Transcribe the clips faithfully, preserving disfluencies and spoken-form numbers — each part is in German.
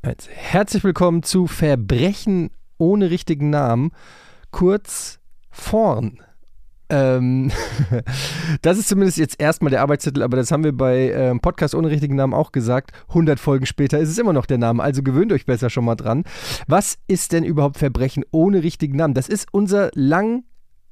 eins. Herzlich willkommen zu Verbrechen ohne richtigen Namen, kurz Vorn. Ähm, das ist zumindest jetzt erstmal der Arbeitstitel, aber das haben wir bei ähm, Podcast ohne richtigen Namen auch gesagt. hundert Folgen später ist es immer noch der Name, also gewöhnt euch besser schon mal dran. Was ist denn überhaupt Verbrechen ohne richtigen Namen? Das ist unser lang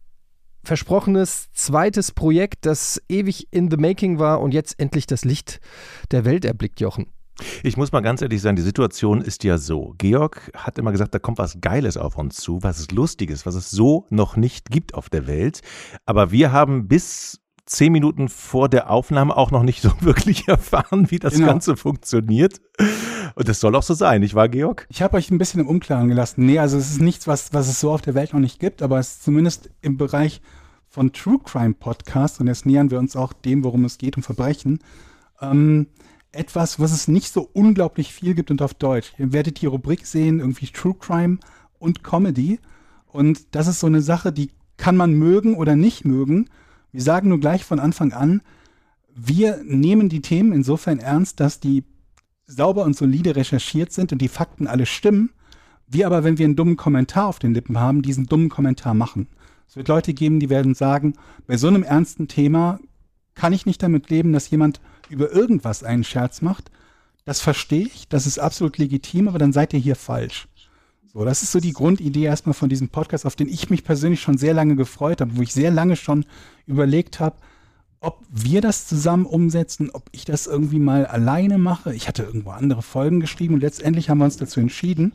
versprochenes zweites Projekt, das ewig in the making war und jetzt endlich das Licht der Welt erblickt, Jochen. Ich muss mal ganz ehrlich sagen, die Situation ist ja so. Georg hat immer gesagt, da kommt was Geiles auf uns zu, was Lustiges, was es so noch nicht gibt auf der Welt. Aber wir haben bis zehn Minuten vor der Aufnahme auch noch nicht so wirklich erfahren, wie das genau. Ganze funktioniert. Und das soll auch so sein, nicht wahr, Georg? Ich habe euch ein bisschen im Unklaren gelassen. Nee, also es ist nichts, was, was es so auf der Welt noch nicht gibt, aber es ist zumindest im Bereich von True Crime Podcasts, und jetzt nähern wir uns auch dem, worum es geht, um Verbrechen, ähm, etwas, was es nicht so unglaublich viel gibt und auf Deutsch. Ihr werdet die Rubrik sehen, irgendwie True Crime und Comedy. Und das ist so eine Sache, die kann man mögen oder nicht mögen. Wir sagen nur gleich von Anfang an, wir nehmen die Themen insofern ernst, dass die sauber und solide recherchiert sind und die Fakten alle stimmen. Wir aber, wenn wir einen dummen Kommentar auf den Lippen haben, diesen dummen Kommentar machen. Es wird Leute geben, die werden sagen, bei so einem ernsten Thema kann ich nicht damit leben, dass jemand über irgendwas einen Scherz macht. Das verstehe ich, das ist absolut legitim, aber dann seid ihr hier falsch. So, das ist so die Grundidee erstmal von diesem Podcast, auf den ich mich persönlich schon sehr lange gefreut habe, wo ich sehr lange schon überlegt habe, ob wir das zusammen umsetzen, ob ich das irgendwie mal alleine mache. Ich hatte irgendwo andere Folgen geschrieben und letztendlich haben wir uns dazu entschieden,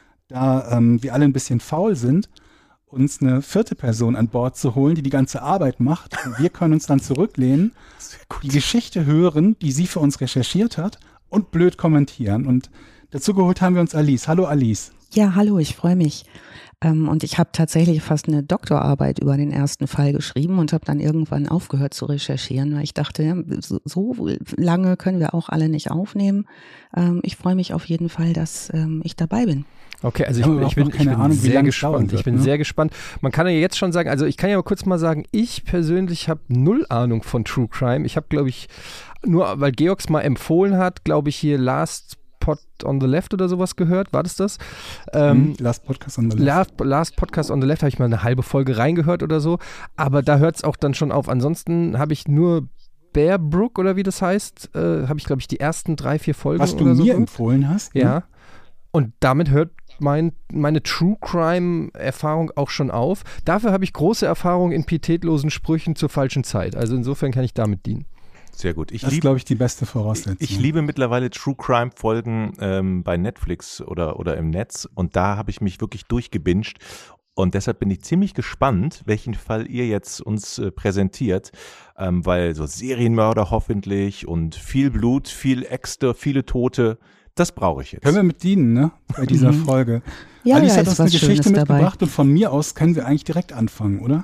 da ähm, wir alle ein bisschen faul sind, uns eine vierte Person an Bord zu holen, die die ganze Arbeit macht. Und wir können uns dann zurücklehnen, die Geschichte hören, die sie für uns recherchiert hat und blöd kommentieren. Und dazu geholt haben wir uns Alice. Hallo Alice. Ja, hallo, ich freue mich. Ähm, und ich habe tatsächlich fast eine Doktorarbeit über den ersten Fall geschrieben und habe dann irgendwann aufgehört zu recherchieren, weil ich dachte, ja, so, so lange können wir auch alle nicht aufnehmen. Ähm, ich freue mich auf jeden Fall, dass ähm, ich dabei bin. Okay, also ich, ich bin, ich bin Ahnung, sehr gespannt. Wird, ich bin ne? sehr gespannt. Man kann ja jetzt schon sagen, also ich kann ja mal kurz mal sagen, ich persönlich habe null Ahnung von True Crime. Ich habe, glaube ich, nur weil Georgs mal empfohlen hat, glaube ich, hier Last Pod on the Left oder sowas gehört. War das das? Ähm, Last Podcast on the Left. Last, Last Podcast on the Left habe ich mal eine halbe Folge reingehört oder so. Aber da hört es auch dann schon auf. Ansonsten habe ich nur Bear Brook oder wie das heißt, äh, habe ich, glaube ich, die ersten drei, vier Folgen Was oder du so. mir empfohlen hast? Ja. ja. Und damit hört mein, meine True Crime-Erfahrung auch schon auf. Dafür habe ich große Erfahrung in pietätlosen Sprüchen zur falschen Zeit. Also insofern kann ich damit dienen. Sehr gut. Ich das ist, glaube ich, die beste Voraussetzung. Ich, ich liebe mittlerweile True Crime Folgen ähm, bei Netflix oder, oder im Netz. Und da habe ich mich wirklich durchgebinged. Und deshalb bin ich ziemlich gespannt, welchen Fall ihr jetzt uns äh, präsentiert. Ähm, weil so Serienmörder hoffentlich und viel Blut, viel Äxte, viele Tote. Das brauche ich jetzt. Können wir mit dienen, ne? Bei dieser mhm. Folge. Ja, Alice ja, hat uns eine Geschichte Schönes mitgebracht dabei. Und von mir aus können wir eigentlich direkt anfangen, oder?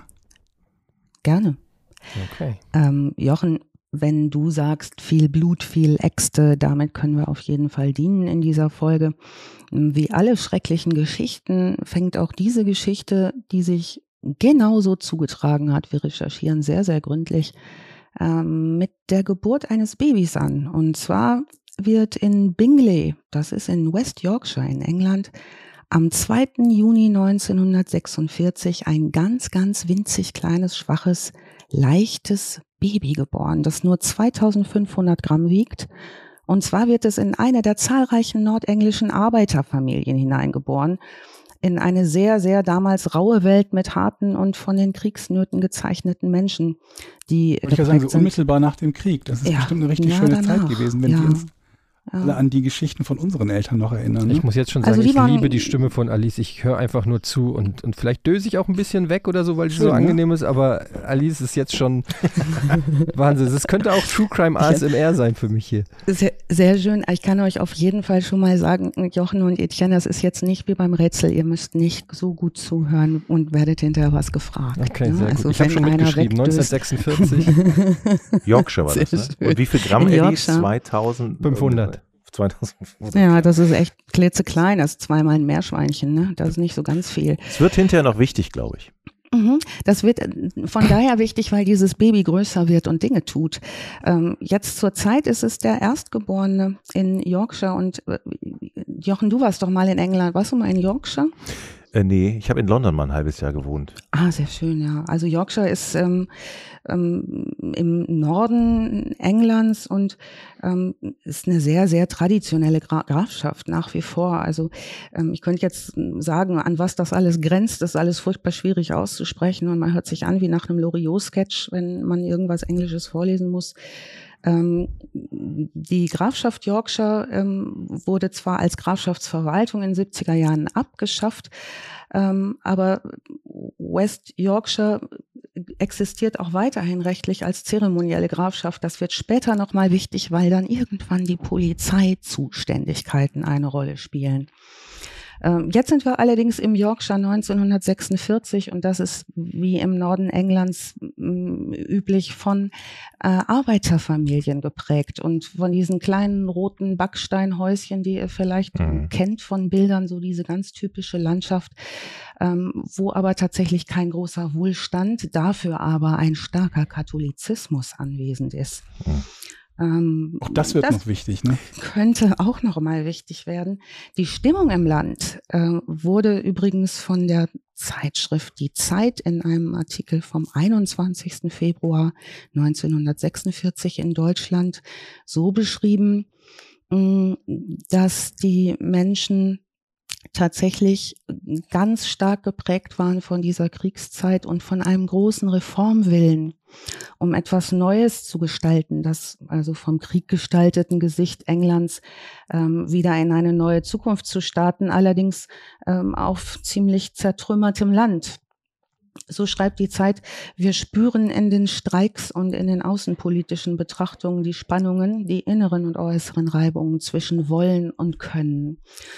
Gerne. Okay. Ähm, Jochen, wenn du sagst, viel Blut, viel Äxte, damit können wir auf jeden Fall dienen in dieser Folge. Wie alle schrecklichen Geschichten fängt auch diese Geschichte, die sich genauso zugetragen hat, wir recherchieren sehr, sehr gründlich, ähm, mit der Geburt eines Babys an. Und zwar wird in Bingley, das ist in West Yorkshire in England, am zweiten Juni neunzehnhundertsechsundvierzig ein ganz, ganz winzig kleines, schwaches, leichtes Baby geboren, das nur zweitausendfünfhundert Gramm wiegt. Und zwar wird es in eine der zahlreichen nordenglischen Arbeiterfamilien hineingeboren, in eine sehr, sehr damals raue Welt mit harten und von den Kriegsnöten gezeichneten Menschen, die ich würde sagen, so unmittelbar nach dem Krieg. Das ist ja, bestimmt eine richtig ja, schöne danach. Zeit gewesen, wenn ja. wir uns ja. alle an die Geschichten von unseren Eltern noch erinnern. Ne? Ich muss jetzt schon sagen, also ich liebe die Stimme von Alice. Ich höre einfach nur zu und, und vielleicht döse ich auch ein bisschen weg oder so, weil sie so ja. angenehm ist, aber Alice ist jetzt schon Wahnsinn. Es könnte auch True Crime A S M R sein für mich hier. Sehr, sehr schön. Ich kann euch auf jeden Fall schon mal sagen, Jochen und Etienne, das ist jetzt nicht wie beim Rätsel. Ihr müsst nicht so gut zuhören und werdet hinterher was gefragt. Okay, ne? sehr also gut. Ich habe schon mitgeschrieben, neunzehnhundertsechsundvierzig. Yorkshire war das, ne? Und wie viel Gramm, Eddie? zweitausendfünfhundert. zweitausendfünfhundert. Ja, das ist echt klitzeklein. Das ist zweimal ein Meerschweinchen, ne? Das ist nicht so ganz viel. Es wird hinterher noch wichtig, glaube ich. Mhm. Das wird von daher wichtig, weil dieses Baby größer wird und Dinge tut. Ähm, jetzt zur Zeit ist es der Erstgeborene in Yorkshire und äh, Jochen, du warst doch mal in England. Warst du mal in Yorkshire? Äh, nee, ich habe in London mal ein halbes Jahr gewohnt. Ah, sehr schön, ja. Also Yorkshire ist ähm, ähm, im Norden Englands und ähm, ist eine sehr, sehr traditionelle Gra- Grafschaft nach wie vor. Also ähm, ich könnte jetzt sagen, an was das alles grenzt, das ist alles furchtbar schwierig auszusprechen und man hört sich an wie nach einem Loriot-Sketch, wenn man irgendwas Englisches vorlesen muss. Ähm, die Grafschaft Yorkshire ähm, wurde zwar als Grafschaftsverwaltung in den siebziger Jahren abgeschafft, ähm, aber West Yorkshire existiert auch weiterhin rechtlich als zeremonielle Grafschaft. Das wird später nochmal wichtig, weil dann irgendwann die Polizeizuständigkeiten eine Rolle spielen. Jetzt sind wir allerdings im Yorkshire neunzehnhundertsechsundvierzig und das ist wie im Norden Englands m, üblich von äh, Arbeiterfamilien geprägt und von diesen kleinen roten Backsteinhäuschen, die ihr vielleicht mhm. kennt von Bildern, so diese ganz typische Landschaft, ähm, wo aber tatsächlich kein großer Wohlstand, dafür aber ein starker Katholizismus anwesend ist. Mhm. Ähm, auch das wird das noch wichtig, ne? Könnte auch noch mal wichtig werden. Die Stimmung im Land äh, wurde übrigens von der Zeitschrift Die Zeit in einem Artikel vom einundzwanzigsten Februar neunzehnhundertsechsundvierzig in Deutschland so beschrieben, mh, dass die Menschen tatsächlich ganz stark geprägt waren von dieser Kriegszeit und von einem großen Reformwillen, um etwas Neues zu gestalten, das also vom Krieg gestalteten Gesicht Englands ähm, wieder in eine neue Zukunft zu starten, allerdings ähm, auf ziemlich zertrümmertem Land. So schreibt die Zeit, wir spüren in den Streiks und in den außenpolitischen Betrachtungen die Spannungen, die inneren und äußeren Reibungen zwischen Wollen und Können.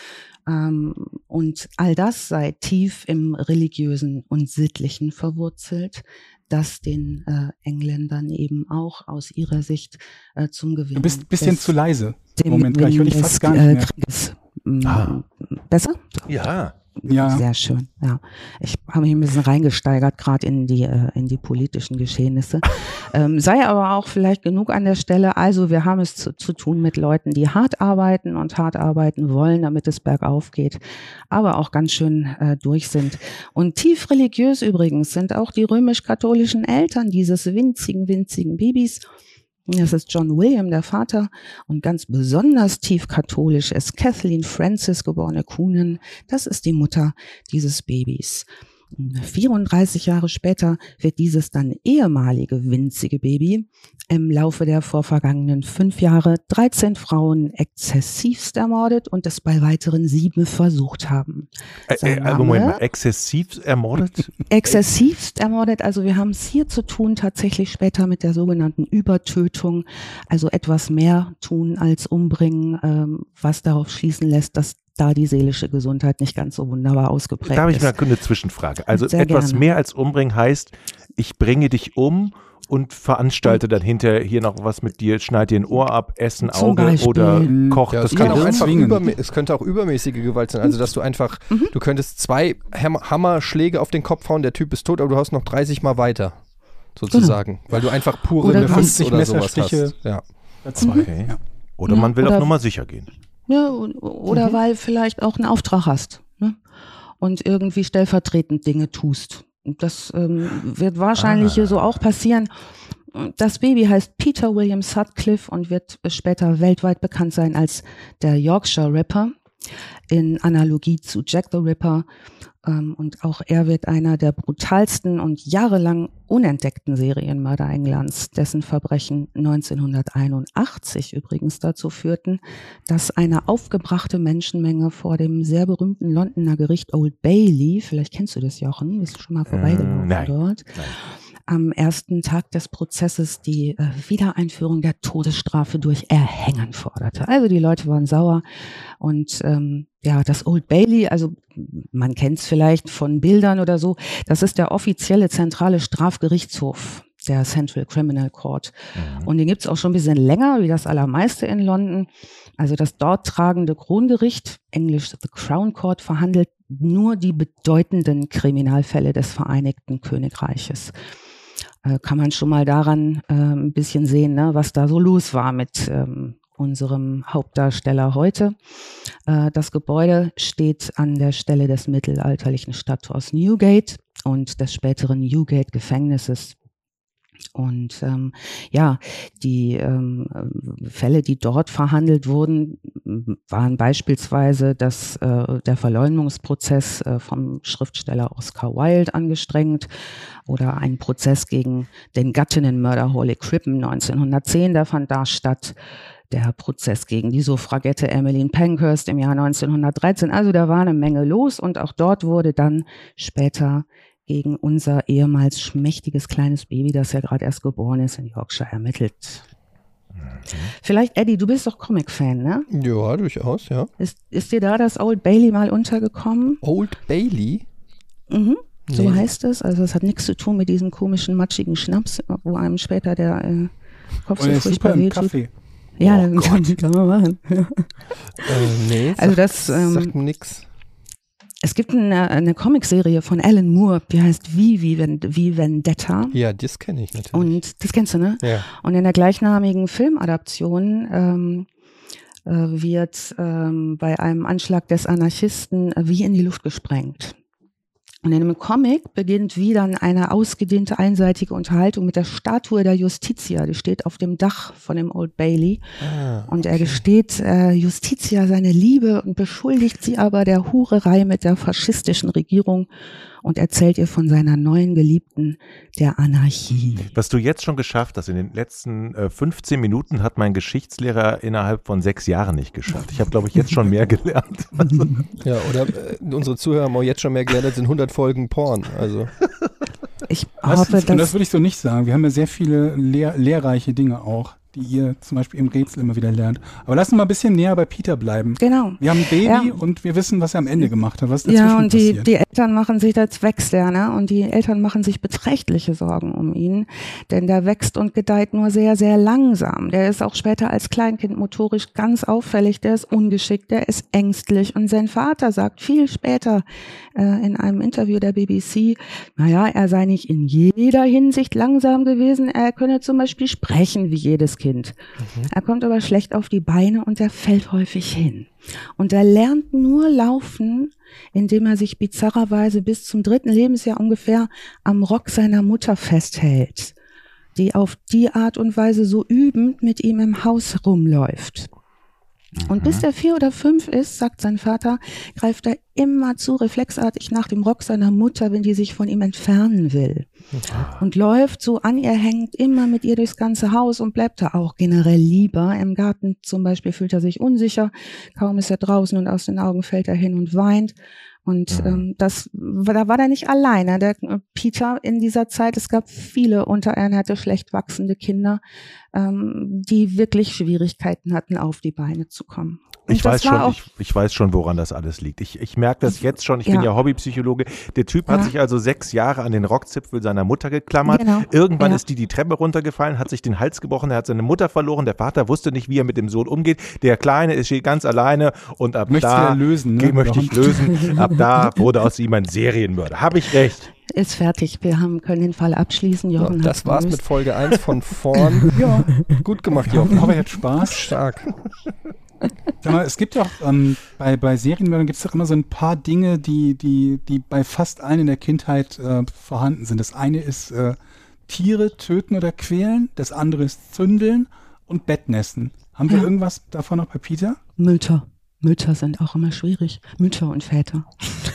Ähm, und all das sei tief im Religiösen und Sittlichen verwurzelt, das den äh, Engländern eben auch aus ihrer Sicht äh, zum Gewinn. Du bist ein bisschen des, zu leise. Dem Moment, ich höre dich fast gar nicht äh, mehr. Krieges, ah. Besser? Ja. Ja. Sehr schön, ja. Ich habe mich ein bisschen reingesteigert, gerade in die äh, in die politischen Geschehnisse. ähm, sei aber auch vielleicht genug an der Stelle. Also wir haben es zu, zu tun mit Leuten, die hart arbeiten und hart arbeiten wollen, damit es bergauf geht, aber auch ganz schön äh, durch sind. Und tief religiös übrigens sind auch die römisch-katholischen Eltern dieses winzigen, winzigen Babys. Das ist John William, der Vater, und ganz besonders tief katholisch ist Kathleen Frances, geborene Coonan. Das ist die Mutter dieses Babys. vierunddreißig Jahre später wird dieses dann ehemalige winzige Baby im Laufe der vorvergangenen fünf Jahre dreizehn Frauen exzessivst ermordet und es bei weiteren sieben versucht haben. Äh, äh, Moment mal, exzessiv ermordet? Exzessivst ermordet, also wir haben es hier zu tun tatsächlich später mit der sogenannten Übertötung, also etwas mehr tun als umbringen, ähm, was darauf schließen lässt, dass da die seelische Gesundheit nicht ganz so wunderbar ausgeprägt ist. Da habe ich mal eine Zwischenfrage. Also Sehr etwas gerne. mehr als umbringen heißt, ich bringe dich um und veranstalte dann hinterher hier noch was mit dir, schneide dir ein Ohr ab, esse ein Zum Auge Beispiel. oder kocht Ja, das es, kann Kind. auch einfach zwingen. übermä- es könnte auch übermäßige Gewalt sein. Also, dass du einfach, Mhm. du könntest zwei Hammer- Hammerschläge auf den Kopf hauen, der Typ ist tot, aber du haust noch dreißig Mal weiter, sozusagen. Weil du einfach pure Oder Riss fünfzig oder sowas Messerstiche. hast. Ja. Zwei. Okay. Ja. Oder Ja, man will oder- auf Nummer sicher gehen. Ja, oder Mhm. weil vielleicht auch einen Auftrag hast, ne? Und irgendwie stellvertretend Dinge tust. Und das ähm, wird wahrscheinlich Ah. hier so auch passieren. Das Baby heißt Peter William Sutcliffe und wird später weltweit bekannt sein als der Yorkshire Ripper in Analogie zu Jack the Ripper. Ähm, und auch er wird einer der brutalsten und jahrelang unentdeckten Serienmörder Englands, dessen Verbrechen neunzehnhunderteinundachtzig übrigens dazu führten, dass eine aufgebrachte Menschenmenge vor dem sehr berühmten Londoner Gericht Old Bailey, vielleicht kennst du das, Jochen, bist du schon mal vorbeigelaufen nein. dort, Nein. am ersten Tag des Prozesses die äh, Wiedereinführung der Todesstrafe durch Erhängen forderte. Also die Leute waren sauer und ähm, ja, das Old Bailey, also man kennt es vielleicht von Bildern oder so, das ist der offizielle zentrale Strafgerichtshof der Central Criminal Court. Mhm. Und den gibt's auch schon ein bisschen länger, wie das allermeiste in London. Also das dort tragende Krongericht, englisch The Crown Court, verhandelt nur die bedeutenden Kriminalfälle des Vereinigten Königreiches. Äh, kann man schon mal daran äh, ein bisschen sehen, ne, was da so los war mit ähm, unserem Hauptdarsteller heute. Äh, das Gebäude steht an der Stelle des mittelalterlichen Stadttors Newgate und des späteren Newgate-Gefängnisses. Und ähm, ja, die ähm, Fälle, die dort verhandelt wurden, waren beispielsweise das, äh, der Verleumdungsprozess äh, vom Schriftsteller Oscar Wilde angestrengt oder ein Prozess gegen den Gattinnenmörder Holly Crippen neunzehnhundertzehn, der fand da statt. Der Prozess gegen die Suffragette Emmeline Pankhurst im Jahr neunzehnhundertdreizehn. Also da war eine Menge los und auch dort wurde dann später gegen unser ehemals schmächtiges kleines Baby, das ja gerade erst geboren ist, in Yorkshire ermittelt. Mhm. Vielleicht, Eddie, du bist doch Comic-Fan, ne? Ja, durchaus, ja. Ist, ist dir da das Old Bailey mal untergekommen? Old Bailey? Mhm. So Nee. heißt es. Also es hat nichts zu tun mit diesem komischen, matschigen Schnaps, wo einem später der äh, Kopf Und so der ist super furchtbar im wehtut. Kaffee. Ja, Oh das kann, kann man machen. Ja. Äh, nee, Also sagt, das, ähm, sagt mir nix. Es gibt eine, eine Comicserie von Alan Moore, die heißt Wie, wie, wie Vendetta. Ja, das kenne ich natürlich. Und das kennst du, ne? ja. Und in der gleichnamigen Filmadaption ähm, äh, wird ähm, bei einem Anschlag des Anarchisten äh, wie in die Luft gesprengt. Und in einem Comic beginnt wie dann eine ausgedehnte einseitige Unterhaltung mit der Statue der Justitia. Die steht auf dem Dach von dem Old Bailey. Ah, Und er gesteht äh, Justitia seine Liebe und beschuldigt sie aber der Hurerei mit der faschistischen Regierung und erzählt ihr von seiner neuen Geliebten, der Anarchie. Was du jetzt schon geschafft hast, in den letzten äh, fünfzehn Minuten hat mein Geschichtslehrer innerhalb von sechs Jahren nicht geschafft. Ich habe, glaube ich, jetzt schon mehr gelernt. ja, oder äh, unsere Zuhörer haben auch jetzt schon mehr gelernt, als in hundert Folgen Porn. Also. Ich Was, hoffe, und das dass... würde ich so nicht sagen. Wir haben ja sehr viele lehr lehrreiche Dinge auch, die ihr zum Beispiel im Rätsel immer wieder lernt. Aber lass uns mal ein bisschen näher bei Peter bleiben. Genau. Wir haben ein Baby Ja. und wir wissen, was er am Ende gemacht hat. Was ist dazwischen Ja, und die, passiert? die Eltern machen sich, das wächst der, ne? Und die Eltern machen sich beträchtliche Sorgen um ihn, denn der wächst und gedeiht nur sehr, sehr langsam. Der ist auch später als Kleinkind motorisch ganz auffällig, der ist ungeschickt, der ist ängstlich und sein Vater sagt viel später äh, in einem Interview der B B C, naja, er sei nicht in jeder Hinsicht langsam gewesen, er könne zum Beispiel sprechen wie jedes Kind. Mhm. Er kommt aber schlecht auf die Beine und er fällt häufig hin. Und er lernt nur laufen, indem er sich bizarrerweise bis zum dritten Lebensjahr ungefähr am Rock seiner Mutter festhält, die auf die Art und Weise so übend mit ihm im Haus rumläuft. Und bis der vier oder fünf ist, sagt sein Vater, greift er immer zu reflexartig nach dem Rock seiner Mutter, wenn die sich von ihm entfernen will. Und läuft so an ihr hängend immer mit ihr durchs ganze Haus und bleibt da auch generell lieber. Im Garten zum Beispiel fühlt er sich unsicher. Kaum ist er draußen und aus den Augen fällt er hin und weint. Und ähm, das, da war er nicht alleine. Der Peter in dieser Zeit, es gab viele unterernährte, schlecht wachsende Kinder, ähm, die wirklich Schwierigkeiten hatten, auf die Beine zu kommen. Und Ich weiß, das war schon, auch, ich, ich weiß schon, woran das alles liegt. Ich, ich merke das jetzt schon. Ich Ja. bin ja Hobbypsychologe. Der Typ hat Ja. sich also sechs Jahre an den Rockzipfel seiner Mutter geklammert. Genau. Irgendwann Ja. ist die die Treppe runtergefallen, hat sich den Hals gebrochen, er hat seine Mutter verloren. Der Vater wusste nicht, wie er mit dem Sohn umgeht. Der Kleine ist steht ganz alleine und ab Möchtest da wieder lösen, ne? ge- möchte ich lösen. Ab da wurde aus ihm ein Serienmörder. Habe ich recht? ist fertig. Wir haben, können den Fall abschließen. Ja, Jochen das hat's war's gelöst. mit Folge eins von vorn. Ja, Gut gemacht, ich hoffe, Jochen. ihr habt Spaß. Stark. Sag mal, es gibt doch ähm, bei, bei Serienmördern gibt es doch immer so ein paar Dinge, die, die, die bei fast allen in der Kindheit äh, vorhanden sind. Das eine ist äh, Tiere töten oder quälen, das andere ist Zündeln und Bettnässen. Haben wir Ja. irgendwas davon noch bei Peter? Mütter. Mütter sind auch immer schwierig. Mütter und Väter.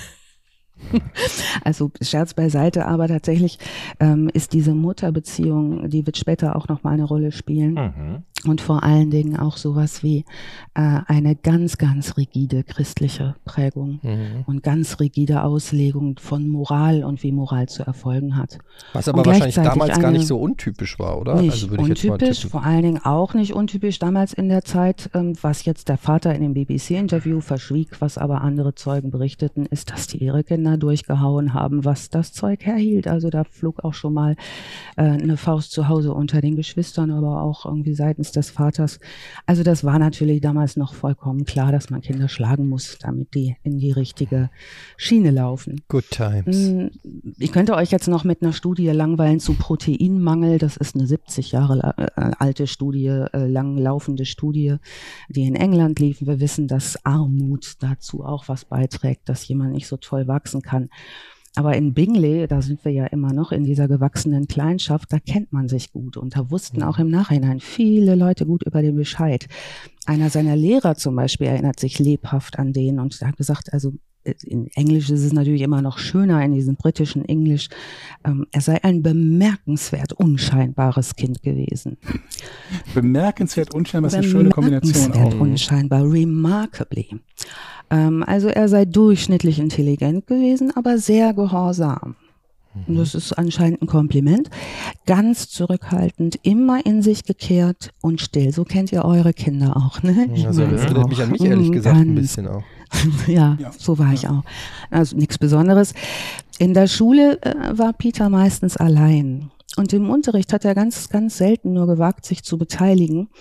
Also Scherz beiseite, aber tatsächlich ähm, ist diese Mutterbeziehung, die wird später auch noch mal eine Rolle spielen. Mhm. Und vor allen Dingen auch sowas wie äh, eine ganz, ganz rigide christliche Prägung Mhm. und ganz rigide Auslegung von Moral und wie Moral zu erfolgen hat. Was aber Und wahrscheinlich gleichzeitig damals gar eine- nicht so untypisch war, oder? Nicht also würde ich jetzt mal untypisch, tippen. vor allen Dingen auch nicht untypisch damals in der Zeit, ähm, was jetzt der Vater in dem B B C-Interview verschwieg, was aber andere Zeugen berichteten, ist, dass die ihre Kinder durchgehauen haben, was das Zeug herhielt. Also da flog auch schon mal äh, eine Faust zu Hause unter den Geschwistern, aber auch irgendwie seitens Namens des Vaters. Also das war natürlich damals noch vollkommen klar, dass man Kinder schlagen muss, damit die in die richtige Schiene laufen. Good times. Ich könnte euch jetzt noch mit einer Studie langweilen zu Proteinmangel. Das ist eine siebzig Jahre alte Studie, langlaufende Studie, die in England lief. Wir wissen, dass Armut dazu auch was beiträgt, dass jemand nicht so toll wachsen kann. Aber in Bingley, da sind wir ja immer noch in dieser gewachsenen Kleinstadt, da kennt man sich gut und da wussten auch im Nachhinein viele Leute gut über den Bescheid. Einer seiner Lehrer zum Beispiel erinnert sich lebhaft an den und hat gesagt, also in Englisch ist es natürlich immer noch schöner, in diesem britischen Englisch, ähm, er sei ein bemerkenswert unscheinbares Kind gewesen. Bemerkenswert unscheinbar ist eine schöne Kombination. Bemerkenswert unscheinbar, remarkably. Ähm, also er sei durchschnittlich intelligent gewesen, aber sehr gehorsam. Und das ist anscheinend ein Kompliment. Ganz zurückhaltend, immer in sich gekehrt und still. So kennt ihr eure Kinder auch, ne? Ich also das erinnert mich an mich ehrlich gesagt ein bisschen auch. ja, ja, so war ich auch. Also nichts Besonderes. In der Schule äh, war Peter meistens allein. Und im Unterricht hat er ganz, ganz selten nur gewagt, sich zu beteiligen.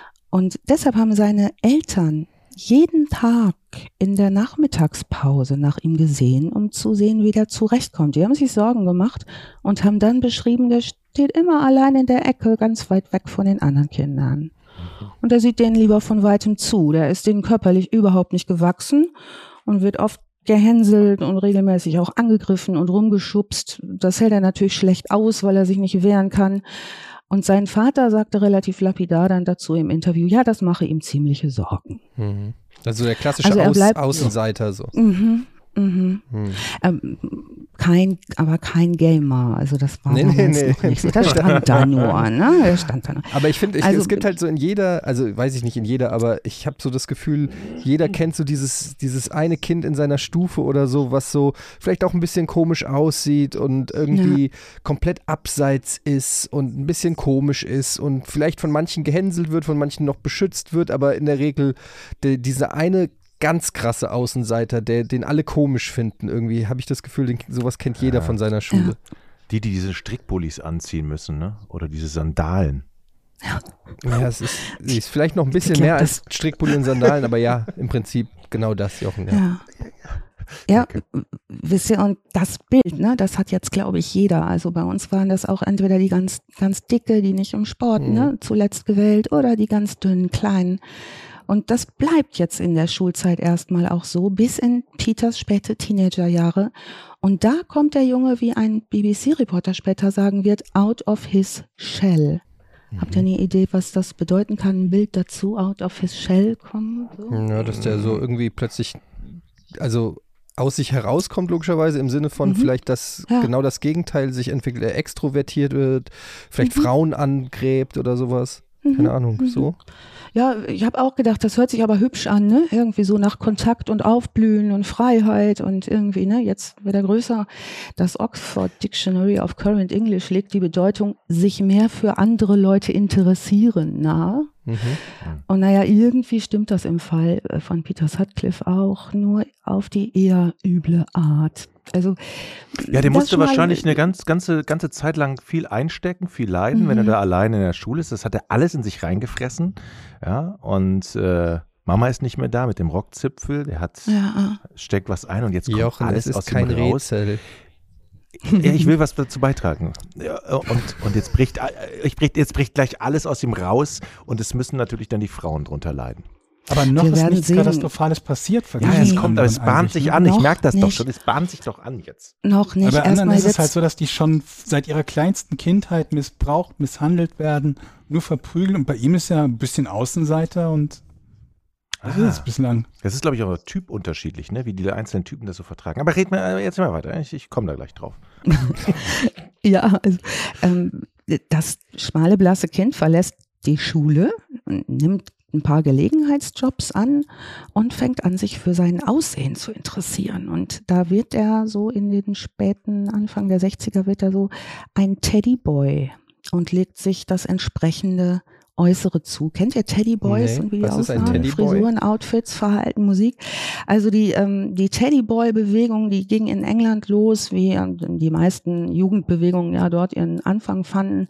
Und deshalb haben seine Eltern jeden Tag in der Nachmittagspause nach ihm gesehen, um zu sehen, wie der zurechtkommt. Die haben sich Sorgen gemacht und haben dann beschrieben, der steht immer allein in der Ecke, ganz weit weg von den anderen Kindern. Und er sieht denen lieber von weitem zu. Der ist denen körperlich überhaupt nicht gewachsen und wird oft gehänselt und regelmäßig auch angegriffen und rumgeschubst. Das hält er natürlich schlecht aus, weil er sich nicht wehren kann. Und sein Vater sagte relativ lapidar dann dazu im Interview, ja, das mache ihm ziemliche Sorgen. Mhm. Also der klassische also er Aus, bleibt, Außenseiter so. Mhm, mhm. Hm. Ähm, kein, aber kein Gamer, also das war nee, nee, nee. noch nicht so. Das stand da nur, ne? Das stand da nur. Aber ich finde, also, es gibt halt so in jeder, also weiß ich nicht in jeder, aber ich habe so das Gefühl, jeder kennt so dieses, dieses eine Kind in seiner Stufe oder so, was so vielleicht auch ein bisschen komisch aussieht und irgendwie ja. komplett abseits ist und ein bisschen komisch ist und vielleicht von manchen gehänselt wird, von manchen noch beschützt wird, aber in der Regel de, diese eine ganz krasse Außenseiter, der, den alle komisch finden. Irgendwie habe ich das Gefühl, den, sowas kennt jeder ja. von seiner Schule. Ja. Die, die diese Strickpullis anziehen müssen, ne? Oder diese Sandalen. Ja, ja es ist, ist vielleicht noch ein bisschen glaub, mehr als Strickpulli und Sandalen, aber ja, im Prinzip genau das, Jochen. Ja, ja. ja okay. Wisst ihr, und das Bild, ne, das hat jetzt, glaube ich, jeder. Also bei uns waren das auch entweder die ganz, ganz dicke, die nicht im Sport, mhm. ne, zuletzt gewählt, oder die ganz dünnen, kleinen. Und das bleibt jetzt in der Schulzeit erstmal auch so, bis in Peters späte Teenagerjahre. Und da kommt der Junge, wie ein B B C-Reporter später sagen wird, out of his shell. Mhm. Habt ihr eine Idee, was das bedeuten kann? Ein Bild dazu, out of his shell kommen? So? Ja, dass der so irgendwie plötzlich, also aus sich herauskommt, logischerweise, im Sinne von mhm. vielleicht, dass ja. genau das Gegenteil sich entwickelt, er extrovertiert wird, vielleicht mhm. Frauen angräbt oder sowas. Keine Ahnung, so. Ja, ich habe auch gedacht, das hört sich aber hübsch an, ne? Irgendwie so nach Kontakt und Aufblühen und Freiheit und irgendwie, ne? Jetzt wird er größer. Das Oxford Dictionary of Current English legt die Bedeutung sich mehr für andere Leute interessieren nahe. Mhm. Und naja, irgendwie stimmt das im Fall von Peter Sutcliffe auch, nur auf die eher üble Art. Also, ja, der musste wahrscheinlich eine ganz, ganze, ganze Zeit lang viel einstecken, viel leiden, mhm. wenn er da alleine in der Schule ist. Das hat er alles in sich reingefressen. Ja, und äh, Mama ist nicht mehr da mit dem Rockzipfel. Der hat, ja. steckt was ein und jetzt kommt Jochen, alles es ist aus kein ihm raus. Rätsel. Ja, ich will was dazu beitragen. Ja, und, und jetzt bricht, ich bricht, jetzt bricht gleich alles aus ihm raus und es müssen natürlich dann die Frauen drunter leiden. Aber noch Wir ist nichts sehen. Katastrophales passiert. Ja, es kommt, aber es bahnt sich an. Ich merke das nicht. doch schon. Es bahnt sich doch an jetzt. Noch nicht. Aber bei anderen ist es halt so, dass die schon seit ihrer kleinsten Kindheit missbraucht, misshandelt werden, nur verprügeln. Und bei ihm ist er ein bisschen Außenseiter und das ah, ist bislang. Das ist, glaube ich, auch typunterschiedlich, ne? Wie die einzelnen Typen das so vertragen. Aber red mal jetzt mal weiter. Ich, ich komme da gleich drauf. Ja, also ähm, das schmale, blasse Kind verlässt die Schule und nimmt ein paar Gelegenheitsjobs an und fängt an, sich für sein Aussehen zu interessieren. Und da wird er so in den späten Anfang der sechziger wird er so ein Teddyboy und legt sich das entsprechende Äußere zu. Kennt ihr Teddyboys Nee, und wie die was ist ein aussahen? Teddyboy? Frisuren, Outfits, Verhalten, Musik. Also die, ähm, die Teddyboy-Bewegung, die ging in England los, wie ähm, die meisten Jugendbewegungen ja dort ihren Anfang fanden,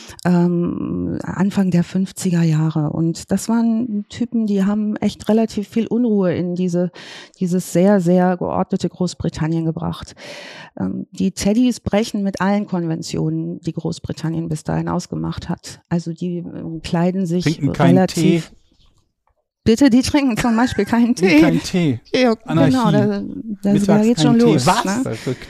ähm, Anfang der fünfziger Jahre. Und das waren Typen, die haben echt relativ viel Unruhe in diese, dieses sehr, sehr geordnete Großbritannien gebracht. Ähm, die Teddys brechen mit allen Konventionen, die Großbritannien bis dahin ausgemacht hat. Also die äh, kleiden sich Trinken keinen relativ. Tee. Bitte, die trinken zum Beispiel keinen Tee. Nee, kein Tee. Ja, Anarchie. genau, da, da, da Mittags geht's schon kein Tee. los. Was? Ne? Verrückt.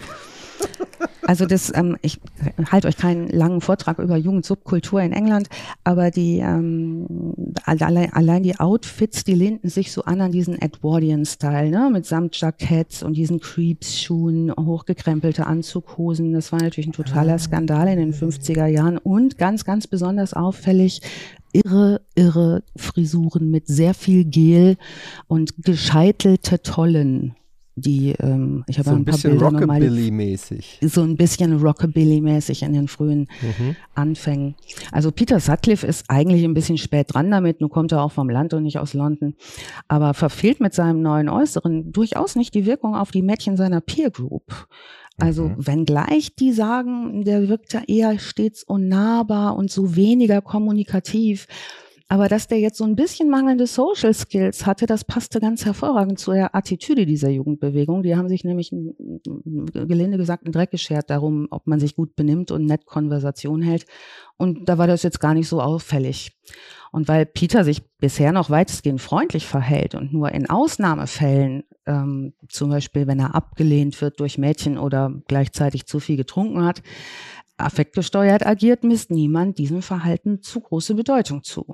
Also das, ähm, ich halte euch keinen langen Vortrag über Jugendsubkultur in England, aber die ähm, allein, allein die Outfits, die lehnten sich so an an diesen Edwardian-Style, ne, mit Samtjacketts und diesen Creeps-Schuhen, hochgekrempelte Anzughosen. Das war natürlich ein totaler Skandal in den fünfziger Jahren und ganz, ganz besonders auffällig, irre, irre Frisuren mit sehr viel Gel und gescheitelte Tollen. Die, ähm, ich habe So ein ein paar bisschen Bilder nochmal. Rockabilly-mäßig. So ein bisschen Rockabilly-mäßig in den frühen Mhm. Anfängen. Also Peter Sutcliffe ist eigentlich ein bisschen spät dran damit, nun kommt er auch vom Land und nicht aus London, aber verfehlt mit seinem neuen Äußeren durchaus nicht die Wirkung auf die Mädchen seiner Peer Group. Also Mhm. wenngleich die sagen, der wirkt ja eher stets unnahbar und so weniger kommunikativ. Aber dass der jetzt so ein bisschen mangelnde Social Skills hatte, das passte ganz hervorragend zu der Attitüde dieser Jugendbewegung. Die haben sich nämlich, gelinde gesagt, einen Dreck geschert darum, ob man sich gut benimmt und nett Konversation hält. Und da war das jetzt gar nicht so auffällig. Und weil Peter sich bisher noch weitestgehend freundlich verhält und nur in Ausnahmefällen, ähm, zum Beispiel wenn er abgelehnt wird durch Mädchen oder gleichzeitig zu viel getrunken hat, affektgesteuert agiert, misst niemand diesem Verhalten zu große Bedeutung zu.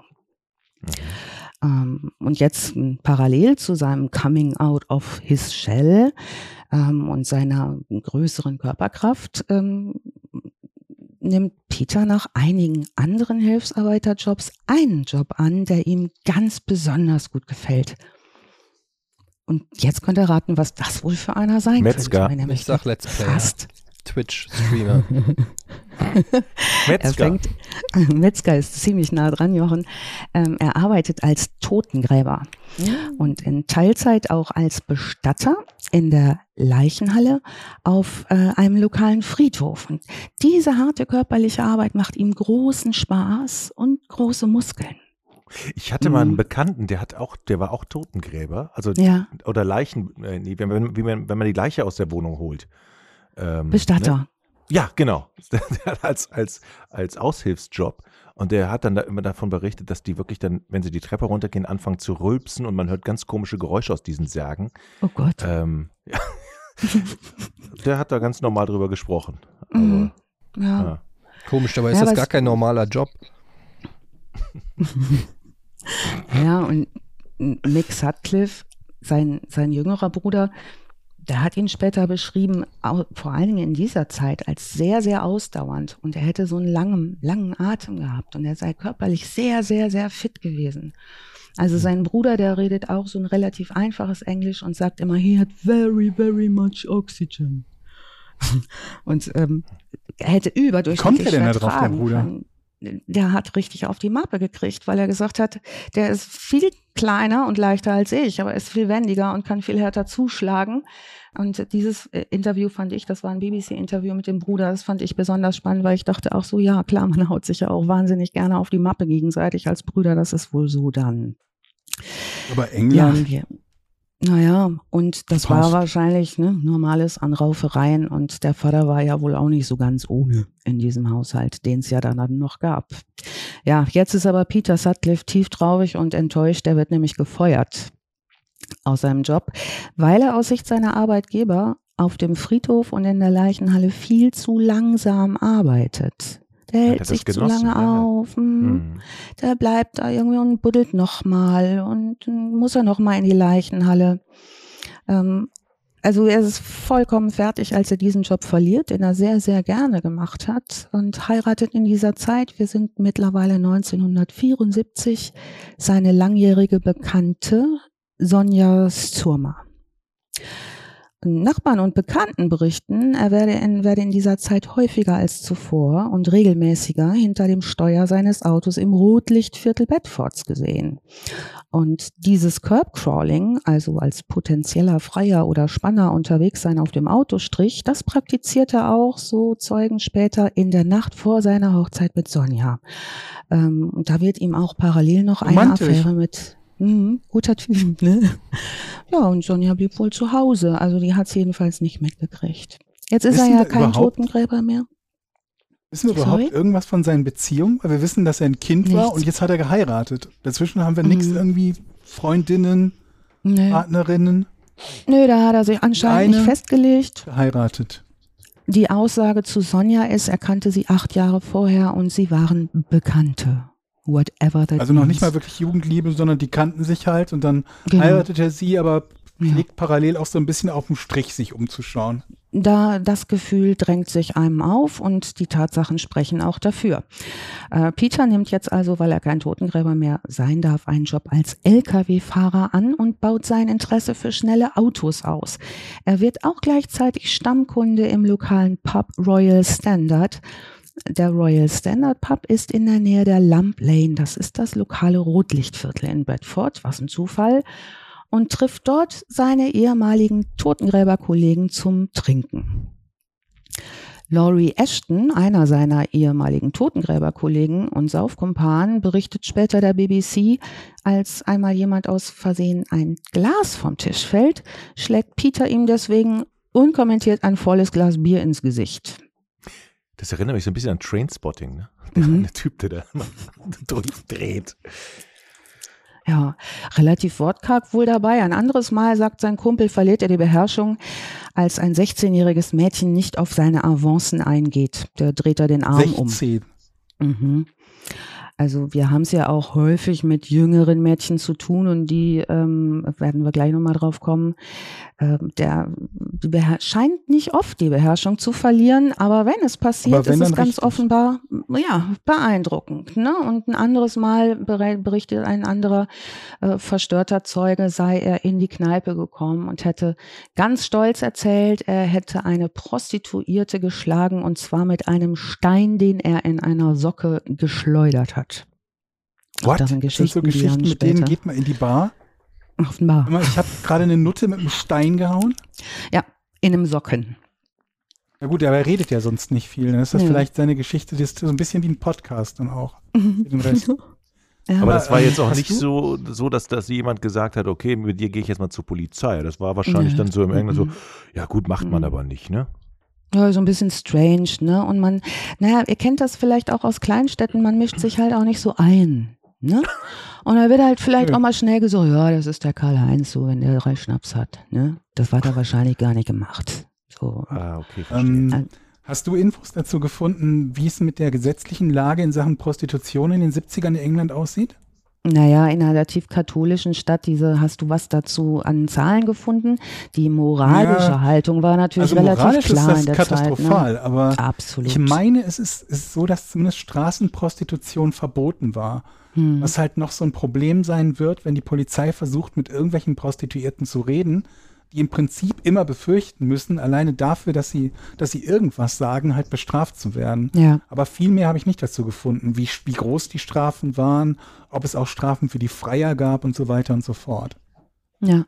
Ähm, und jetzt m, parallel zu seinem Coming out of his shell ähm, und seiner größeren Körperkraft ähm, nimmt Peter nach einigen anderen Hilfsarbeiterjobs einen Job an, der ihm ganz besonders gut gefällt. Und jetzt könnt ihr raten, was das wohl für einer sein Metzger. könnte. Ich sag Let's Player. Fast. Twitch-Streamer. Er Metzger. fängt, Metzger ist ziemlich nah dran, Jochen. Ähm, er arbeitet als Totengräber und in Teilzeit auch als Bestatter in der Leichenhalle auf äh, einem lokalen Friedhof. Und diese harte körperliche Arbeit macht ihm großen Spaß und große Muskeln. Ich hatte mal einen Mhm. Bekannten, der hat auch, der war auch Totengräber, also Ja, oder Leichen, äh, nee, wenn, wenn, wie man, wenn man die Leiche aus der Wohnung holt. Ähm, Bestatter. Ne? Ja, genau. Der hat als, als, als Aushilfsjob. Und der hat dann da immer davon berichtet, dass die wirklich dann, wenn sie die Treppe runtergehen, anfangen zu rülpsen und man hört ganz komische Geräusche aus diesen Särgen. Oh Gott. Ähm, ja. Der hat da ganz normal drüber gesprochen. Also, Mhm. Ja. ja. Komisch, dabei ist Ja, das aber gar es- kein normaler Job. Ja, und Mick Sutcliffe, sein, sein jüngerer Bruder, der hat ihn später beschrieben, au- vor allen Dingen in dieser Zeit, als sehr, sehr ausdauernd. Und er hätte so einen langen, langen Atem gehabt und er sei körperlich sehr, sehr, sehr fit gewesen. Also sein Bruder, der redet auch so ein relativ einfaches Englisch und sagt immer, he had very, very much oxygen. Und ähm, er hätte überdurchschnittlich Kommt er denn schwer da drauf, der tragen Bruder? können. Der hat richtig auf die Mappe gekriegt, weil er gesagt hat, der ist viel kleiner und leichter als ich, aber ist viel wendiger und kann viel härter zuschlagen. Und dieses äh, Interview fand ich, das war ein B B C-Interview mit dem Bruder, das fand ich besonders spannend, weil ich dachte auch so, ja klar, man haut sich ja auch wahnsinnig gerne auf die Mappe gegenseitig als Brüder, das ist wohl so dann. Aber Ja, England, und wir- naja, und das war Passt. wahrscheinlich ne, normales an Raufereien und der Vater war ja wohl auch nicht so ganz ohne in diesem Haushalt, den es ja dann noch gab. Ja, jetzt ist aber Peter Sutcliffe tief traurig und enttäuscht, der wird nämlich gefeuert aus seinem Job, weil er aus Sicht seiner Arbeitgeber auf dem Friedhof und in der Leichenhalle viel zu langsam arbeitet. Der Hat er hält das sich zu genossen, lange ja? auf. hm. Hm. Der bleibt da irgendwie und buddelt nochmal und dann muss er nochmal in die Leichenhalle. Ähm, also er ist vollkommen fertig, als er diesen Job verliert, den er sehr, sehr gerne gemacht hat und heiratet in dieser Zeit. Wir sind mittlerweile neunzehnhundertvierundsiebzig. Seine langjährige Bekannte Sonja Sturma. Nachbarn und Bekannten berichten, er werde in, werde in dieser Zeit häufiger als zuvor und regelmäßiger hinter dem Steuer seines Autos im Rotlichtviertel Bedfords gesehen. Und dieses Curbcrawling, also als potenzieller Freier oder Spanner unterwegs sein auf dem Autostrich, das praktizierte er auch, so Zeugen später, in der Nacht vor seiner Hochzeit mit Sonja. Ähm, und da wird ihm auch parallel noch eine Romantisch. Affäre mit... Mhm, guter Typ, ne? Ja, und Sonja blieb wohl zu Hause. Also die hat es jedenfalls nicht mitgekriegt. Jetzt ist Wissen er ja wir kein überhaupt- Totengräber mehr. Wissen wir Sorry? überhaupt irgendwas von seinen Beziehungen? Weil wir wissen, dass er ein Kind war Nichts. und jetzt hat er geheiratet. Dazwischen haben wir nichts Mhm. irgendwie Freundinnen, Nö. Partnerinnen Nö, da hat er sich anscheinend Eine- nicht festgelegt. geheiratet. Die Aussage zu Sonja ist, er kannte sie acht Jahre vorher und sie waren Bekannte. Whatever that Also noch means. nicht mal wirklich Jugendliebe, sondern die kannten sich halt und dann Genau. heiratet er sie, aber Ja. pflegt parallel auch so ein bisschen auf dem Strich sich umzuschauen. Da das Gefühl drängt sich einem auf und die Tatsachen sprechen auch dafür. Äh, Peter nimmt jetzt also, weil er kein Totengräber mehr sein darf, einen Job als L K W-Fahrer an und baut sein Interesse für schnelle Autos aus. Er wird auch gleichzeitig Stammkunde im lokalen Pub Royal Standard. Der Royal Standard Pub ist in der Nähe der Lump Lane. Das ist das lokale Rotlichtviertel in Bedford. Was ein Zufall. Und trifft dort seine ehemaligen Totengräberkollegen zum Trinken. Laurie Ashton, einer seiner ehemaligen Totengräberkollegen und Saufkumpanen, berichtet später der B B C, als einmal jemand aus Versehen ein Glas vom Tisch fällt, schlägt Peter ihm deswegen unkommentiert ein volles Glas Bier ins Gesicht. Das erinnert mich so ein bisschen an Trainspotting, ne? Der Mhm. eine Typ, der da immer durchdreht. Ja, relativ wortkarg wohl dabei. Ein anderes Mal, sagt sein Kumpel, verliert er die Beherrschung, als ein sechzehnjähriges Mädchen nicht auf seine Avancen eingeht. Da dreht er den Arm um. sechzehn. Mhm. Also wir haben es ja auch häufig mit jüngeren Mädchen zu tun und die, ähm, werden wir gleich nochmal drauf kommen, ähm, der die beher- scheint nicht oft die Beherrschung zu verlieren, aber wenn es passiert, Aber wenn, ist es dann ganz richtig. offenbar ja beeindruckend. Ne? Und ein anderes Mal bere- berichtet ein anderer äh, verstörter Zeuge, sei er in die Kneipe gekommen und hätte ganz stolz erzählt, er hätte eine Prostituierte geschlagen und zwar mit einem Stein, den er in einer Socke geschleudert hat. Auch What? das sind Das sind so Geschichten, die Geschichten, dann mit denen später- geht man in die Bar. Offenbar. Immer, Ich habe gerade eine Nutte mit einem Stein gehauen. Ja, in einem Socken. Na gut, aber er redet ja sonst nicht viel. Dann ist das Ja. vielleicht seine Geschichte, das ist so ein bisschen wie ein Podcast dann auch. Mit dem Rest. Ja. Aber das war jetzt auch Hast nicht du- so, so dass, dass jemand gesagt hat, okay, mit dir gehe ich jetzt mal zur Polizei. Das war wahrscheinlich Nee. dann so im Englischen so, Mhm. ja gut, macht man Mhm. aber nicht, ne? Ja, so ein bisschen strange, ne? Und man, naja, ihr kennt das vielleicht auch aus Kleinstädten, man mischt sich halt auch nicht so ein, ne? Und da wird halt vielleicht Nö. auch mal schnell gesagt, ja, das ist der Karl-Heinz, so, wenn der drei Schnaps hat, ne? Das hat er wahrscheinlich gar nicht gemacht. So. Ah, okay, verstehe. Ähm, hast du Infos dazu gefunden, wie es mit der gesetzlichen Lage in Sachen Prostitution in den siebzigern in England aussieht? Naja, in einer relativ katholischen Stadt, diese, hast du was dazu an Zahlen gefunden? Die moralische Ja, Haltung war natürlich Also relativ moralisch ist klar in das der katastrophal, Zeit. aber Ne? Absolut. ich meine, es ist, es ist so, dass zumindest Straßenprostitution verboten war. Hm. Was halt noch so ein Problem sein wird, wenn die Polizei versucht, mit irgendwelchen Prostituierten zu reden, die im Prinzip immer befürchten müssen, alleine dafür, dass sie, dass sie irgendwas sagen, halt bestraft zu werden. Ja. Aber viel mehr habe ich nicht dazu gefunden, wie, wie groß die Strafen waren, ob es auch Strafen für die Freier gab und so weiter und so fort. Ja.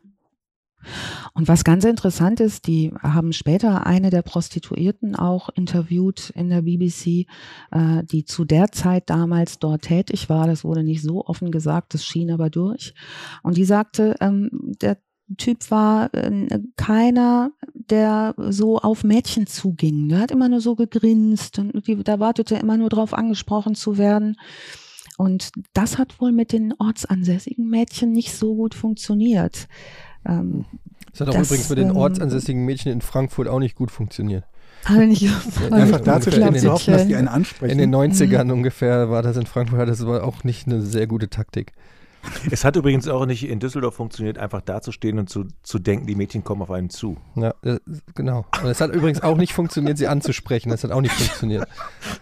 Und was ganz interessant ist, die haben später eine der Prostituierten auch interviewt in der B B C, äh, die zu der Zeit damals dort tätig war. Das wurde nicht so offen gesagt, das schien aber durch. Und die sagte, ähm, der Typ war äh, keiner, der so auf Mädchen zuging. Der hat immer nur so gegrinst und die, da wartete immer nur drauf angesprochen zu werden. Und das hat wohl mit den ortsansässigen Mädchen nicht so gut funktioniert. Ähm, Das hat auch Das, übrigens mit den ähm, ortsansässigen Mädchen in Frankfurt auch nicht gut funktioniert. Hat nicht Einfach dazu ungefähr stehen in zu den- hoffen, dass die einen ansprechen. In den neunzigern ungefähr war das in Frankfurt, das war auch nicht eine sehr gute Taktik. Es hat übrigens auch nicht in Düsseldorf funktioniert, einfach dazustehen und zu, zu denken, die Mädchen kommen auf einen zu. Ja, äh, genau. Und es hat übrigens auch nicht funktioniert, sie anzusprechen. Das hat auch nicht funktioniert.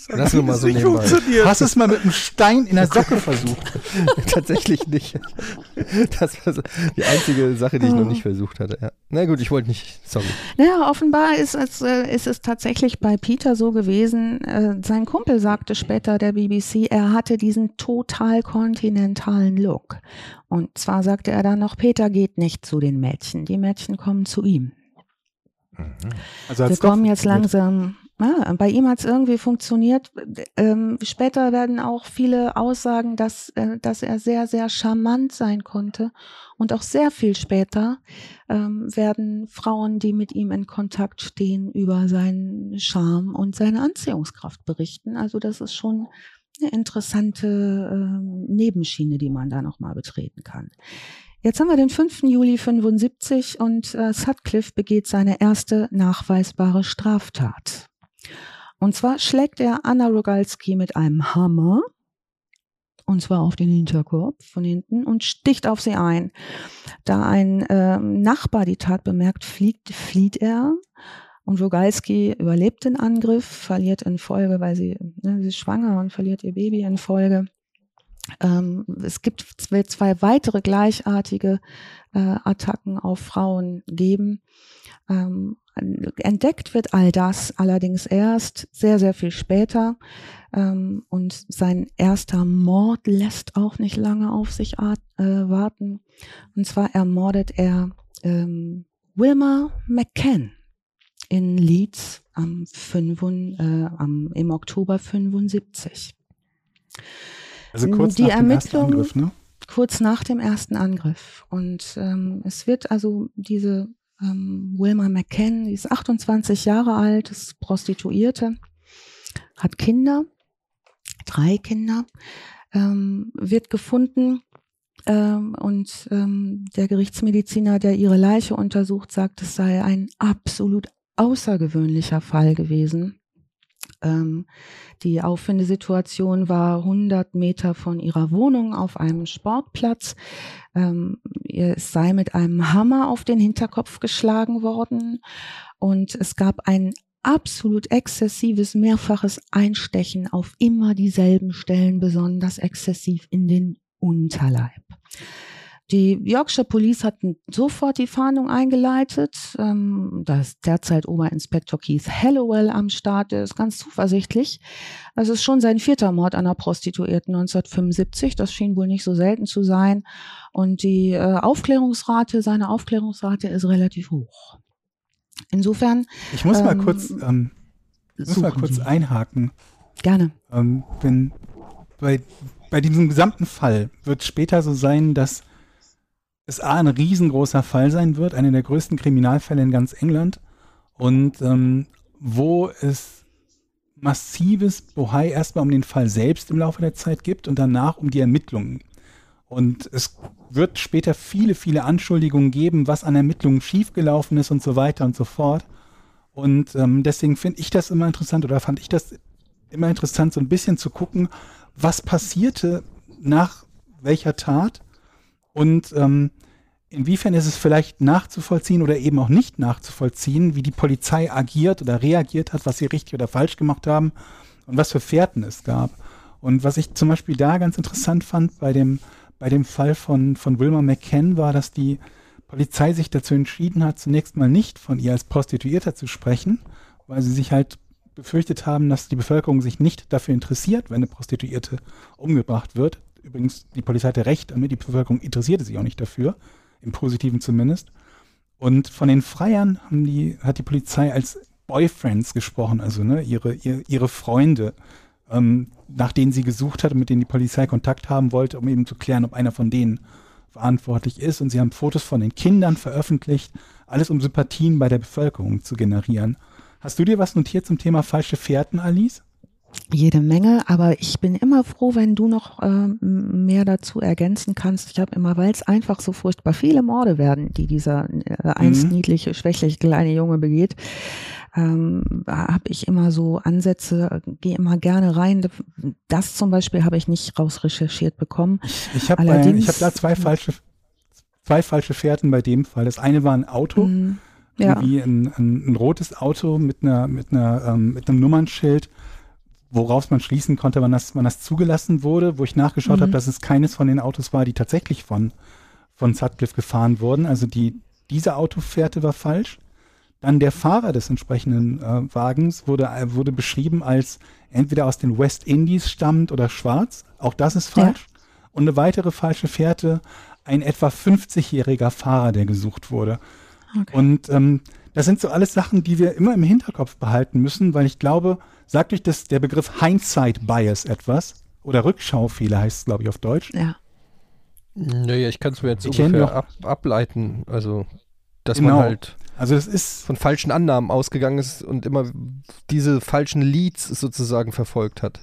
Das nur mal so nebenbei. Hast du es mal mit einem Stein in der Socke versucht? Tatsächlich nicht. Das war so die einzige Sache, die ich noch nicht versucht hatte. Ja. Na gut, ich wollte nicht, sorry. Naja, offenbar ist es, äh, ist es tatsächlich bei Peter so gewesen, äh, sein Kumpel sagte später der B B C, er hatte diesen total kontinentalen Look. Und zwar sagte er dann noch, Peter geht nicht zu den Mädchen, die Mädchen kommen zu ihm. Also wir kommen jetzt langsam, ja, bei ihm hat es irgendwie funktioniert. Ähm, später werden auch viele aussagen, dass, äh, dass er sehr, sehr charmant sein konnte. Und auch sehr viel später ähm, werden Frauen, die mit ihm in Kontakt stehen, über seinen Charme und seine Anziehungskraft berichten. Also das ist schon eine interessante ähm, Nebenschiene, die man da nochmal betreten kann. Jetzt haben wir den fünften Juli fünfundsiebzig und äh, Sutcliffe begeht seine erste nachweisbare Straftat. Und zwar schlägt er Anna Rogalski mit einem Hammer, und zwar auf den Hinterkopf von hinten, und sticht auf sie ein. Da ein äh, Nachbar die Tat bemerkt, fliegt, flieht er. Und Rogalski überlebt den Angriff, verliert in Folge, weil sie, ne, sie ist schwanger und verliert ihr Baby in Folge. Ähm, es gibt zwei weitere gleichartige äh, Attacken auf Frauen geben. Ähm, entdeckt wird all das allerdings erst sehr, sehr viel später. Ähm, und sein erster Mord lässt auch nicht lange auf sich at- äh, warten. Und zwar ermordet er ähm, Wilma McCann in Leeds am fünf, äh, am, im Oktober fünfundsiebzig. Also kurz die nach dem ersten Ermittlung, Angriff, ne? Kurz nach dem ersten Angriff. Und ähm, es wird also diese ähm, Wilma McCann, die ist achtundzwanzig Jahre alt, ist Prostituierte, hat Kinder, drei Kinder, ähm, wird gefunden ähm, und ähm, der Gerichtsmediziner, der ihre Leiche untersucht, sagt, es sei ein absolut außergewöhnlicher Fall gewesen. Ähm, die Auffindesituation war hundert Meter von ihrer Wohnung auf einem Sportplatz. Ähm, es sei mit einem Hammer auf den Hinterkopf geschlagen worden und es gab ein absolut exzessives, mehrfaches Einstechen auf immer dieselben Stellen, besonders exzessiv in den Unterleib. Die Yorkshire Police hatten sofort die Fahndung eingeleitet. Ähm, da ist derzeit Oberinspektor Keith Hallowell am Start, der ist ganz zuversichtlich. Es ist schon sein vierter Mord an einer Prostituierten neunzehnhundertfünfundsiebzig. Das schien wohl nicht so selten zu sein. Und die äh, Aufklärungsrate, seine Aufklärungsrate ist relativ hoch. Insofern. Ich muss mal ähm, kurz, ähm, ich muss mal kurz Sie. einhaken. Gerne. Ähm, wenn bei, bei diesem gesamten Fall wird später so sein, dass es A, ein riesengroßer Fall sein wird, einer der größten Kriminalfälle in ganz England und ähm, wo es massives Bohai erstmal um den Fall selbst im Laufe der Zeit gibt und danach um die Ermittlungen. Und es wird später viele, viele Anschuldigungen geben, was an Ermittlungen schiefgelaufen ist und so weiter und so fort. Und ähm, deswegen finde ich das immer interessant oder fand ich das immer interessant, so ein bisschen zu gucken, was passierte nach welcher Tat. Und ähm, inwiefern ist es vielleicht nachzuvollziehen oder eben auch nicht nachzuvollziehen, wie die Polizei agiert oder reagiert hat, was sie richtig oder falsch gemacht haben und was für Fährten es gab. Und was ich zum Beispiel da ganz interessant fand bei dem, bei dem Fall von, von Wilma McCann war, dass die Polizei sich dazu entschieden hat, zunächst mal nicht von ihr als Prostituierter zu sprechen, weil sie sich halt befürchtet haben, dass die Bevölkerung sich nicht dafür interessiert, wenn eine Prostituierte umgebracht wird. Übrigens, die Polizei hatte recht damit, die Bevölkerung interessierte sich auch nicht dafür, im Positiven zumindest. Und von den Freiern haben die, hat die Polizei als Boyfriends gesprochen, also ne, ihre, ihre, ihre Freunde, ähm, nach denen sie gesucht hat und mit denen die Polizei Kontakt haben wollte, um eben zu klären, ob einer von denen verantwortlich ist. Und sie haben Fotos von den Kindern veröffentlicht, alles um Sympathien bei der Bevölkerung zu generieren. Hast du dir was notiert zum Thema falsche Fährten, Alice? Jede Menge, aber ich bin immer froh, wenn du noch äh, mehr dazu ergänzen kannst. Ich habe immer, weil es einfach so furchtbar viele Morde werden, die dieser äh, einst mhm. niedliche, schwächliche kleine Junge begeht, ähm, habe ich immer so Ansätze, gehe immer gerne rein. Das zum Beispiel habe ich nicht rausrecherchiert bekommen. Ich, ich habe hab da zwei falsche, zwei falsche Fährten bei dem Fall. Das eine war ein Auto, mhm. ja. irgendwie ein, ein, ein rotes Auto mit einer, mit einer, ähm, mit einem Nummernschild, woraus man schließen konnte, wann das, wann das zugelassen wurde, wo ich nachgeschaut Mhm. habe, dass es keines von den Autos war, die tatsächlich von, von Sutcliffe gefahren wurden. Also die, diese Autofährte war falsch. Dann der Fahrer des entsprechenden äh, Wagens wurde, äh, wurde beschrieben als entweder aus den West Indies stammend oder schwarz. Auch das ist falsch. Ja. Und eine weitere falsche Fährte, ein etwa fünfzigjähriger Fahrer, der gesucht wurde. Okay. Und ähm, das sind so alles Sachen, die wir immer im Hinterkopf behalten müssen, weil ich glaube, sagt euch das der Begriff Hindsight Bias etwas? Oder Rückschaufehler heißt es, glaube ich, auf Deutsch. Ja. Naja, ich kann es mir jetzt Ich ungefähr noch, ab, ableiten. Also, dass genau. man halt also das ist von falschen Annahmen ausgegangen ist und immer diese falschen Leads sozusagen verfolgt hat.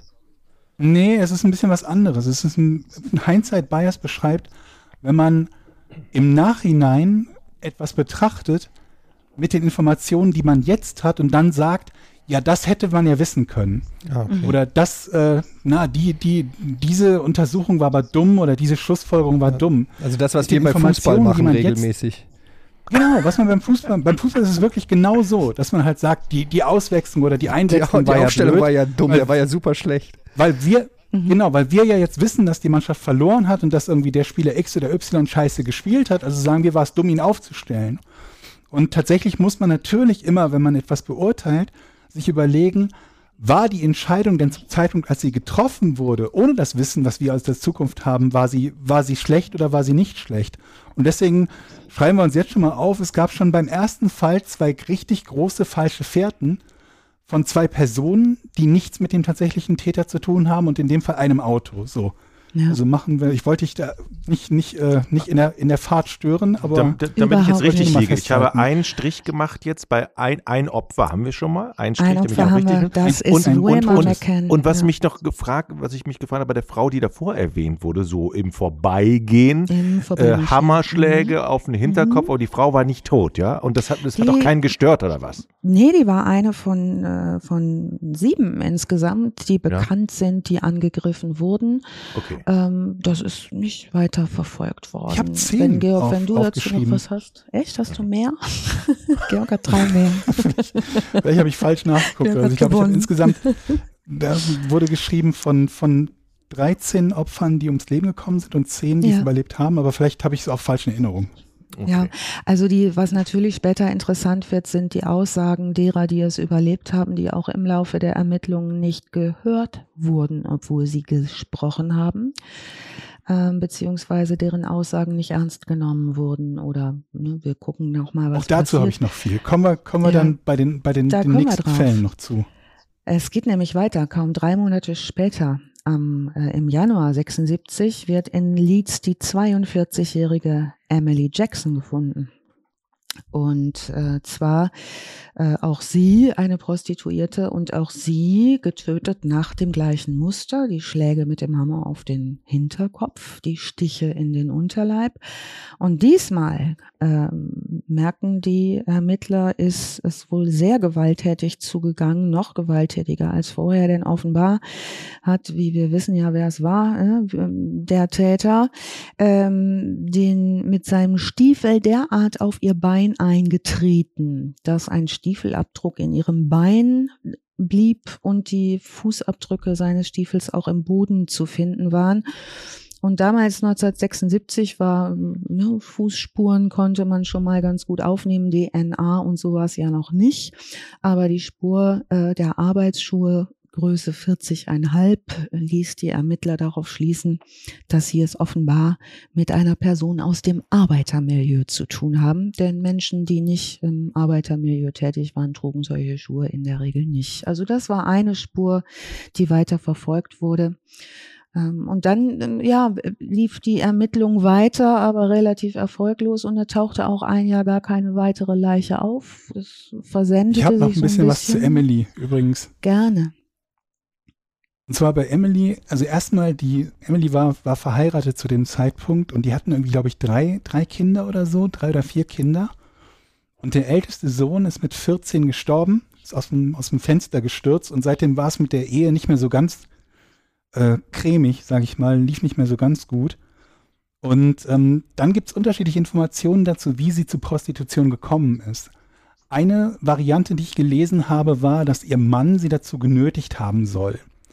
Nee, es ist ein bisschen was anderes. Es ist ein, ein Hindsight Bias beschreibt, wenn man im Nachhinein etwas betrachtet mit den Informationen, die man jetzt hat und dann sagt, ja, das hätte man ja wissen können. Okay. Oder das, äh, na, die, die, diese Untersuchung war aber dumm oder diese Schlussfolgerung war ja. dumm. Also das, was wir bei Fußball machen regelmäßig. Jetzt, genau, was man beim Fußball, beim Fußball ist es wirklich genau so, dass man halt sagt, die, die Auswechslung oder die Einwechslung die, die war ja Aufstellung blöd, war ja dumm, weil, der war ja super schlecht. Weil wir, mhm. genau, weil wir ja jetzt wissen, dass die Mannschaft verloren hat und dass irgendwie der Spieler X oder Y scheiße gespielt hat, also sagen wir, war es dumm, ihn aufzustellen. Und tatsächlich muss man natürlich immer, wenn man etwas beurteilt, sich überlegen, war die Entscheidung denn zum Zeitpunkt, als sie getroffen wurde, ohne das Wissen, was wir aus der Zukunft haben, war sie, war sie schlecht oder war sie nicht schlecht? Und deswegen schreiben wir uns jetzt schon mal auf, es gab schon beim ersten Fall zwei richtig große falsche Fährten von zwei Personen, die nichts mit dem tatsächlichen Täter zu tun haben und in dem Fall einem Auto, so. Ja. Also machen wir, ich wollte dich da nicht, nicht, äh, nicht in, der, in der Fahrt stören, aber. Da, da, damit ich jetzt richtig liege. Ich habe einen Strich gemacht jetzt bei ein, ein Opfer haben wir schon mal. Ein Strich, ein damit Opfer ich auch haben richtig wir, das und, ist und, und, und, McCann, und was ja. mich noch gefragt, was ich mich gefragt habe bei der Frau, die davor erwähnt wurde, so im Vorbeigehen, Im äh, Hammerschläge mhm. auf den Hinterkopf, mhm. aber die Frau war nicht tot, ja? Und das hat, das hat auch keinen gestört, oder was? Nee, die war eine von, äh, von sieben insgesamt, die bekannt ja. sind, die angegriffen wurden. Okay. Ähm, das ist nicht weiter verfolgt worden. Ich habe zehn wenn, Georg, auf, wenn du dazu noch was hast. Echt? Hast du mehr? Georg hat drei mehr. Vielleicht habe ich falsch nachgeguckt. Also ich glaube, ich habe insgesamt, da wurde geschrieben von, von dreizehn Opfern, die ums Leben gekommen sind und zehn, die ja. es überlebt haben, aber vielleicht habe ich es auch falsch in Erinnerung. Okay. Ja, also die, was natürlich später interessant wird, sind die Aussagen derer, die es überlebt haben, die auch im Laufe der Ermittlungen nicht gehört wurden, obwohl sie gesprochen haben, ähm, beziehungsweise deren Aussagen nicht ernst genommen wurden oder ne, wir gucken nochmal, was passiert. Auch dazu habe ich noch viel. Kommen wir, kommen wir ja, dann bei den, bei den, den nächsten Fällen noch zu. Es geht nämlich weiter, kaum drei Monate später. Am, äh, im Januar sechsundsiebzig wird in Leeds die zweiundvierzigjährige Emily Jackson gefunden. Und äh, zwar äh, auch sie eine Prostituierte und auch sie getötet nach dem gleichen Muster, die Schläge mit dem Hammer auf den Hinterkopf, die Stiche in den Unterleib. Und diesmal äh, merken die Ermittler, ist es wohl sehr gewalttätig zugegangen, noch gewalttätiger als vorher, denn offenbar hat, wie wir wissen ja, wer es war, äh, der Täter, ähm, den mit seinem Stiefel derart auf ihr Bein eingetreten, dass ein Stiefelabdruck in ihrem Bein blieb und die Fußabdrücke seines Stiefels auch im Boden zu finden waren. Und damals neunzehnhundertsechsundsiebzig war, ne, Fußspuren konnte man schon mal ganz gut aufnehmen, D N A und sowas ja noch nicht. Aber die Spur äh, der Arbeitsschuhe Größe vierzig Komma fünf ließ die Ermittler darauf schließen, dass sie es offenbar mit einer Person aus dem Arbeitermilieu zu tun haben. Denn Menschen, die nicht im Arbeitermilieu tätig waren, trugen solche Schuhe in der Regel nicht. Also das war eine Spur, die weiter verfolgt wurde. Und dann, ja, lief die Ermittlung weiter, aber relativ erfolglos und da tauchte auch ein Jahr gar keine weitere Leiche auf. Das versendete sich Ich habe noch ein so bisschen, ein bisschen was zu Emily übrigens. Gerne. Und zwar bei Emily, also erstmal, die Emily war, war verheiratet zu dem Zeitpunkt und die hatten irgendwie, glaube ich, drei, drei Kinder oder so, drei oder vier Kinder. Und der älteste Sohn ist mit vierzehn gestorben, ist aus dem, aus dem Fenster gestürzt und seitdem war es mit der Ehe nicht mehr so ganz äh, cremig, sage ich mal, lief nicht mehr so ganz gut. Und ähm, dann gibt es unterschiedliche Informationen dazu, wie sie zu Prostitution gekommen ist. Eine Variante, die ich gelesen habe, war, dass ihr Mann sie dazu genötigt haben soll.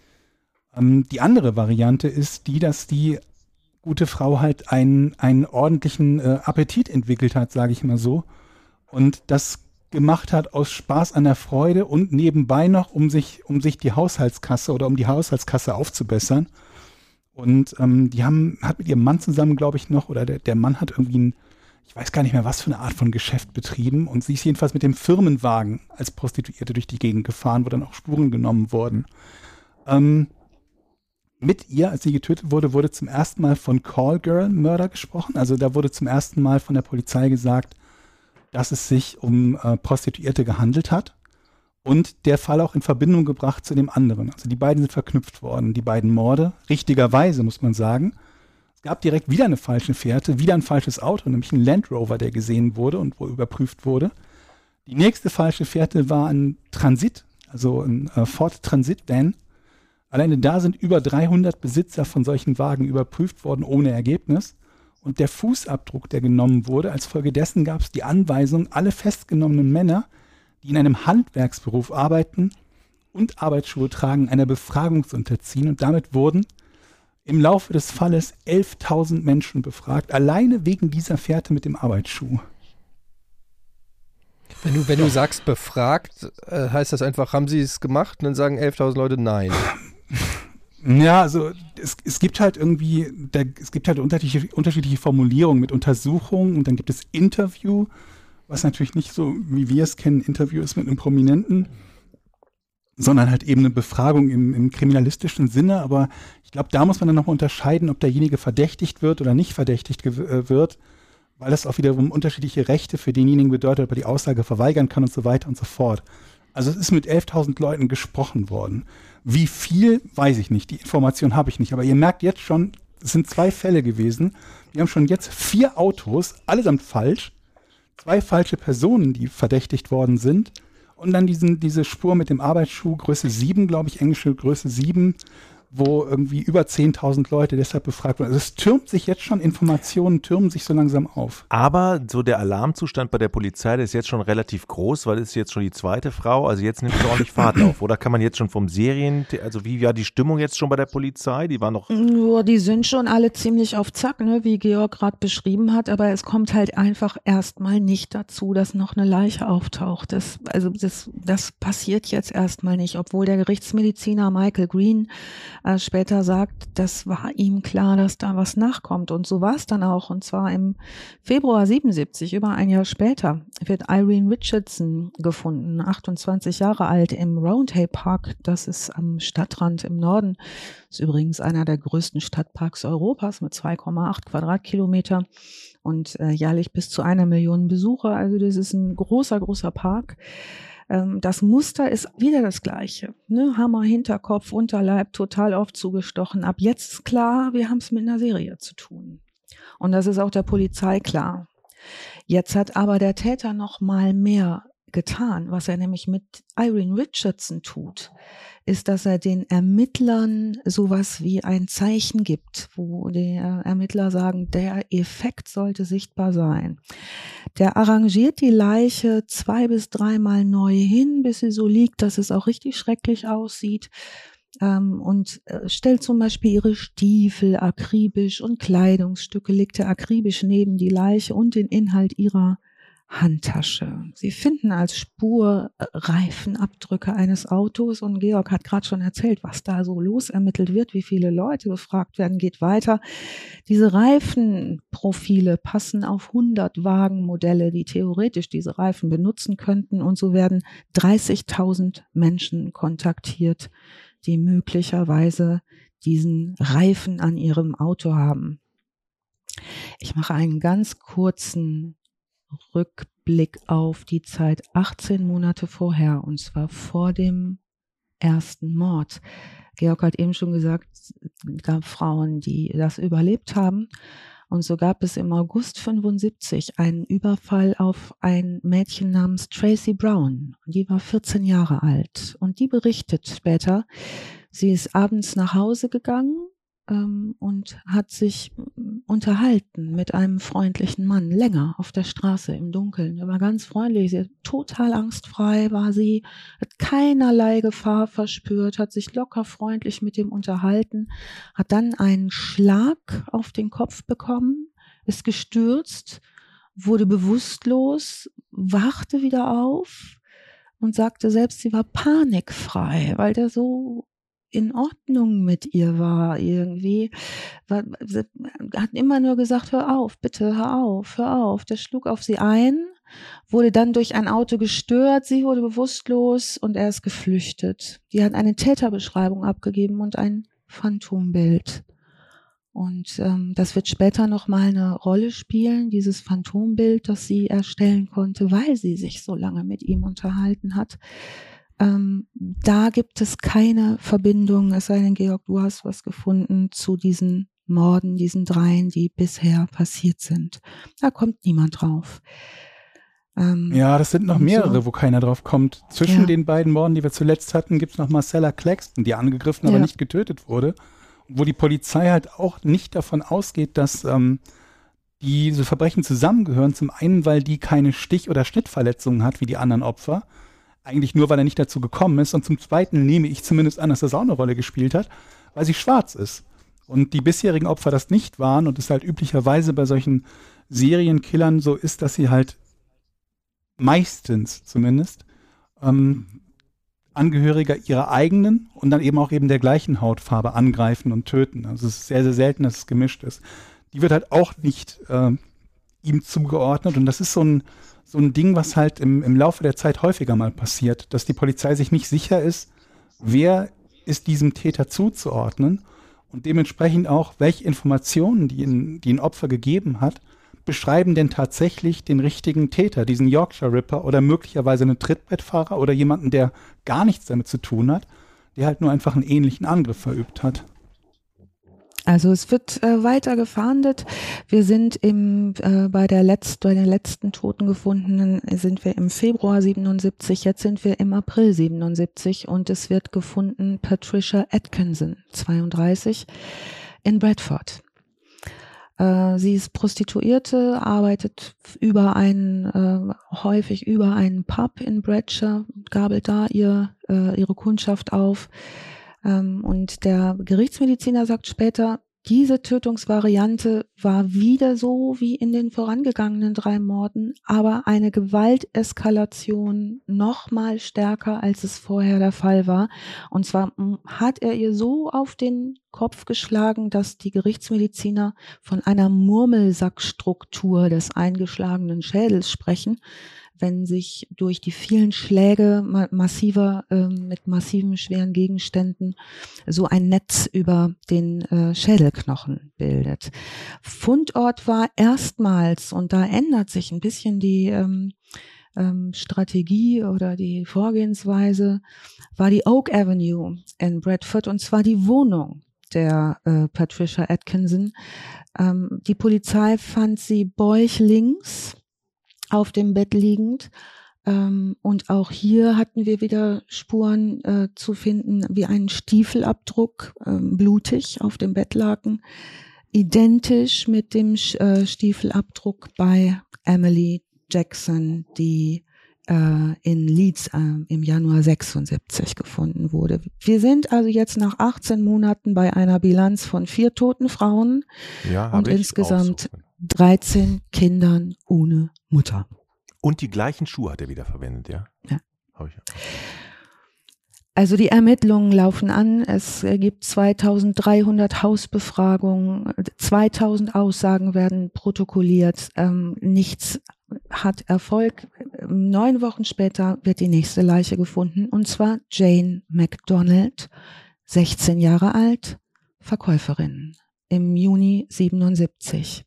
Ähm, die andere Variante ist die, dass die gute Frau halt einen, einen ordentlichen äh, Appetit entwickelt hat, sage ich mal so, und das gemacht hat aus Spaß an der Freude und nebenbei noch, um sich, um sich die Haushaltskasse oder um die Haushaltskasse aufzubessern. Und ähm, die haben, hat mit ihrem Mann zusammen, glaube ich, noch, oder der, der Mann hat irgendwie ein, ich weiß gar nicht mehr, was für eine Art von Geschäft betrieben, und sie ist jedenfalls mit dem Firmenwagen als Prostituierte durch die Gegend gefahren, wo dann auch Spuren genommen wurden. Ähm, mit ihr, als sie getötet wurde, wurde zum ersten Mal von Call-Girl-Mörder gesprochen. Also da wurde zum ersten Mal von der Polizei gesagt, dass es sich um äh, Prostituierte gehandelt hat, und der Fall auch in Verbindung gebracht zu dem anderen. Also die beiden sind verknüpft worden, die beiden Morde, richtigerweise muss man sagen. Es gab direkt wieder eine falsche Fährte, wieder ein falsches Auto, nämlich ein Land Rover, der gesehen wurde und wo überprüft wurde. Die nächste falsche Fährte war ein Transit, also ein äh, Ford Transit Van. Alleine da sind über dreihundert Besitzer von solchen Wagen überprüft worden, ohne Ergebnis. Und der Fußabdruck, der genommen wurde, als Folge dessen gab es die Anweisung, alle festgenommenen Männer, die in einem Handwerksberuf arbeiten und Arbeitsschuhe tragen, einer Befragung zu unterziehen. Und damit wurden im Laufe des Falles elftausend Menschen befragt, alleine wegen dieser Fährte mit dem Arbeitsschuh. Wenn du, wenn du sagst befragt, äh, heißt das einfach, haben sie es gemacht? Und dann sagen elftausend Leute nein. Ja, also es, es gibt halt irgendwie, da, es gibt halt unterschiedliche, unterschiedliche Formulierungen mit Untersuchung, und dann gibt es Interview, was natürlich nicht so, wie wir es kennen, Interview ist mit einem Prominenten, sondern halt eben eine Befragung im, im kriminalistischen Sinne. Aber ich glaube, da muss man dann nochmal unterscheiden, ob derjenige verdächtigt wird oder nicht verdächtigt äh, wird, weil das auch wiederum unterschiedliche Rechte für denjenigen bedeutet, ob er die Aussage verweigern kann und so weiter und so fort. Also es ist mit elftausend Leuten gesprochen worden. Wie viel, weiß ich nicht. Die Information habe ich nicht. Aber ihr merkt jetzt schon, es sind zwei Fälle gewesen. Wir haben schon jetzt vier Autos, allesamt falsch. Zwei falsche Personen, die verdächtigt worden sind. Und dann diesen, diese Spur mit dem Arbeitsschuh, Größe sieben, glaube ich, englische Größe sieben, wo irgendwie über zehntausend Leute deshalb befragt wurden. Also es türmt sich jetzt schon, Informationen türmen sich so langsam auf. Aber so der Alarmzustand bei der Polizei, der ist jetzt schon relativ groß, weil es ist jetzt schon die zweite Frau, also jetzt nimmt es ordentlich Fahrt auf. Oder kann man jetzt schon vom Serien, also wie war die Stimmung jetzt schon bei der Polizei? Die war noch... Nur die sind schon alle ziemlich auf Zack, ne, wie Georg gerade beschrieben hat, aber es kommt halt einfach erstmal nicht dazu, dass noch eine Leiche auftaucht. Das, also das, das passiert jetzt erstmal nicht, obwohl der Gerichtsmediziner Michael Green äh, später sagt, das war ihm klar, dass da was nachkommt. Und so war es dann auch. Und zwar im Februar siebenundsiebzig, über ein Jahr später, wird Irene Richardson gefunden, achtundzwanzig Jahre alt, im Roundhay Park. Das ist am Stadtrand im Norden. Das ist übrigens einer der größten Stadtparks Europas mit zwei Komma acht Quadratkilometer und äh, jährlich bis zu einer Million Besucher. Also das ist ein großer, großer Park. Das Muster ist wieder das gleiche. Ne? Hammer, Hinterkopf, Unterleib, total oft zugestochen. Ab jetzt ist klar, wir haben es mit einer Serie zu tun. Und das ist auch der Polizei klar. Jetzt hat aber der Täter noch mal mehr getan. Was er nämlich mit Irene Richardson tut, ist, dass er den Ermittlern sowas wie ein Zeichen gibt, wo die Ermittler sagen, der Effekt sollte sichtbar sein. Der arrangiert die Leiche zwei bis dreimal neu hin, bis sie so liegt, dass es auch richtig schrecklich aussieht. Ähm, und äh, stellt zum Beispiel ihre Stiefel akribisch und Kleidungsstücke, legt er akribisch neben die Leiche und den Inhalt ihrer Handtasche. Sie finden als Spur Reifenabdrücke eines Autos, und Georg hat gerade schon erzählt, was da so losermittelt wird, wie viele Leute befragt werden, geht weiter. Diese Reifenprofile passen auf hundert Wagenmodelle, die theoretisch diese Reifen benutzen könnten, und so werden dreißigtausend Menschen kontaktiert, die möglicherweise diesen Reifen an ihrem Auto haben. Ich mache einen ganz kurzen Rückblick auf die Zeit achtzehn Monate vorher, und zwar vor dem ersten Mord. Georg hat eben schon gesagt, es gab Frauen, die das überlebt haben, und so gab es im August fünfundsiebzig einen Überfall auf ein Mädchen namens Tracy Brown. Die war vierzehn Jahre alt, und die berichtet später, sie ist abends nach Hause gegangen, ähm, und hat sich unterhalten mit einem freundlichen Mann, länger auf der Straße im Dunkeln. Er war ganz freundlich, sie, total angstfrei war sie, hat keinerlei Gefahr verspürt, hat sich locker freundlich mit ihm unterhalten, hat dann einen Schlag auf den Kopf bekommen, ist gestürzt, wurde bewusstlos, wachte wieder auf und sagte selbst, sie war panikfrei, weil der so in Ordnung mit ihr war irgendwie. War, hat immer nur gesagt, hör auf, bitte, hör auf, hör auf. Der schlug auf sie ein, wurde dann durch ein Auto gestört, sie wurde bewusstlos und er ist geflüchtet. Die hat eine Täterbeschreibung abgegeben und ein Phantombild. Und ähm, das wird später nochmal eine Rolle spielen, dieses Phantombild, das sie erstellen konnte, weil sie sich so lange mit ihm unterhalten hat. Ähm, da gibt es keine Verbindung, es sei denn, Georg, du hast was gefunden zu diesen Morden, diesen dreien, die bisher passiert sind. Da kommt niemand drauf. Ähm, ja, das sind noch mehrere, so. wo keiner drauf kommt. Zwischen Ja. den beiden Morden, die wir zuletzt hatten, gibt es noch Marcella Claxton, die angegriffen, aber Ja. nicht getötet wurde. Wo die Polizei halt auch nicht davon ausgeht, dass ähm, diese Verbrechen zusammengehören. Zum einen, weil die keine Stich- oder Schnittverletzungen hat wie die anderen Opfer. Eigentlich nur, weil er nicht dazu gekommen ist. Und zum Zweiten nehme ich zumindest an, dass das auch eine Rolle gespielt hat, weil sie schwarz ist. Und die bisherigen Opfer das nicht waren und es halt üblicherweise bei solchen Serienkillern so ist, dass sie halt meistens zumindest ähm, Angehöriger ihrer eigenen und dann eben auch eben der gleichen Hautfarbe angreifen und töten. Also es ist sehr, sehr selten, dass es gemischt ist. Die wird halt auch nicht äh, ihm zugeordnet und das ist so ein so ein Ding, was halt im, im Laufe der Zeit häufiger mal passiert, dass die Polizei sich nicht sicher ist, wer ist diesem Täter zuzuordnen und dementsprechend auch, welche Informationen, die ein, die ein Opfer gegeben hat, beschreiben denn tatsächlich den richtigen Täter, diesen Yorkshire Ripper oder möglicherweise einen Trittbrettfahrer oder jemanden, der gar nichts damit zu tun hat, der halt nur einfach einen ähnlichen Angriff verübt hat. Also es wird äh, weiter gefahndet. Wir sind im äh, bei der letzt, bei den letzten Toten gefundenen sind wir im Februar siebenundsiebzig, jetzt sind wir im April siebenundsiebzig und es wird gefunden Patricia Atkinson, zweiunddreißig, in Bradford. Äh, sie ist Prostituierte, arbeitet über einen, äh, häufig über einen Pub in Bradshire, gabelt da ihr, äh, ihre Kundschaft auf. Und der Gerichtsmediziner sagt später, diese Tötungsvariante war wieder so wie in den vorangegangenen drei Morden, aber eine Gewalteskalation noch mal stärker, als es vorher der Fall war. Und zwar hat er ihr so auf den Kopf geschlagen, dass die Gerichtsmediziner von einer Murmelsackstruktur des eingeschlagenen Schädels sprechen, wenn sich durch die vielen Schläge massiver, äh, mit massiven schweren Gegenständen so ein Netz über den äh, Schädelknochen bildet. Fundort war erstmals, und da ändert sich ein bisschen die ähm, ähm, Strategie oder die Vorgehensweise, war die Oak Avenue in Bradford, und zwar die Wohnung der äh, Patricia Atkinson. Ähm, die Polizei fand sie bäuchlings auf dem Bett liegend. Ähm, und auch hier hatten wir wieder Spuren äh, zu finden, wie einen Stiefelabdruck, ähm, blutig auf dem Bettlaken, identisch mit dem äh, Stiefelabdruck bei Emily Jackson, die äh, in Leeds äh, im Januar sechsundsiebzig gefunden wurde. Wir sind also jetzt nach achtzehn Monaten bei einer Bilanz von vier toten Frauen ja, und ich insgesamt auch so. dreizehn Kindern ohne Mutter. Und die gleichen Schuhe hat er wieder verwendet, ja? Ja. Hab ich ja. Also die Ermittlungen laufen an. Es gibt zweitausenddreihundert Hausbefragungen, zweitausend Aussagen werden protokolliert. Ähm, nichts hat Erfolg. Neun Wochen später wird die nächste Leiche gefunden, und zwar Jane MacDonald, sechzehn Jahre alt, Verkäuferin, im Juni siebenundsiebzig.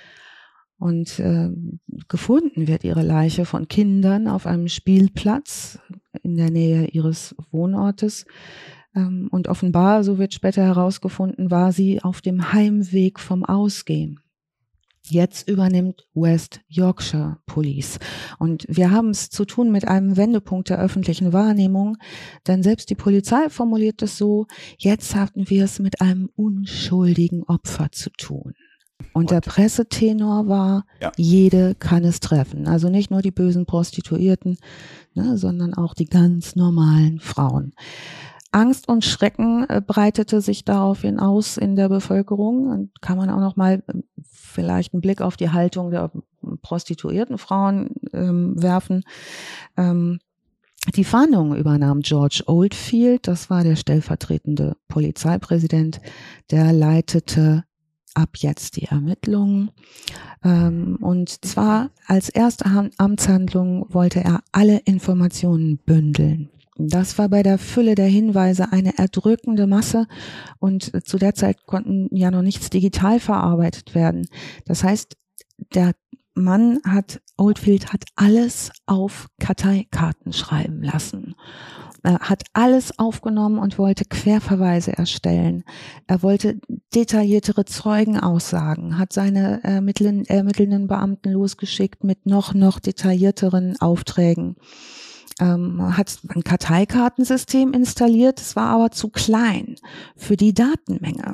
Und äh, gefunden wird ihre Leiche von Kindern auf einem Spielplatz in der Nähe ihres Wohnortes. Ähm, und offenbar, so wird später herausgefunden, war sie auf dem Heimweg vom Ausgehen. Jetzt übernimmt West Yorkshire Police. Und wir haben es zu tun mit einem Wendepunkt der öffentlichen Wahrnehmung, denn selbst die Polizei formuliert es so, jetzt hatten wir es mit einem unschuldigen Opfer zu tun. Und der Pressetenor war, ja. Jede kann es treffen. Also nicht nur die bösen Prostituierten, ne, sondern auch die ganz normalen Frauen. Angst und Schrecken äh, breitete sich daraufhin aus in der Bevölkerung. Und kann man auch noch mal äh, vielleicht einen Blick auf die Haltung der prostituierten Frauen ähm, werfen. Ähm, die Fahndung übernahm George Oldfield, das war der stellvertretende Polizeipräsident, der leitete ab jetzt die Ermittlungen. Ähm, und zwar als erste Amtshandlung wollte er alle Informationen bündeln. Das war bei der Fülle der Hinweise eine erdrückende Masse und zu der Zeit konnten ja noch nichts digital verarbeitet werden. Das heißt, der Mann hat, Oldfield hat alles auf Karteikarten schreiben lassen. Er hat alles aufgenommen und wollte Querverweise erstellen. Er wollte detailliertere Zeugenaussagen, hat seine ermitteln, ermittelnden Beamten losgeschickt mit noch, noch detaillierteren Aufträgen. Ähm, hat ein Karteikartensystem installiert, es war aber zu klein für die Datenmenge.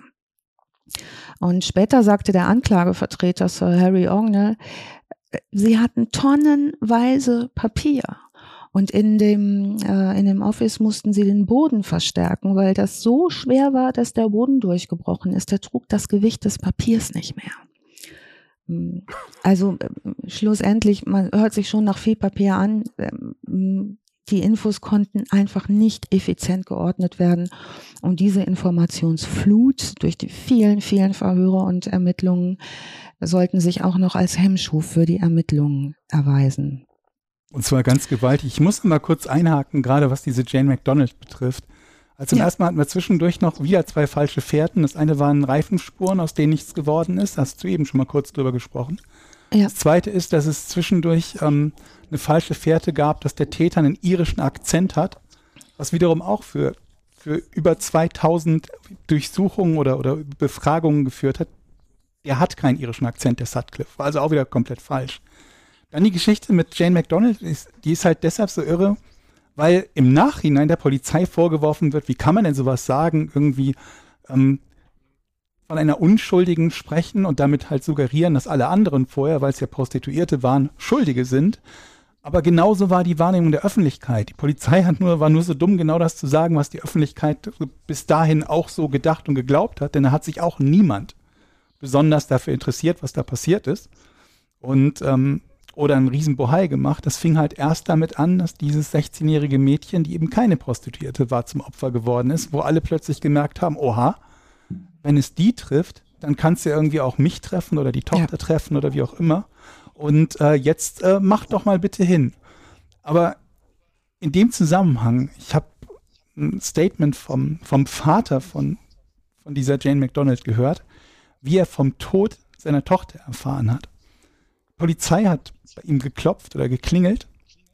Und später sagte der Anklagevertreter Sir Harry Ognall, sie hatten tonnenweise Papier und in dem, äh, in dem Office mussten sie den Boden verstärken, weil das so schwer war, dass der Boden durchgebrochen ist. Der trug das Gewicht des Papiers nicht mehr. Also schlussendlich, man hört sich schon nach viel Papier an, die Infos konnten einfach nicht effizient geordnet werden und diese Informationsflut durch die vielen, vielen Verhöre und Ermittlungen sollten sich auch noch als Hemmschuh für die Ermittlungen erweisen. Und zwar ganz gewaltig. Ich muss mal kurz einhaken, gerade was diese Jane McDonald betrifft. Also ja. Erstmal hatten wir zwischendurch noch wieder zwei falsche Fährten. Das eine waren Reifenspuren, aus denen nichts geworden ist. Da hast du eben schon mal kurz drüber gesprochen. Ja. Das zweite ist, dass es zwischendurch ähm, eine falsche Fährte gab, dass der Täter einen irischen Akzent hat, was wiederum auch für, für über zweitausend Durchsuchungen oder, oder Befragungen geführt hat. Der hat keinen irischen Akzent, der Sutcliffe. War also auch wieder komplett falsch. Dann die Geschichte mit Jane McDonald, ist, die ist halt deshalb so irre, weil im Nachhinein der Polizei vorgeworfen wird, wie kann man denn sowas sagen, irgendwie ähm, von einer Unschuldigen sprechen und damit halt suggerieren, dass alle anderen vorher, weil es ja Prostituierte waren, Schuldige sind. Aber genauso war die Wahrnehmung der Öffentlichkeit. Die Polizei hat nur, war nur so dumm, genau das zu sagen, was die Öffentlichkeit bis dahin auch so gedacht und geglaubt hat, denn da hat sich auch niemand besonders dafür interessiert, was da passiert ist. Und ähm, oder einen riesen Bohai gemacht. Das fing halt erst damit an, dass dieses sechzehnjährige Mädchen, die eben keine Prostituierte war, zum Opfer geworden ist, wo alle plötzlich gemerkt haben, oha, wenn es die trifft, dann kann es ja irgendwie auch mich treffen oder die Tochter ja. treffen oder wie auch immer. Und äh, jetzt äh, mach doch mal bitte hin. Aber in dem Zusammenhang, ich habe ein Statement vom, vom Vater von, von dieser Jane McDonald gehört, wie er vom Tod seiner Tochter erfahren hat. Die Polizei hat bei ihm geklopft oder geklingelt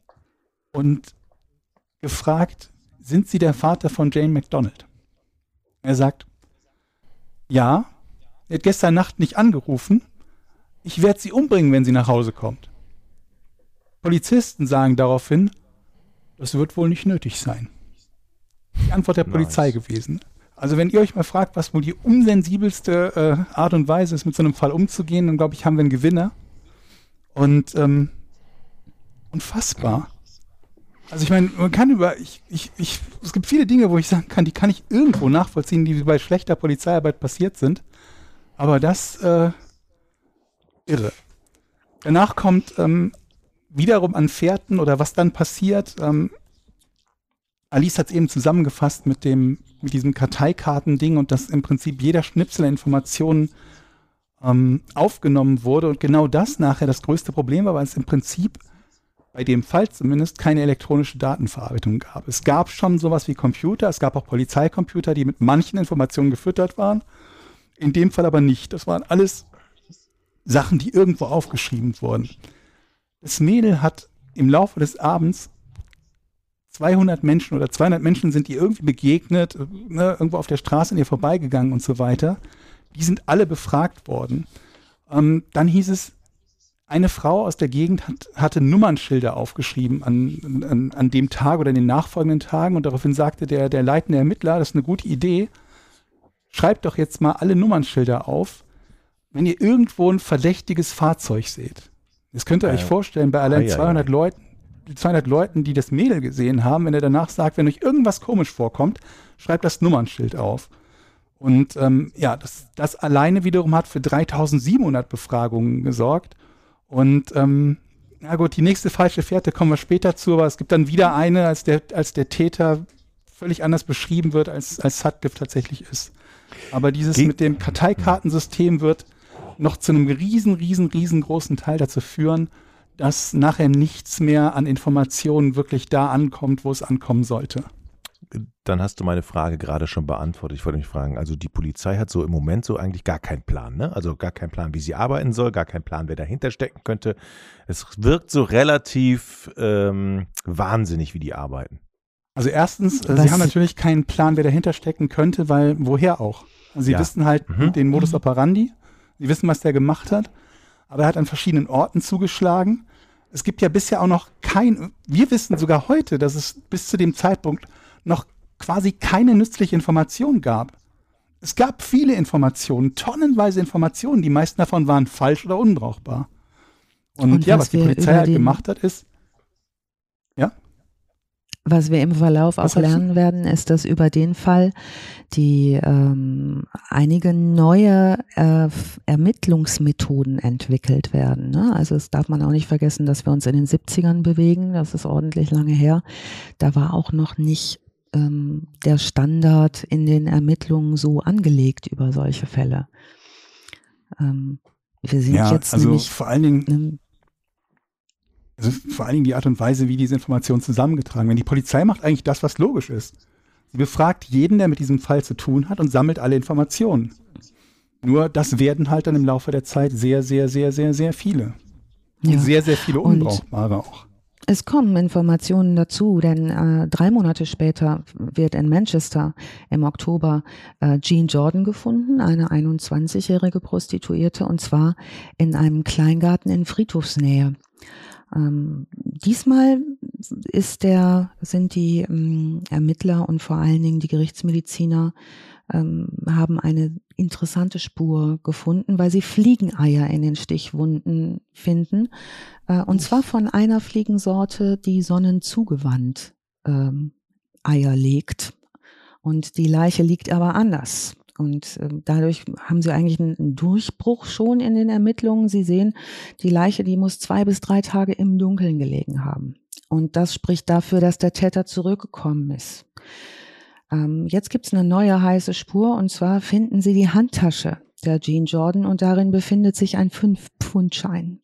und gefragt, sind Sie der Vater von Jane McDonald? Er sagt, ja, er hat gestern Nacht nicht angerufen, ich werde sie umbringen, wenn sie nach Hause kommt. Polizisten sagen daraufhin, das wird wohl nicht nötig sein. Die Antwort der nice. Polizei gewesen. Also wenn ihr euch mal fragt, was wohl die unsensibelste äh, Art und Weise ist, mit so einem Fall umzugehen, dann glaube ich, haben wir einen Gewinner. Und ähm, unfassbar. Also ich meine, man kann über, ich, ich, ich, es gibt viele Dinge, wo ich sagen kann, die kann ich irgendwo nachvollziehen, die bei schlechter Polizeiarbeit passiert sind. Aber das, äh, irre. Danach kommt ähm, wiederum an Fährten oder was dann passiert. Ähm, Alice hat es eben zusammengefasst mit dem, mit diesem Karteikartending und dass im Prinzip jeder Schnipsel der Informationen ähm, aufgenommen wurde und genau das nachher das größte Problem war, weil es im Prinzip bei dem Fall zumindest keine elektronische Datenverarbeitung gab. Es gab schon sowas wie Computer, es gab auch Polizeicomputer, die mit manchen Informationen gefüttert waren, in dem Fall aber nicht. Das waren alles Sachen, die irgendwo aufgeschrieben wurden. Das Mädel hat im Laufe des Abends zweihundert Menschen oder zweihundert Menschen sind ihr irgendwie begegnet, ne, irgendwo auf der Straße an ihr vorbeigegangen und so weiter. Die sind alle befragt worden. Ähm, dann hieß es, eine Frau aus der Gegend hat, hatte Nummernschilder aufgeschrieben an, an, an dem Tag oder in den nachfolgenden Tagen und daraufhin sagte der, der leitende Ermittler, das ist eine gute Idee, schreibt doch jetzt mal alle Nummernschilder auf, wenn ihr irgendwo ein verdächtiges Fahrzeug seht. Das könnt ihr äh, euch vorstellen, bei allein zweihundert ja, ja. Leuten, zweihundert Leuten, die das Mädel gesehen haben, wenn er danach sagt, wenn euch irgendwas komisch vorkommt, schreibt das Nummernschild auf. Und ähm, ja, das, das alleine wiederum hat für dreitausendsiebenhundert Befragungen gesorgt. Und ähm, na gut, die nächste falsche Fährte kommen wir später zu, aber es gibt dann wieder eine, als der, als der Täter völlig anders beschrieben wird, als, als Sutcliffe tatsächlich ist. Aber dieses Ge- mit dem Karteikartensystem wird noch zu einem riesen, riesen, riesengroßen Teil dazu führen, dass nachher nichts mehr an Informationen wirklich da ankommt, wo es ankommen sollte. Dann hast du meine Frage gerade schon beantwortet. Ich wollte mich fragen, also die Polizei hat so im Moment so eigentlich gar keinen Plan, ne? Also gar keinen Plan, wie sie arbeiten soll, gar keinen Plan, wer dahinter stecken könnte. Es wirkt so relativ ähm, wahnsinnig, wie die arbeiten. Also erstens, äh, sie haben natürlich keinen Plan, wer dahinter stecken könnte, weil woher auch? Also sie ja. wissen halt mhm. den Modus operandi, sie wissen, was der gemacht hat, aber er hat an verschiedenen Orten zugeschlagen. Es gibt ja bisher auch noch kein, wir wissen sogar heute, dass es bis zu dem Zeitpunkt noch quasi keine nützliche Information gab. Es gab viele Informationen, tonnenweise Informationen, die meisten davon waren falsch oder unbrauchbar. Und, Und ja, was, was die Polizei halt gemacht hat, ist, ja? Was wir im Verlauf auch lernen werden, ist, dass über den Fall die ähm, einige neue äh, Ermittlungsmethoden entwickelt werden. Ne? Also es darf man auch nicht vergessen, dass wir uns in den siebzigern bewegen. Das ist ordentlich lange her. Da war auch noch nicht ähm, der Standard in den Ermittlungen so angelegt über solche Fälle. Ähm, wir sind ja, jetzt also nämlich vor allen Dingen ähm, Also vor allen Dingen die Art und Weise, wie diese Informationen zusammengetragen werden. Die Polizei macht eigentlich das, was logisch ist. Sie befragt jeden, der mit diesem Fall zu tun hat und sammelt alle Informationen. Nur das werden halt dann im Laufe der Zeit sehr, sehr, sehr, sehr, sehr viele. Ja. Und sehr, sehr viele unbrauchbare und auch. Es kommen Informationen dazu, denn äh, drei Monate später wird in Manchester im Oktober äh, Jean Jordan gefunden, eine einundzwanzigjährige Prostituierte, und zwar in einem Kleingarten in Friedhofsnähe. Ähm, diesmal ist der, sind die ähm, Ermittler und vor allen Dingen die Gerichtsmediziner ähm, haben eine interessante Spur gefunden, weil sie Fliegeneier in den Stichwunden finden, äh, und zwar von einer Fliegensorte, die sonnenzugewandt ähm, Eier legt, und die Leiche liegt aber anders. Und äh, dadurch haben sie eigentlich einen Durchbruch schon in den Ermittlungen. Sie sehen, die Leiche, die muss zwei bis drei Tage im Dunkeln gelegen haben. Und das spricht dafür, dass der Täter zurückgekommen ist. Ähm, jetzt gibt's eine neue heiße Spur, und zwar finden sie die Handtasche der Jean Jordan und darin befindet sich ein fünf-Pfund-Schein.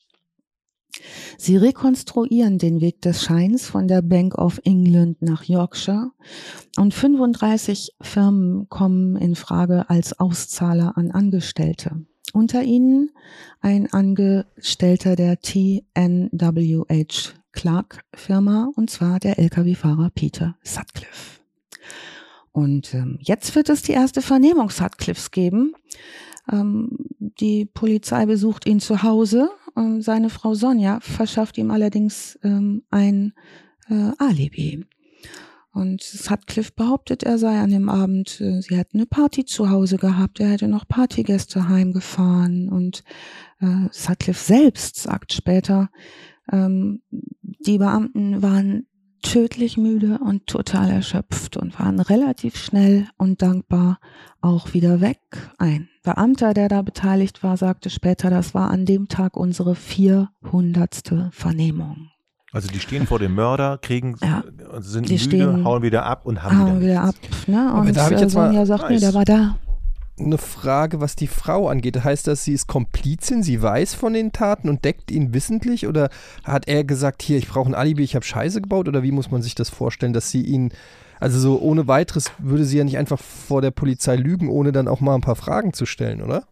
Sie rekonstruieren den Weg des Scheins von der Bank of England nach Yorkshire und fünfunddreißig Firmen kommen in Frage als Auszahler an Angestellte. Unter ihnen ein Angestellter der T N W H Clark Firma, und zwar der L K W-Fahrer Peter Sutcliffe. Und ähm, jetzt wird es die erste Vernehmung Sutcliffes geben. Ähm, die Polizei besucht ihn zu Hause. Ähm, seine Frau Sonja verschafft ihm allerdings ähm, ein äh, Alibi. Und Sutcliffe behauptet, er sei an dem Abend, äh, sie hätten eine Party zu Hause gehabt, er hätte noch Partygäste heimgefahren. Und äh, Sutcliffe selbst sagt später, ähm, die Beamten waren tödlich müde und total erschöpft und waren relativ schnell und dankbar auch wieder weg. Ein Beamter, der da beteiligt war, sagte später, das war an dem Tag unsere vierhundertste Vernehmung. Also die stehen vor dem Mörder, kriegen, ja, sind die müde, stehen, hauen wieder ab und haben hauen wieder, wieder ab. Ne? Und da ich jetzt Sonja mal, sagt, nice. nee, der war da. Eine Frage, was die Frau angeht. Heißt das, sie ist Komplizin, sie weiß von den Taten und deckt ihn wissentlich? Oder hat er gesagt, hier, ich brauche ein Alibi, ich habe Scheiße gebaut? Oder wie muss man sich das vorstellen, dass sie ihn, also so ohne weiteres würde sie ja nicht einfach vor der Polizei lügen, ohne dann auch mal ein paar Fragen zu stellen, oder?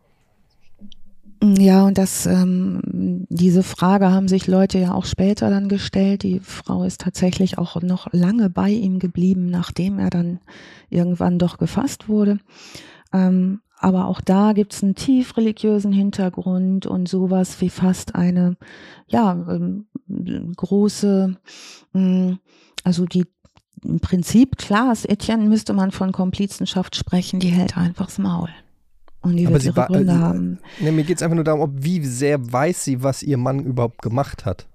Ja, und das, ähm, diese Frage haben sich Leute ja auch später dann gestellt. Die Frau ist tatsächlich auch noch lange bei ihm geblieben, nachdem er dann irgendwann doch gefasst wurde. Ähm, aber auch da gibt es einen tief religiösen Hintergrund und sowas wie fast eine, ja, ähm, große, mh, also die im Prinzip, klar, Etienne müsste man von Komplizenschaft sprechen, die hält einfach das Maul. Und die Aber wird sie ihre war, Gründe äh, haben. Ne, mir geht es einfach nur darum, ob, wie sehr weiß sie, was ihr Mann überhaupt gemacht hat.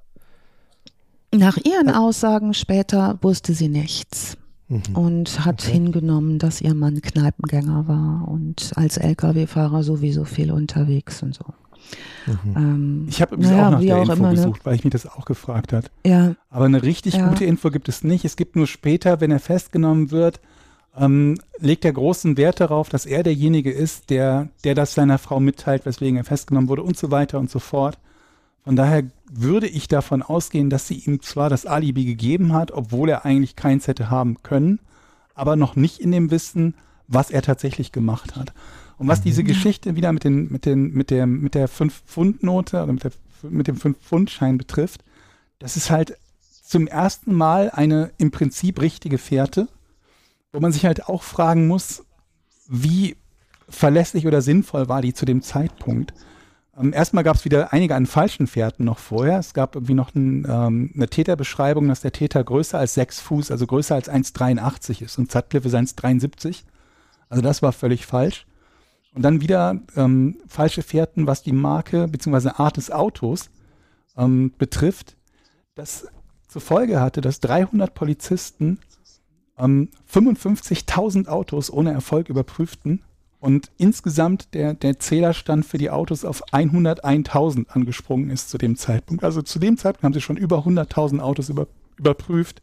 Nach ihren Aussagen später wusste sie nichts Mhm. und hat Okay. hingenommen, dass ihr Mann Kneipengänger war und als L K W-Fahrer sowieso viel unterwegs und so. Mhm. Ähm, Ich habe übrigens naja, auch nach wie der auch Info immer, ne? gesucht, weil ich mich das auch gefragt habe. Ja, Aber eine richtig Ja. gute Info gibt es nicht. Es gibt nur später, wenn er festgenommen wird, ähm, legt er großen Wert darauf, dass er derjenige ist, der, der das seiner Frau mitteilt, weswegen er festgenommen wurde und so weiter und so fort. Von daher würde ich davon ausgehen, dass sie ihm zwar das Alibi gegeben hat, obwohl er eigentlich keins hätte haben können, aber noch nicht in dem Wissen, was er tatsächlich gemacht hat. Und was diese Geschichte wieder mit den, mit den, mit der, mit der fünf-Pfund-Note oder mit, der, mit dem fünf-Pfund-Schein betrifft, das ist halt zum ersten Mal eine im Prinzip richtige Fährte, wo man sich halt auch fragen muss, wie verlässlich oder sinnvoll war die zu dem Zeitpunkt. Ähm, erstmal gab es wieder einige an falschen Fährten noch vorher. Es gab irgendwie noch ein, ähm, eine Täterbeschreibung, dass der Täter größer als sechs Fuß, also größer als eins Komma dreiundachtzig ist und Sutcliffe ist eins Komma dreiundsiebzig. Also das war völlig falsch. Und dann wieder ähm, falsche Fährten, was die Marke bzw. Art des Autos ähm, betrifft, das zur Folge hatte, dass dreihundert Polizisten ähm, fünfundfünfzigtausend Autos ohne Erfolg überprüften und insgesamt der, der Zählerstand für die Autos auf hunderteintausend angesprungen ist zu dem Zeitpunkt. Also zu dem Zeitpunkt haben sie schon über hunderttausend Autos über, überprüft,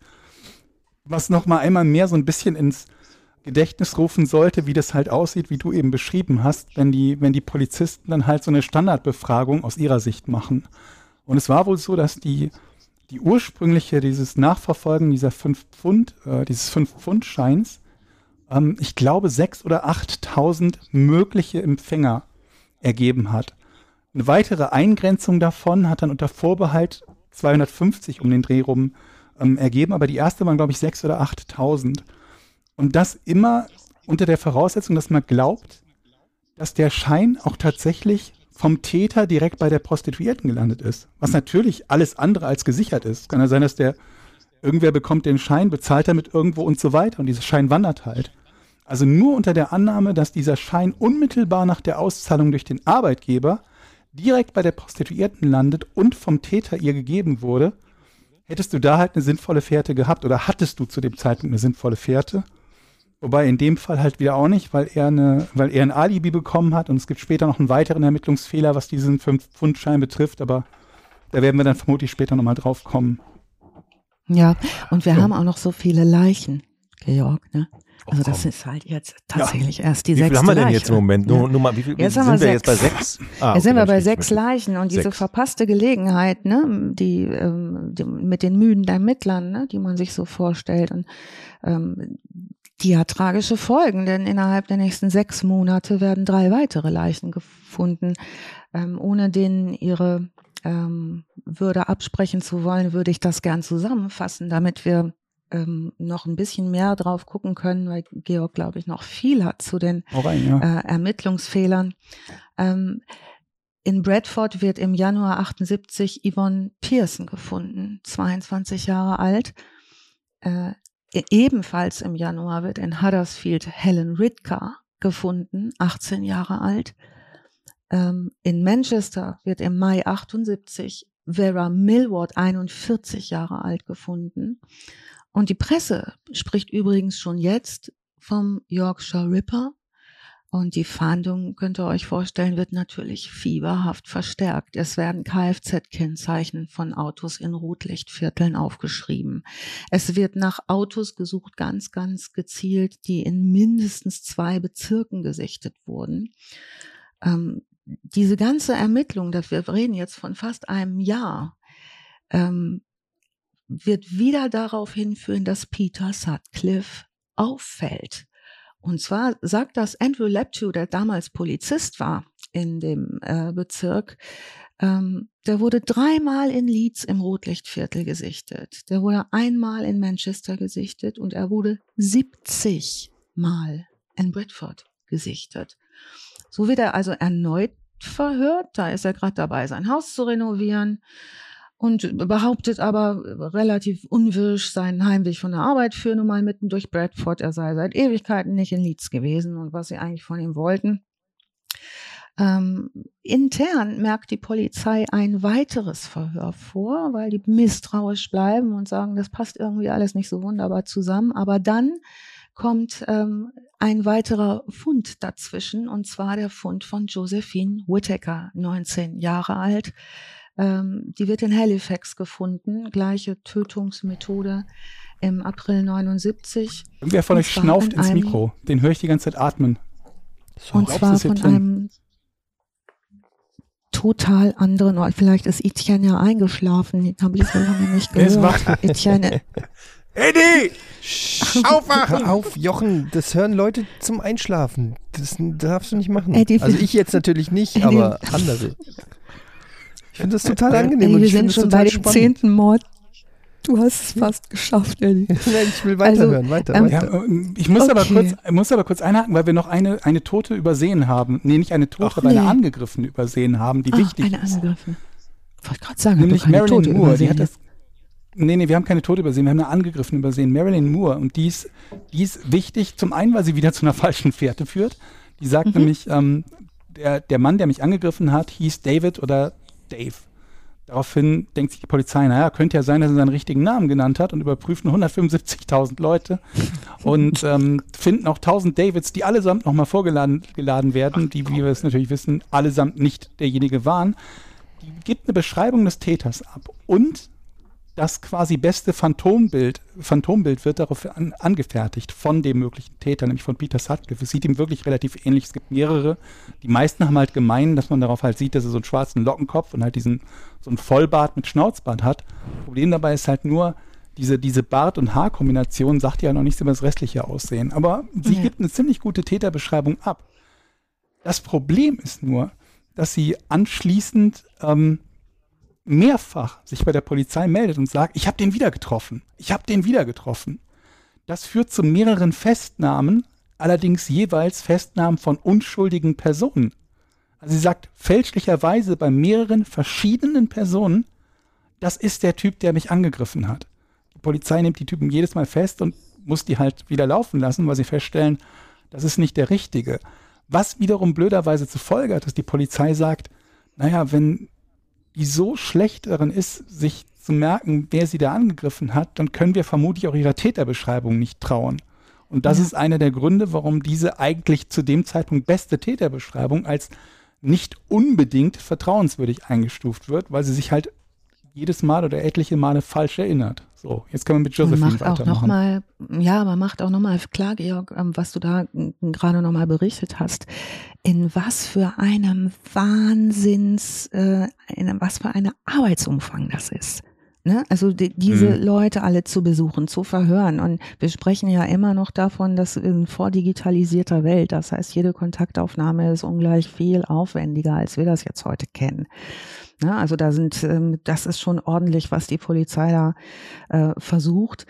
was nochmal einmal mehr so ein bisschen ins Gedächtnis rufen sollte, wie das halt aussieht, wie du eben beschrieben hast, wenn die, wenn die Polizisten dann halt so eine Standardbefragung aus ihrer Sicht machen. Und es war wohl so, dass die, die ursprüngliche, dieses Nachverfolgen dieser fünf Pfund, äh, dieses fünf Pfund Scheins, ähm, ich glaube sechstausend oder achttausend mögliche Empfänger ergeben hat. Eine weitere Eingrenzung davon hat dann unter Vorbehalt zweihundertfünfzig um den Dreh rum ähm, ergeben, aber die erste waren, glaube ich, sechstausend oder achttausend. Und das immer unter der Voraussetzung, dass man glaubt, dass der Schein auch tatsächlich vom Täter direkt bei der Prostituierten gelandet ist. Was natürlich alles andere als gesichert ist. Kann ja sein, dass der irgendwer bekommt den Schein, bezahlt damit irgendwo und so weiter und dieser Schein wandert halt. Also nur unter der Annahme, dass dieser Schein unmittelbar nach der Auszahlung durch den Arbeitgeber direkt bei der Prostituierten landet und vom Täter ihr gegeben wurde, hättest du da halt eine sinnvolle Fährte gehabt oder hattest du zu dem Zeitpunkt eine sinnvolle Fährte. Wobei in dem Fall halt wieder auch nicht, weil er, eine, weil er ein Alibi bekommen hat und es gibt später noch einen weiteren Ermittlungsfehler, was diesen fünf Pfund Schein betrifft, aber da werden wir dann vermutlich später nochmal drauf kommen. Ja, und wir So. haben auch noch so viele Leichen, Georg, ne? Also Oh, das komm. ist halt jetzt tatsächlich erst die Wie sechste viel haben wir denn Leiche. jetzt im Moment? Ja. Nur, nur mal, wie viel Jetzt sind haben wir wir jetzt bei sechs. sechs? Ah, Jetzt sind okay, wir dann bei steht's sechs mit. Leichen und diese Sechs. verpasste Gelegenheit, ne, die, ähm, die mit den müden Ermittlern, ne, die man sich so vorstellt und ähm, die hat tragische Folgen, denn innerhalb der nächsten sechs Monate werden drei weitere Leichen gefunden, ähm, ohne denen ihre ähm, Würde absprechen zu wollen, würde ich das gern zusammenfassen, damit wir ähm, noch ein bisschen mehr drauf gucken können, weil Georg, glaube ich, noch viel hat zu den Hau rein, ja. äh, Ermittlungsfehlern. Ähm, in Bradford wird im Januar achtundsiebzig Yvonne Pearson gefunden, zweiundzwanzig Jahre alt. Äh, ebenfalls im Januar wird in Huddersfield Helen Ridker gefunden, achtzehn Jahre alt. Ähm, in Manchester wird im Mai achtundsiebzig Vera Millward, einundvierzig Jahre alt, gefunden. Und die Presse spricht übrigens schon jetzt vom Yorkshire Ripper. Und die Fahndung, könnt ihr euch vorstellen, wird natürlich fieberhaft verstärkt. Es werden Kfz-Kennzeichen von Autos in Rotlichtvierteln aufgeschrieben. Es wird nach Autos gesucht, ganz, ganz gezielt, die in mindestens zwei Bezirken gesichtet wurden. Ähm, diese ganze Ermittlung, dass wir reden jetzt von fast einem Jahr, ähm, wird wieder darauf hinführen, dass Peter Sutcliffe auffällt. Und zwar sagt das Andrew Leptew, der damals Polizist war in dem äh, Bezirk, ähm, der wurde dreimal in Leeds im Rotlichtviertel gesichtet. Der wurde einmal in Manchester gesichtet und er wurde siebzig Mal in Bradford gesichtet. So wird er also erneut verhört. Da ist er gerade dabei, sein Haus zu renovieren und behauptet aber relativ unwirsch, seinen Heimweg von der Arbeit führe nun mal mitten durch Bradford. Er sei seit Ewigkeiten nicht in Leeds gewesen und was sie eigentlich von ihm wollten. Ähm, intern merkt die Polizei ein weiteres Verhör vor, weil die misstrauisch bleiben und sagen, das passt irgendwie alles nicht so wunderbar zusammen. Aber dann kommt ähm, ein weiterer Fund dazwischen, und zwar der Fund von Josephine Whittaker, neunzehn Jahre alt. Ähm, die wird in Halifax gefunden, gleiche Tötungsmethode im April neunundsiebzig. Wer von euch schnauft ins einem, Mikro? Den höre ich die ganze Zeit atmen. So, und zwar von einem total anderen Ort. Vielleicht ist Etienne ja eingeschlafen, habe ich so lange nicht gehört. Etienne. Eddie! Aufwachen! Hör auf, Jochen, das hören Leute zum Einschlafen. Das darfst du nicht machen. Eddie, also ich jetzt natürlich nicht, Eddie, aber andere. Ich finde das total angenehm. Eddie, und wir ich sind schon bei dem zehnten Mord. Du hast es fast geschafft, Eddie. Nein, ich will weiterhören, also, weiter, ähm, weiter. Ja, ich muss, okay. aber kurz, muss aber kurz einhaken, weil wir noch eine, eine Tote übersehen haben. Nee, nicht eine Tote, Ach, aber nee. eine Angegriffene übersehen haben, die ah, wichtig eine ist. Eine Angegriffene. Ich wollte gerade sagen, nämlich Marilyn Tote Moore. Übersehen. Die hat das, nee, nee, wir haben keine Tote übersehen, wir haben eine Angegriffene übersehen. Marilyn Moore. Und die ist, die ist wichtig, zum einen, weil sie wieder zu einer falschen Fährte führt. Die sagt mhm. nämlich, ähm, der, der Mann, der mich angegriffen hat, hieß David oder Dave. Daraufhin denkt sich die Polizei, naja, könnte ja sein, dass er seinen richtigen Namen genannt hat, und überprüfen hundertfünfundsiebzigtausend Leute und ähm, finden auch tausend Davids, die allesamt nochmal vorgeladen geladen werden, die, wie wir es natürlich wissen, allesamt nicht derjenige waren. Die gibt eine Beschreibung des Täters ab und das quasi beste Phantombild, Phantombild wird darauf an, angefertigt von dem möglichen Täter, nämlich von Peter Sutcliffe. Es sieht ihm wirklich relativ ähnlich. Es gibt mehrere. Die meisten haben halt gemein, dass man darauf halt sieht, dass er so einen schwarzen Lockenkopf und halt diesen so einen Vollbart mit Schnauzbart hat. Problem dabei ist halt nur, diese, diese Bart- und Haarkombination sagt ja noch nichts über das restliche Aussehen. Aber sie ja. gibt eine ziemlich gute Täterbeschreibung ab. Das Problem ist nur, dass sie anschließend ähm, mehrfach sich bei der Polizei meldet und sagt, ich habe den wieder getroffen, ich habe den wieder getroffen. Das führt zu mehreren Festnahmen, allerdings jeweils Festnahmen von unschuldigen Personen. Also sie sagt fälschlicherweise bei mehreren verschiedenen Personen, das ist der Typ, der mich angegriffen hat. Die Polizei nimmt die Typen jedes Mal fest und muss die halt wieder laufen lassen, weil sie feststellen, das ist nicht der Richtige. Was wiederum blöderweise zur Folge hat, dass die Polizei sagt, naja, wenn die so schlecht darin ist, sich zu merken, wer sie da angegriffen hat, dann können wir vermutlich auch ihrer Täterbeschreibung nicht trauen. Und das ja. ist einer der Gründe, warum diese eigentlich zu dem Zeitpunkt beste Täterbeschreibung als nicht unbedingt vertrauenswürdig eingestuft wird, weil sie sich halt jedes Mal oder etliche Male falsch erinnert. So, jetzt können wir mit Josephine man macht weitermachen. Auch noch mal, ja, man macht auch nochmal klar, Georg, was du da gerade nochmal berichtet hast, in was für einem Wahnsinns, äh, in was für einem Arbeitsumfang das ist. Ne? Also die, diese mhm. Leute alle zu besuchen, zu verhören. Und wir sprechen ja immer noch davon, dass in vordigitalisierter Welt, das heißt, jede Kontaktaufnahme ist ungleich viel aufwendiger, als wir das jetzt heute kennen. Ja, also da sind, ähm, das ist schon ordentlich, was die Polizei da äh, versucht.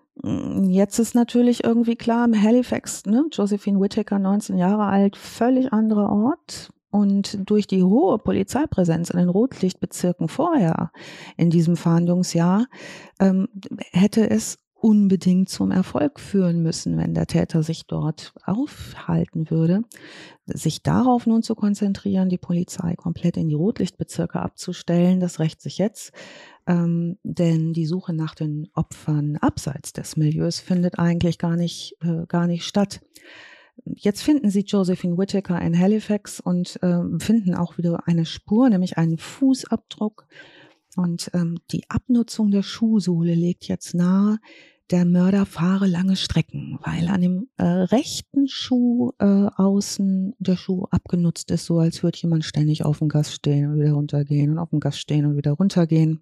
Jetzt ist natürlich irgendwie klar, im Halifax, ne, Josephine Whittaker, neunzehn Jahre alt, völlig anderer Ort. Und durch die hohe Polizeipräsenz in den Rotlichtbezirken vorher in diesem Fahndungsjahr ähm, hätte es unbedingt zum Erfolg führen müssen, wenn der Täter sich dort aufhalten würde. Sich darauf nun zu konzentrieren, die Polizei komplett in die Rotlichtbezirke abzustellen, das rächt sich jetzt. Ähm, denn die Suche nach den Opfern abseits des Milieus findet eigentlich gar nicht, äh, gar nicht statt. Jetzt finden sie Josephine Whittaker in Halifax und äh, finden auch wieder eine Spur, nämlich einen Fußabdruck. Und ähm, die Abnutzung der Schuhsohle legt jetzt nahe, der Mörder fahre lange Strecken, weil an dem äh, rechten Schuh äh, außen der Schuh abgenutzt ist, so als würde jemand ständig auf dem Gas stehen und wieder runtergehen und auf dem Gas stehen und wieder runtergehen.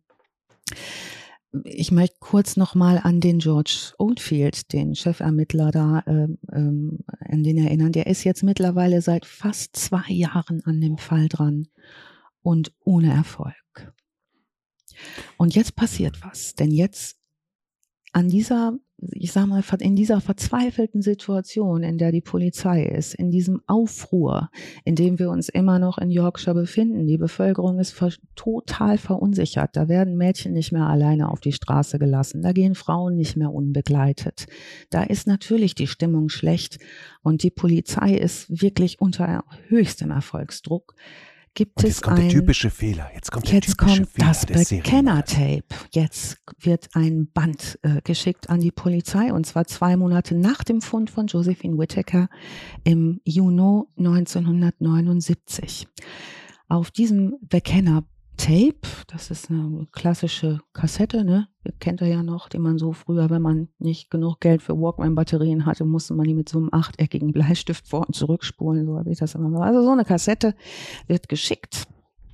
Ich möchte kurz nochmal an den George Oldfield, den Chefermittler da, äh, ähm, an den erinnern. Der ist jetzt mittlerweile seit fast zwei Jahren an dem Fall dran und ohne Erfolg. Und jetzt passiert was, denn jetzt an dieser ich sag mal, in dieser verzweifelten Situation, in der die Polizei ist, in diesem Aufruhr, in dem wir uns immer noch in Yorkshire befinden, die Bevölkerung ist ver- total verunsichert. Da werden Mädchen nicht mehr alleine auf die Straße gelassen. Da gehen Frauen nicht mehr unbegleitet. Da ist natürlich die Stimmung schlecht und die Polizei ist wirklich unter höchstem Erfolgsdruck. Gibt Und es jetzt kommt ein, der typische Fehler. Jetzt kommt der jetzt typische kommt Fehler das des Serienmörders. Bekenner-Tape. Jetzt wird ein Band äh, geschickt an die Polizei und zwar zwei Monate nach dem Fund von Josephine Whittaker im Juni neunzehnhundertneunundsiebzig. Auf diesem Bekenner-Tape, das ist eine klassische Kassette, ne? Kennt ihr ja noch, die man so früher, wenn man nicht genug Geld für Walkman-Batterien hatte, musste man die mit so einem achteckigen Bleistift vor- und zurückspulen, so habe ich das immer so. Also so eine Kassette wird geschickt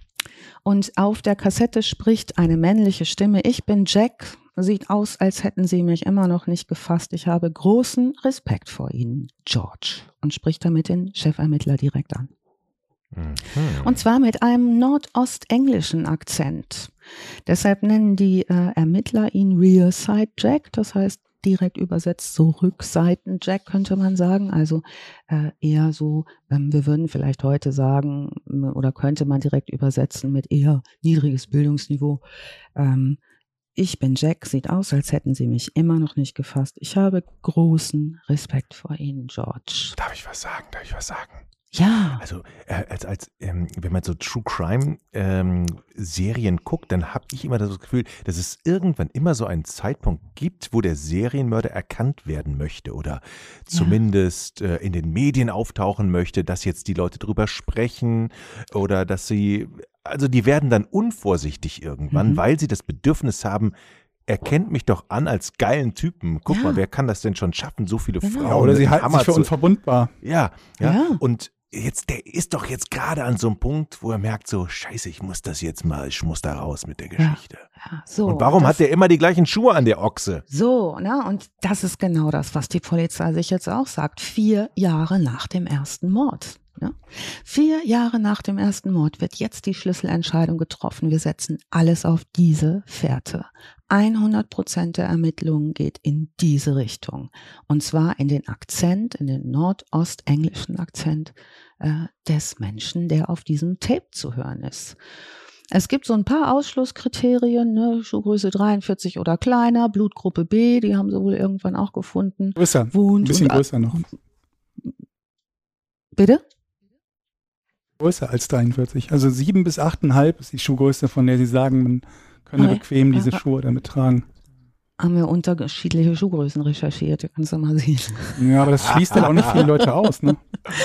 und auf der Kassette spricht eine männliche Stimme. Ich bin Jack, sieht aus, als hätten Sie mich immer noch nicht gefasst. Ich habe großen Respekt vor Ihnen, George, und spricht damit den Chefermittler direkt an. Mhm. Und zwar mit einem nordostenglischen Akzent. Deshalb nennen die äh, Ermittler ihn Rear Side Jack, das heißt direkt übersetzt so Rückseiten Jack könnte man sagen. Also äh, eher so, ähm, wir würden vielleicht heute sagen, oder könnte man direkt übersetzen mit eher niedriges Bildungsniveau. Ähm, ich bin Jack, sieht aus, als hätten Sie mich immer noch nicht gefasst. Ich habe großen Respekt vor Ihnen, George. Darf ich was sagen? Darf ich was sagen? Ja. Also äh, als, als ähm, wenn man so True Crime ähm, Serien guckt, dann habe ich immer das Gefühl, dass es irgendwann immer so einen Zeitpunkt gibt, wo der Serienmörder erkannt werden möchte oder zumindest äh, in den Medien auftauchen möchte, dass jetzt die Leute drüber sprechen oder dass sie, also die werden dann unvorsichtig irgendwann, Mhm. weil sie das Bedürfnis haben, er kennt mich doch an als geilen Typen. Guck Ja. mal, wer kann das denn schon schaffen? So viele Genau. Frauen. Ja, oder mit sie dem halten Hammer sich für zu- unverwundbar. Ja, ja, Ja. Und jetzt, der ist doch jetzt gerade an so einem Punkt, wo er merkt so, scheiße, ich muss das jetzt mal, ich muss da raus mit der Geschichte. Ja, so, Und warum das- hat der immer die gleichen Schuhe an, der Ochse? So, ne, und das ist genau das, was die Polizei sich jetzt auch sagt. Vier Jahre nach dem ersten Mord. Ne? Vier Jahre nach dem ersten Mord wird jetzt die Schlüsselentscheidung getroffen. Wir setzen alles auf diese Fährte. hundert Prozent der Ermittlungen geht in diese Richtung. Und zwar in den Akzent, in den nordostenglischen Akzent äh, des Menschen, der auf diesem Tape zu hören ist. Es gibt so ein paar Ausschlusskriterien, ne? Schuhgröße dreiundvierzig oder kleiner, Blutgruppe B, die haben sie wohl irgendwann auch gefunden. Größer, ein Wohnt bisschen und- größer noch. Bitte? Größer als dreiundvierzig. Also sieben bis acht Komma fünf ist die Schuhgröße, von der sie sagen, man könne Okay. bequem diese Ja. Schuhe damit tragen. Haben wir unterschiedliche Schuhgrößen recherchiert, kannst du mal sehen. Ja, aber das schließt dann auch nicht viele Leute aus, ne?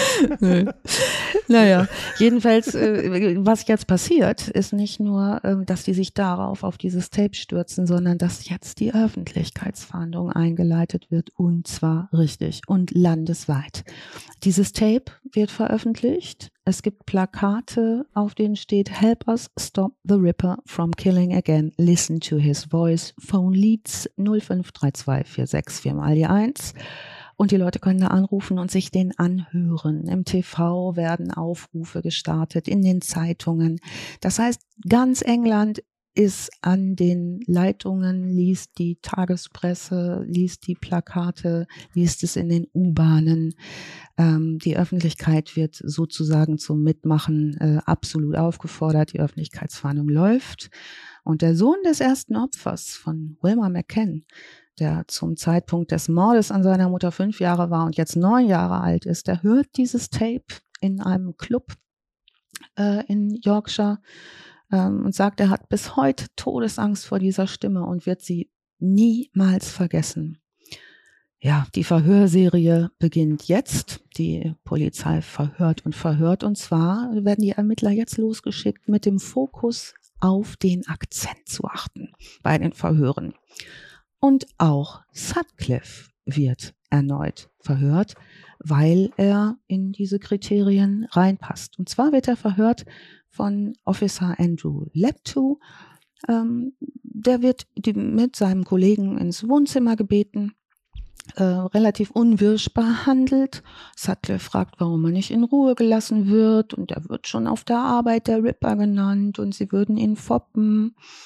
Naja, jedenfalls, äh, was jetzt passiert, ist nicht nur, ähm, dass die sich darauf, auf dieses Tape stürzen, sondern dass jetzt die Öffentlichkeitsfahndung eingeleitet wird und zwar richtig und landesweit. Dieses Tape wird veröffentlicht. Es gibt Plakate, auf denen steht Help us stop the Ripper from killing again. Listen to his voice. Phone Leads null fünf drei zwei vier sechs vier mal die eins. Und die Leute können da anrufen und sich den anhören. Im T V werden Aufrufe gestartet, in den Zeitungen. Das heißt, ganz England ist an den Leitungen, liest die Tagespresse, liest die Plakate, liest es in den U-Bahnen. Ähm, die Öffentlichkeit wird sozusagen zum Mitmachen äh, absolut aufgefordert. Die Öffentlichkeitsfahndung läuft. Und der Sohn des ersten Opfers von Wilma McCann, der zum Zeitpunkt des Mordes an seiner Mutter fünf Jahre war und jetzt neun Jahre alt ist, der hört dieses Tape in einem Club äh, in Yorkshire ähm, und sagt, er hat bis heute Todesangst vor dieser Stimme und wird sie niemals vergessen. Ja, die Verhörserie beginnt jetzt. Die Polizei verhört und verhört. Und zwar werden die Ermittler jetzt losgeschickt mit dem Fokus auf den Akzent zu achten bei den Verhören. Und auch Sutcliffe wird erneut verhört, weil er in diese Kriterien reinpasst. Und zwar wird er verhört von Officer Andrew Lepto. Ähm, der wird die, mit seinem Kollegen ins Wohnzimmer gebeten, äh, relativ unwirsch behandelt. Sutcliffe fragt, warum er nicht in Ruhe gelassen wird. Und er wird schon auf der Arbeit der Ripper genannt und sie würden ihn foppen.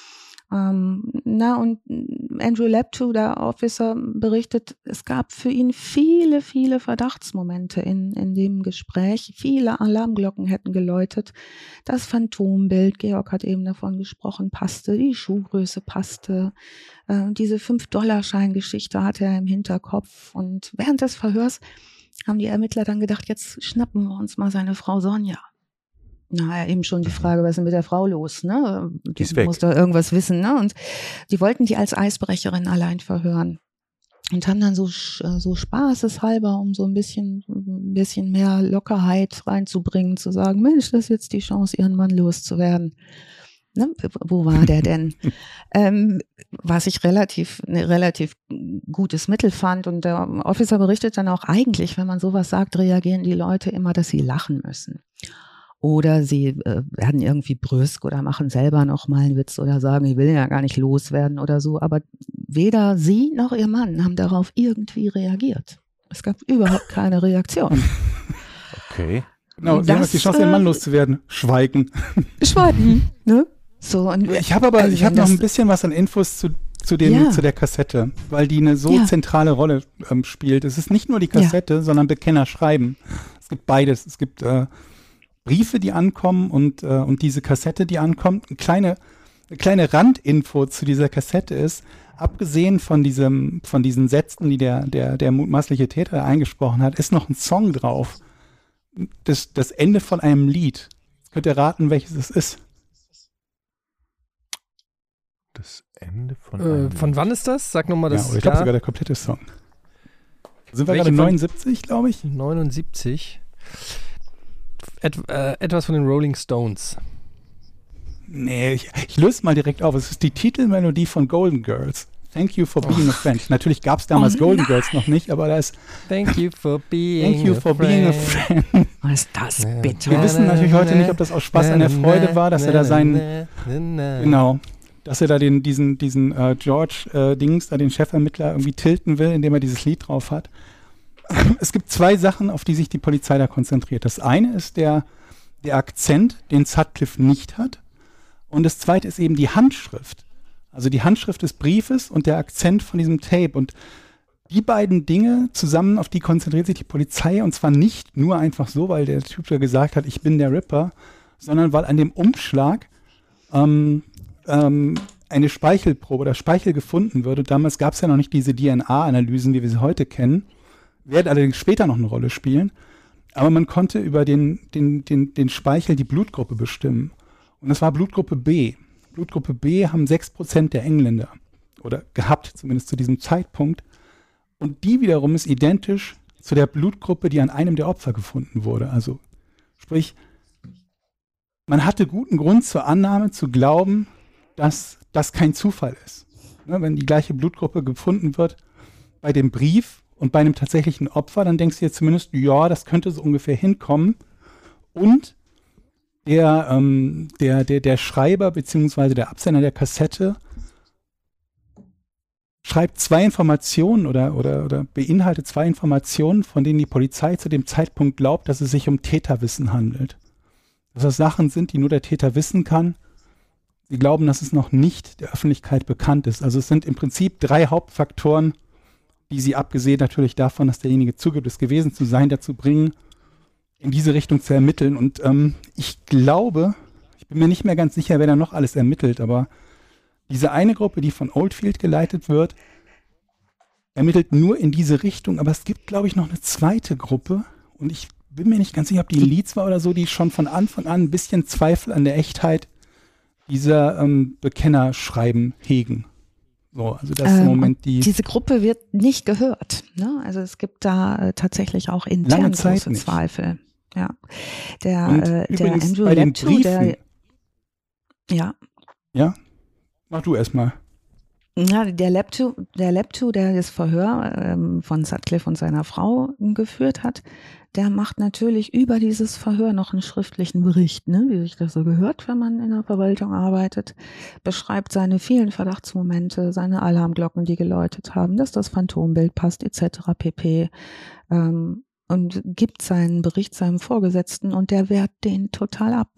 Ähm, na, und Andrew Lepto, der Officer, berichtet, es gab für ihn viele, viele Verdachtsmomente in, in dem Gespräch. Viele Alarmglocken hätten geläutet. Das Phantombild, Georg hat eben davon gesprochen, passte, die Schuhgröße passte. Äh, diese fünf-Dollar-Schein-Geschichte hatte er im Hinterkopf. Und während des Verhörs haben die Ermittler dann gedacht, jetzt schnappen wir uns mal seine Frau Sonja. Na, eben schon die Frage, was ist denn mit der Frau los, ne? Die, die ist weg. Muss da irgendwas wissen, ne? Und die wollten die als Eisbrecherin allein verhören. Und haben dann so, so spaßeshalber, um so ein bisschen, ein bisschen mehr Lockerheit reinzubringen, zu sagen, Mensch, das ist jetzt die Chance, ihren Mann loszuwerden. Ne? Wo war der denn? ähm, was ich relativ, ein relativ gutes Mittel fand. Und der Officer berichtet dann auch, eigentlich, wenn man sowas sagt, reagieren die Leute immer, dass sie lachen müssen. Oder sie äh, werden irgendwie brüsk oder machen selber noch mal einen Witz oder sagen, ich will ja gar nicht loswerden oder so. Aber weder sie noch ihr Mann haben darauf irgendwie reagiert. Es gab überhaupt keine Reaktion. Okay. Genau, sie haben jetzt die Chance, ihren Mann loszuwerden. Schweigen. Schweigen, ne? So, und ich habe aber, also ich habe noch ein bisschen was an Infos zu, zu, dem, ja. zu der Kassette, weil die eine so ja. zentrale Rolle ähm, spielt. Es ist nicht nur die Kassette, ja. sondern Bekenner schreiben. Es gibt beides. Es gibt äh, Briefe, die ankommen und, äh, und diese Kassette, die ankommt. Eine kleine, eine kleine Randinfo zu dieser Kassette ist, abgesehen von diesem, von diesen Sätzen, die der, der, der mutmaßliche Täter eingesprochen hat, ist noch ein Song drauf. Das, das Ende von einem Lied. Jetzt könnt ihr raten, welches es ist. Das Ende von äh, Von wann ist das? Sag nochmal das ja, oder ich glaube sogar der komplette Song. Sind wir Welche gerade neunundsiebzig, glaube ich? neunundsiebzig. Et, äh, etwas von den Rolling Stones. Nee, ich, ich löse mal direkt auf. Es ist die Titelmelodie von Golden Girls. Thank you for being oh. a friend. Natürlich gab es damals oh, Golden Girls noch nicht, aber da ist Thank you for being Thank you for a being a friend. Was ist das bitte? Wir wissen natürlich heute nicht, ob das aus Spaß an der Freude war, dass er da seinen genau, dass er da den diesen diesen äh, George äh, Dings, da den Chefermittler irgendwie tilten will, indem er dieses Lied drauf hat. Es gibt zwei Sachen, auf die sich die Polizei da konzentriert. Das eine ist der der Akzent, den Sutcliffe nicht hat, und das zweite ist eben die Handschrift. Also die Handschrift des Briefes und der Akzent von diesem Tape. Und die beiden Dinge zusammen, auf die konzentriert sich die Polizei. Und zwar nicht nur einfach so, weil der Typ da gesagt hat, ich bin der Ripper, sondern weil an dem Umschlag ähm, ähm, eine Speichelprobe oder Speichel gefunden wird. Und damals gab es ja noch nicht diese D N A-Analysen, wie wir sie heute kennen. Werden allerdings später noch eine Rolle spielen. Aber man konnte über den, den, den, den Speichel die Blutgruppe bestimmen. Und das war Blutgruppe B. Blutgruppe B haben sechs Prozent der Engländer oder gehabt, zumindest zu diesem Zeitpunkt. Und die wiederum ist identisch zu der Blutgruppe, die an einem der Opfer gefunden wurde. Also sprich, man hatte guten Grund zur Annahme zu glauben, dass das kein Zufall ist. Ne, wenn die gleiche Blutgruppe gefunden wird bei dem Brief und bei einem tatsächlichen Opfer, dann denkst du dir zumindest, ja, das könnte so ungefähr hinkommen. Und Der, ähm, der, der, der Schreiber bzw. der Absender der Kassette schreibt zwei Informationen oder, oder, oder beinhaltet zwei Informationen, von denen die Polizei zu dem Zeitpunkt glaubt, dass es sich um Täterwissen handelt. Dass das Sachen sind, die nur der Täter wissen kann. Sie glauben, dass es noch nicht der Öffentlichkeit bekannt ist. Also es sind im Prinzip drei Hauptfaktoren, die sie, abgesehen natürlich davon, dass derjenige zugibt, es gewesen zu sein, dazu bringen, in diese Richtung zu ermitteln. Und ähm, ich glaube, ich bin mir nicht mehr ganz sicher, wer da noch alles ermittelt, aber diese eine Gruppe, die von Oldfield geleitet wird, ermittelt nur in diese Richtung. Aber es gibt, glaube ich, noch eine zweite Gruppe. Und ich bin mir nicht ganz sicher, ob die Leeds war oder so, die schon von Anfang an ein bisschen Zweifel an der Echtheit dieser ähm, Bekennerschreiben hegen. So, also das ist im ähm, Moment die. Diese Gruppe wird nicht gehört. Ne? Also es gibt da äh, tatsächlich auch intern große nicht. Zweifel. Ja, der, Und äh, der übrigens Andrew bei den Lepto, Briefen, der, ja. Ja, mach du erstmal. Ja, der Lepto, der Lepto, der das Verhör ähm, von Sutcliffe und seiner Frau geführt hat, der macht natürlich über dieses Verhör noch einen schriftlichen Bericht, ne, wie sich das so gehört, wenn man in der Verwaltung arbeitet, beschreibt seine vielen Verdachtsmomente, seine Alarmglocken, die geläutet haben, dass das Phantombild passt, et cetera pp. Ähm, und gibt seinen Bericht seinem Vorgesetzten und der wehrt den total ab.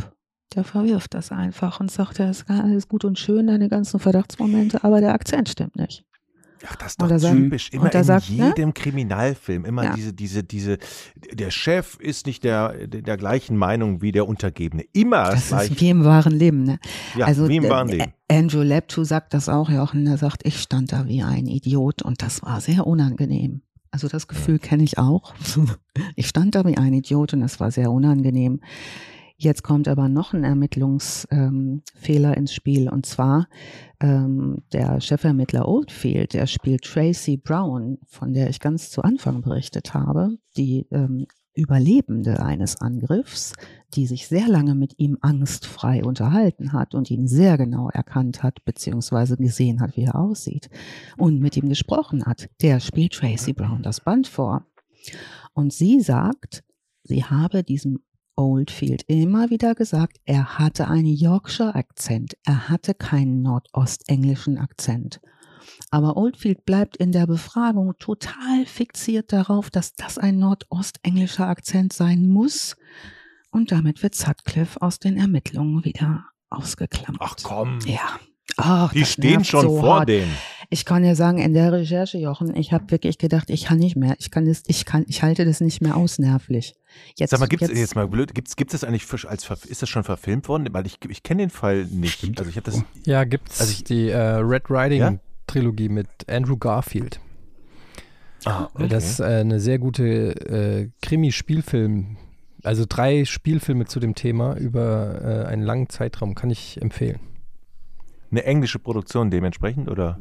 Der verwirft das einfach und sagt, das ist alles gut und schön, deine ganzen Verdachtsmomente, aber der Akzent stimmt nicht. Ach, das ist doch sagt, typisch. Immer in sagt, jedem ne? Kriminalfilm, immer ja. diese, diese, diese, der Chef ist nicht der, der gleichen Meinung wie der Untergebene. Immer das, das gleiche. ist wie im wahren Leben, ne? Ja, also, wie im wahren Leben. Andrew Leptu sagt das auch, Jochen, er sagt, ich stand da wie ein Idiot und das war sehr unangenehm. Also das Gefühl ja. kenne ich auch. Ich stand da wie ein Idiot und das war sehr unangenehm. Jetzt kommt aber noch ein Ermittlungsfehler ähm, ins Spiel und zwar ähm, der Chefermittler Oldfield, der spielt Tracy Brown, von der ich ganz zu Anfang berichtet habe, die ähm, Überlebende eines Angriffs, die sich sehr lange mit ihm angstfrei unterhalten hat und ihn sehr genau erkannt hat, beziehungsweise gesehen hat, wie er aussieht und mit ihm gesprochen hat. Der spielt Tracy Brown das Band vor. Und sie sagt, sie habe diesem Oldfield immer wieder gesagt, er hatte einen Yorkshire-Akzent, er hatte keinen nordostenglischen Akzent. Aber Oldfield bleibt in der Befragung total fixiert darauf, dass das ein nordostenglischer Akzent sein muss. Und damit wird Sutcliffe aus den Ermittlungen wieder ausgeklammert. Ach komm. Ja. Ach, die stehen schon so vor hart. dem. Ich kann ja sagen, in der Recherche, Jochen, ich habe wirklich gedacht, ich kann nicht mehr. Ich kann das, ich kann, ich halte das nicht mehr aus, nervlich. Jetzt, Sag mal, gibt's jetzt, jetzt mal blöd, gibt's gibt's das eigentlich für, als ist das schon verfilmt worden? Weil ich ich kenne den Fall nicht. Stimmt. Also ich habe das. Ja, gibt's also ich, die äh, Red Riding ja? Trilogie mit Andrew Garfield. Ah, okay. Das ist äh, eine sehr gute äh, Krimi-Spielfilm. Also drei Spielfilme zu dem Thema über äh, einen langen Zeitraum, kann ich empfehlen. Eine englische Produktion dementsprechend, oder?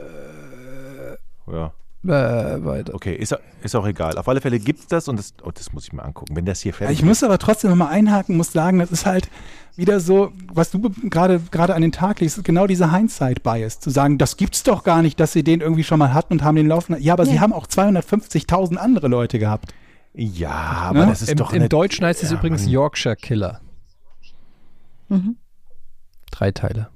Äh, ja. Äh, weiter. Okay, ist, ist auch egal. Auf alle Fälle gibt es das und das, oh, das muss ich mal angucken, wenn das hier fertig ich ist. muss aber trotzdem nochmal einhaken, muss sagen, das ist halt wieder so, was du gerade gerade an den Tag legst, genau diese Hindsight-Bias, zu sagen, das gibt's doch gar nicht, dass sie den irgendwie schon mal hatten und haben den laufen. Ja, aber Ja. sie haben auch zweihundertfünfzigtausend andere Leute gehabt. Ja, aber Ne? das ist Im, doch im eine, Deutschen heißt es ja, übrigens Mann. Yorkshire Killer. Mhm. Drei Teile.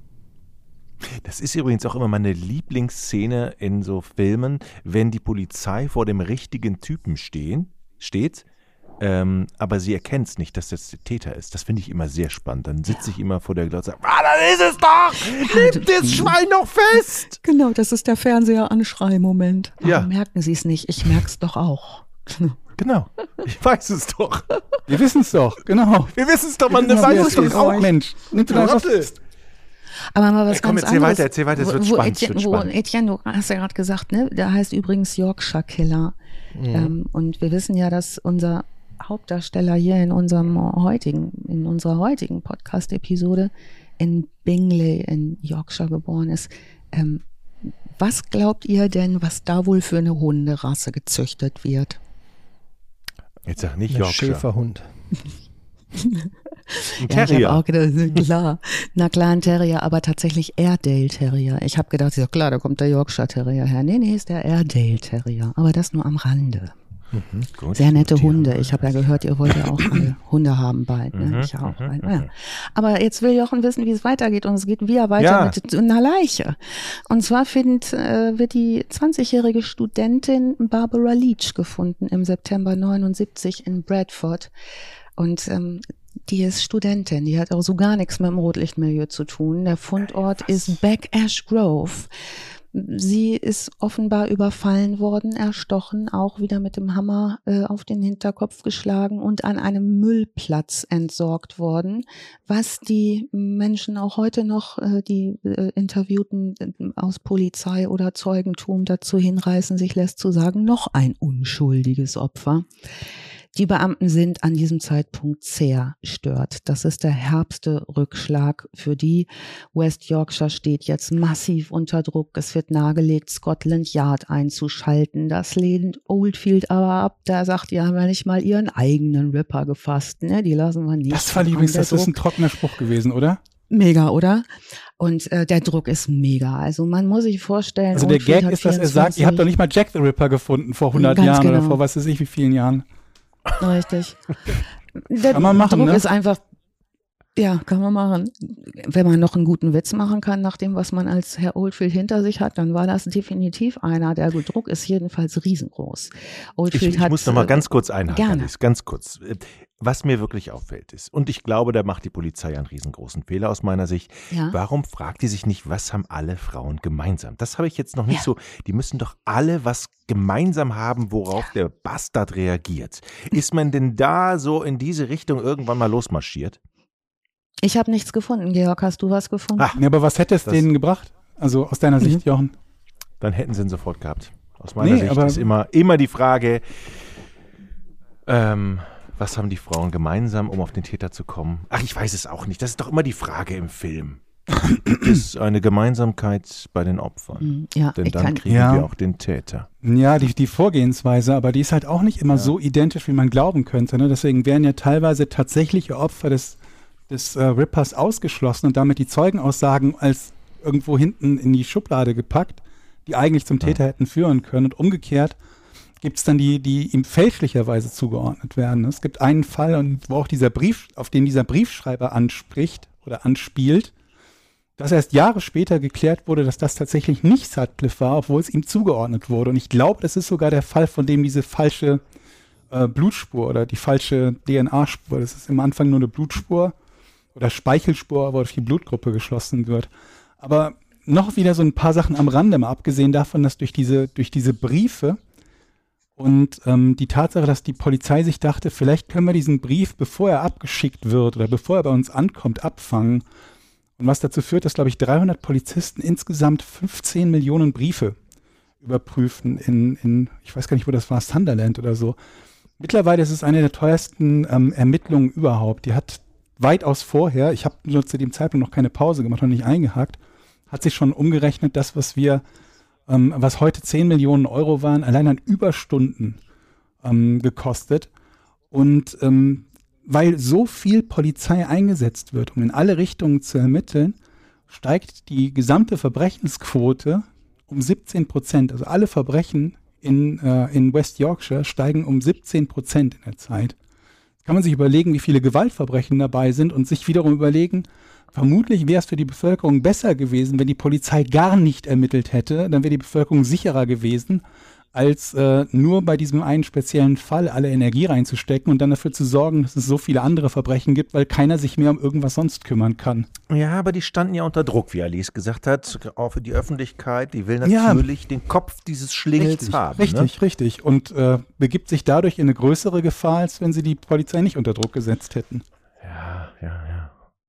Das ist übrigens auch immer meine Lieblingsszene in so Filmen, wenn die Polizei vor dem richtigen Typen stehen, steht, ähm, aber sie erkennt es nicht, dass das der Täter ist. Das finde ich immer sehr spannend. Dann sitze ich immer vor der Glotze und sage, ah, das ist es doch! Nehmt das Schwein noch fest! Genau, das ist der Fernseher-Anschrei-Moment. Warum Ja. merken Sie es nicht? Ich merke es doch auch. Genau, ich weiß es doch. Wir wissen es doch, genau. Wir wissen es doch, man Wir wissen, weiß wer es es ist. doch auch. Mensch, nimm dir einfach Trottel. fest. Aber mal was Ey, komm, ganz erzähl anderes. weiter, erzähl weiter, es wird wo, wo spannend, es Etienne, wird wo, spannend. Etienne, du hast ja gerade gesagt, ne? Der heißt übrigens Yorkshire Killer. Mhm. Ähm, und wir wissen ja, dass unser Hauptdarsteller hier in unserem heutigen, in unserer heutigen Podcast-Episode in Bingley in Yorkshire geboren ist. Ähm, was glaubt ihr denn, was da wohl für eine Hunderasse gezüchtet wird? Jetzt sag nicht Ein Yorkshire. Schäferhund. Ein Ja, ich Terrier. habe auch gedacht, klar. Na klar, ein Terrier, aber tatsächlich Airedale Terrier. Ich habe gedacht, ja klar, da kommt der Yorkshire Terrier her. Nee, nee, ist der Airedale Terrier. Aber das nur am Rande. Mhm, gut, Sehr nette notieren. Hunde. Ich habe ja gehört, ihr wollt ja auch alle Hunde haben bald. Ne? Mhm, Ich auch. mhm, Ja. mhm. Aber jetzt will Jochen wissen, wie es weitergeht. Und es geht wieder weiter Ja. mit einer Leiche. Und zwar find, äh, wird die zwanzigjährige Studentin Barbara Leach gefunden im September neunundsiebzig in Bradford. Und ähm, die ist Studentin, die hat auch so gar nichts mit dem Rotlichtmilieu zu tun. Der Fundort ist Back Ash Grove. Sie ist offenbar überfallen worden, erstochen, auch wieder mit dem Hammer äh, auf den Hinterkopf geschlagen und an einem Müllplatz entsorgt worden, was die Menschen auch heute noch, äh, die äh, Interviewten äh, aus Polizei oder Zeugentum dazu hinreißen, sich lässt zu sagen, noch ein unschuldiges Opfer. Die Beamten sind an diesem Zeitpunkt zerstört. Das ist der herbste Rückschlag für die. West Yorkshire steht jetzt massiv unter Druck. Es wird nahegelegt, Scotland Yard einzuschalten. Das lehnt Oldfield aber ab. Der sagt, die haben ja nicht mal ihren eigenen Ripper gefasst. Ne? Die lassen wir nicht. Das fand ich übrigens, das ist ein trockener Spruch gewesen, oder? Mega, oder? Und äh, der Druck ist mega. Also man muss sich vorstellen. Also der Oldfield Gag hat ist, dass er sagt, ihr habt doch nicht mal Jack the Ripper gefunden vor hundert Ganz Jahren genau. oder vor was weiß ich wie vielen Jahren. Richtig. Der Kann man machen, Druck ne? ist einfach Ja, kann man machen. Wenn man noch einen guten Witz machen kann, nach dem, was man als Herr Oldfield hinter sich hat, dann war das definitiv einer. Der Druck ist jedenfalls riesengroß. Oldfield ich, ich hat, muss noch mal ganz kurz einhaken, gerne. Alice, ganz kurz. Was mir wirklich auffällt ist, und ich glaube, da macht die Polizei einen riesengroßen Fehler aus meiner Sicht, Ja. warum fragt die sich nicht, was haben alle Frauen gemeinsam? Das habe ich jetzt noch nicht Ja. so, die müssen doch alle was gemeinsam haben, worauf der Bastard reagiert. Ist man denn da so in diese Richtung irgendwann mal losmarschiert? Ich habe nichts gefunden. Georg, hast du was gefunden? Ah, Ja, aber was hätte es Das- denen gebracht? Also aus deiner Mhm. Sicht, Jochen? Dann hätten sie ihn sofort gehabt. Aus meiner Nee, Sicht aber- ist immer, immer die Frage, ähm, was haben die Frauen gemeinsam, um auf den Täter zu kommen? Ach, ich weiß es auch nicht. Das ist doch immer die Frage im Film. Gibt es eine Gemeinsamkeit bei den Opfern? Mhm. Ja, Denn ich dann kann, kriegen Ja. wir auch den Täter. Ja, die, die Vorgehensweise, aber die ist halt auch nicht immer Ja. so identisch, wie man glauben könnte. Ne? Deswegen werden ja teilweise tatsächliche Opfer des, des äh, Rippers ausgeschlossen und damit die Zeugenaussagen als irgendwo hinten in die Schublade gepackt, die eigentlich zum Täter hätten führen können. Und umgekehrt gibt es dann die, die ihm fälschlicherweise zugeordnet werden. Es gibt einen Fall, und wo auch dieser Brief, auf den dieser Briefschreiber anspricht oder anspielt, dass erst Jahre später geklärt wurde, dass das tatsächlich nicht Sutcliffe war, obwohl es ihm zugeordnet wurde. Und ich glaube, das ist sogar der Fall, von dem diese falsche äh, Blutspur oder die falsche D N A-Spur, das ist am Anfang nur eine Blutspur oder Speichelspur, wo auf die Blutgruppe geschlossen wird. Aber noch wieder so ein paar Sachen am Rande, mal abgesehen davon, dass durch diese, durch diese Briefe und ähm, die Tatsache, dass die Polizei sich dachte, vielleicht können wir diesen Brief, bevor er abgeschickt wird oder bevor er bei uns ankommt, abfangen. Und was dazu führt, dass, glaube ich, dreihundert Polizisten insgesamt fünfzehn Millionen Briefe überprüfen in, in, ich weiß gar nicht, wo das war, Sunderland oder so. Mittlerweile ist es eine der teuersten ähm, Ermittlungen überhaupt. Die hat weitaus vorher, ich habe nur zu dem Zeitpunkt noch keine Pause gemacht und nicht eingehakt, hat sich schon umgerechnet, das, was wir, ähm, was heute zehn Millionen Euro waren, allein an Überstunden ähm, gekostet. Und ähm, weil so viel Polizei eingesetzt wird, um in alle Richtungen zu ermitteln, steigt die gesamte Verbrechensquote um siebzehn Prozent. Also alle Verbrechen in, äh, in West Yorkshire steigen um siebzehn Prozent in der Zeit. Jetzt kann man sich überlegen, wie viele Gewaltverbrechen dabei sind und sich wiederum überlegen, vermutlich wäre es für die Bevölkerung besser gewesen, wenn die Polizei gar nicht ermittelt hätte. Dann wäre die Bevölkerung sicherer gewesen, als äh, nur bei diesem einen speziellen Fall alle Energie reinzustecken und dann dafür zu sorgen, dass es so viele andere Verbrechen gibt, weil keiner sich mehr um irgendwas sonst kümmern kann. Ja, aber die standen ja unter Druck, wie Alice gesagt hat. Auch für die Öffentlichkeit, die will Ja. natürlich den Kopf dieses Schlingels haben. Richtig, Ne? richtig. Und äh, begibt sich dadurch in eine größere Gefahr, als wenn sie die Polizei nicht unter Druck gesetzt hätten. Ja, ja, ja.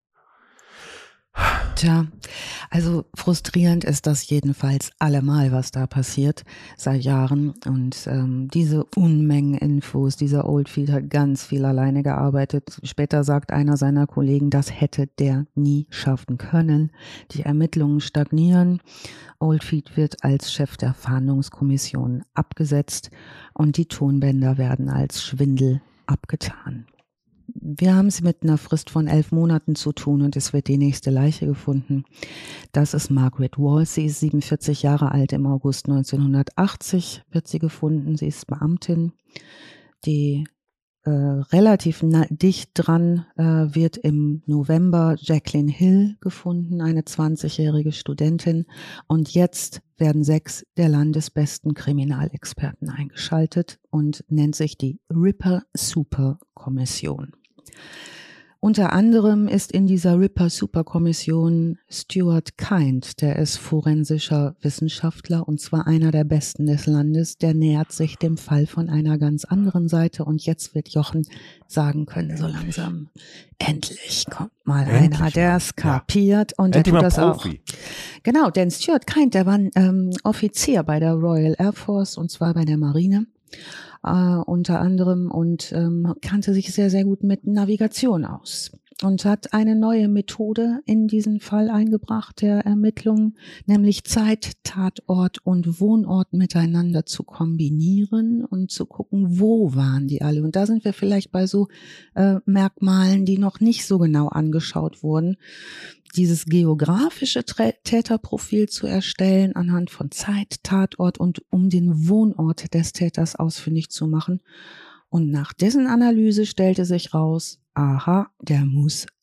Tja, also frustrierend ist das jedenfalls allemal, was da passiert seit Jahren. Und ähm, diese Unmengen Infos, dieser Oldfield hat ganz viel alleine gearbeitet. Später sagt einer seiner Kollegen, das hätte der nie schaffen können. Die Ermittlungen stagnieren. Oldfield wird als Chef der Fahndungskommission abgesetzt und die Tonbänder werden als Schwindel abgetan. Wir haben es mit einer Frist von elf Monaten zu tun und es wird die nächste Leiche gefunden. Das ist Margaret Walsh. Sie ist siebenundvierzig Jahre alt. Im August neunzehnhundertachtzig wird sie gefunden. Sie ist Beamtin. Die äh, relativ na- dicht dran äh, wird im November Jacqueline Hill gefunden, eine zwanzigjährige Studentin. Und jetzt werden sechs der landesbesten Kriminalexperten eingeschaltet und nennt sich die Ripper-Super-Kommission. Unter anderem ist in dieser Ripper-Super-Kommission Stuart Kind, der ist forensischer Wissenschaftler und zwar einer der besten des Landes, der nähert sich dem Fall von einer ganz anderen Seite und jetzt wird Jochen sagen können, so langsam, endlich kommt mal Endlich einer, der mal. es kapiert und der Endlich tut mal das auch. Profi. Genau, denn Stuart Kind, der war ähm, Offizier bei der Royal Air Force und zwar bei der Marine. Uh, unter anderem und ähm, kannte sich sehr, sehr gut mit Navigation aus und hat eine neue Methode in diesen Fall eingebracht der Ermittlungen, nämlich Zeit, Tatort und Wohnort miteinander zu kombinieren und zu gucken, wo waren die alle. Und da sind wir vielleicht bei so äh, Merkmalen, die noch nicht so genau angeschaut wurden. Dieses geografische Trä- Täterprofil zu erstellen anhand von Zeit, Tatort und um den Wohnort des Täters ausfindig zu machen. Und nach dessen Analyse stellte sich raus, aha, der muss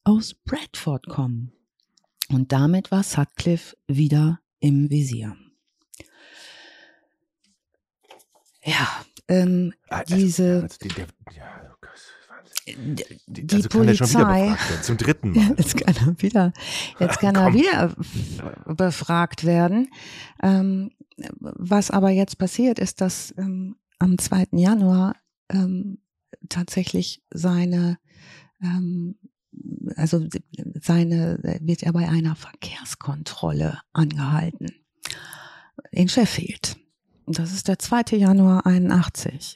aus Bradford kommen. Und damit war Sutcliffe wieder im Visier. Ja, ähm, also, diese... Also, die, der, ja, oh Gott, die, die also Polizei... Zum dritten Mal. Jetzt kann er wieder, jetzt kann er wieder befragt werden. Ähm, was aber jetzt passiert ist, dass ähm, am zweiten Januar ähm, tatsächlich seine... Ähm, also seine, wird er bei einer Verkehrskontrolle angehalten in Sheffield. Das ist der zweite Januar einundachtzig.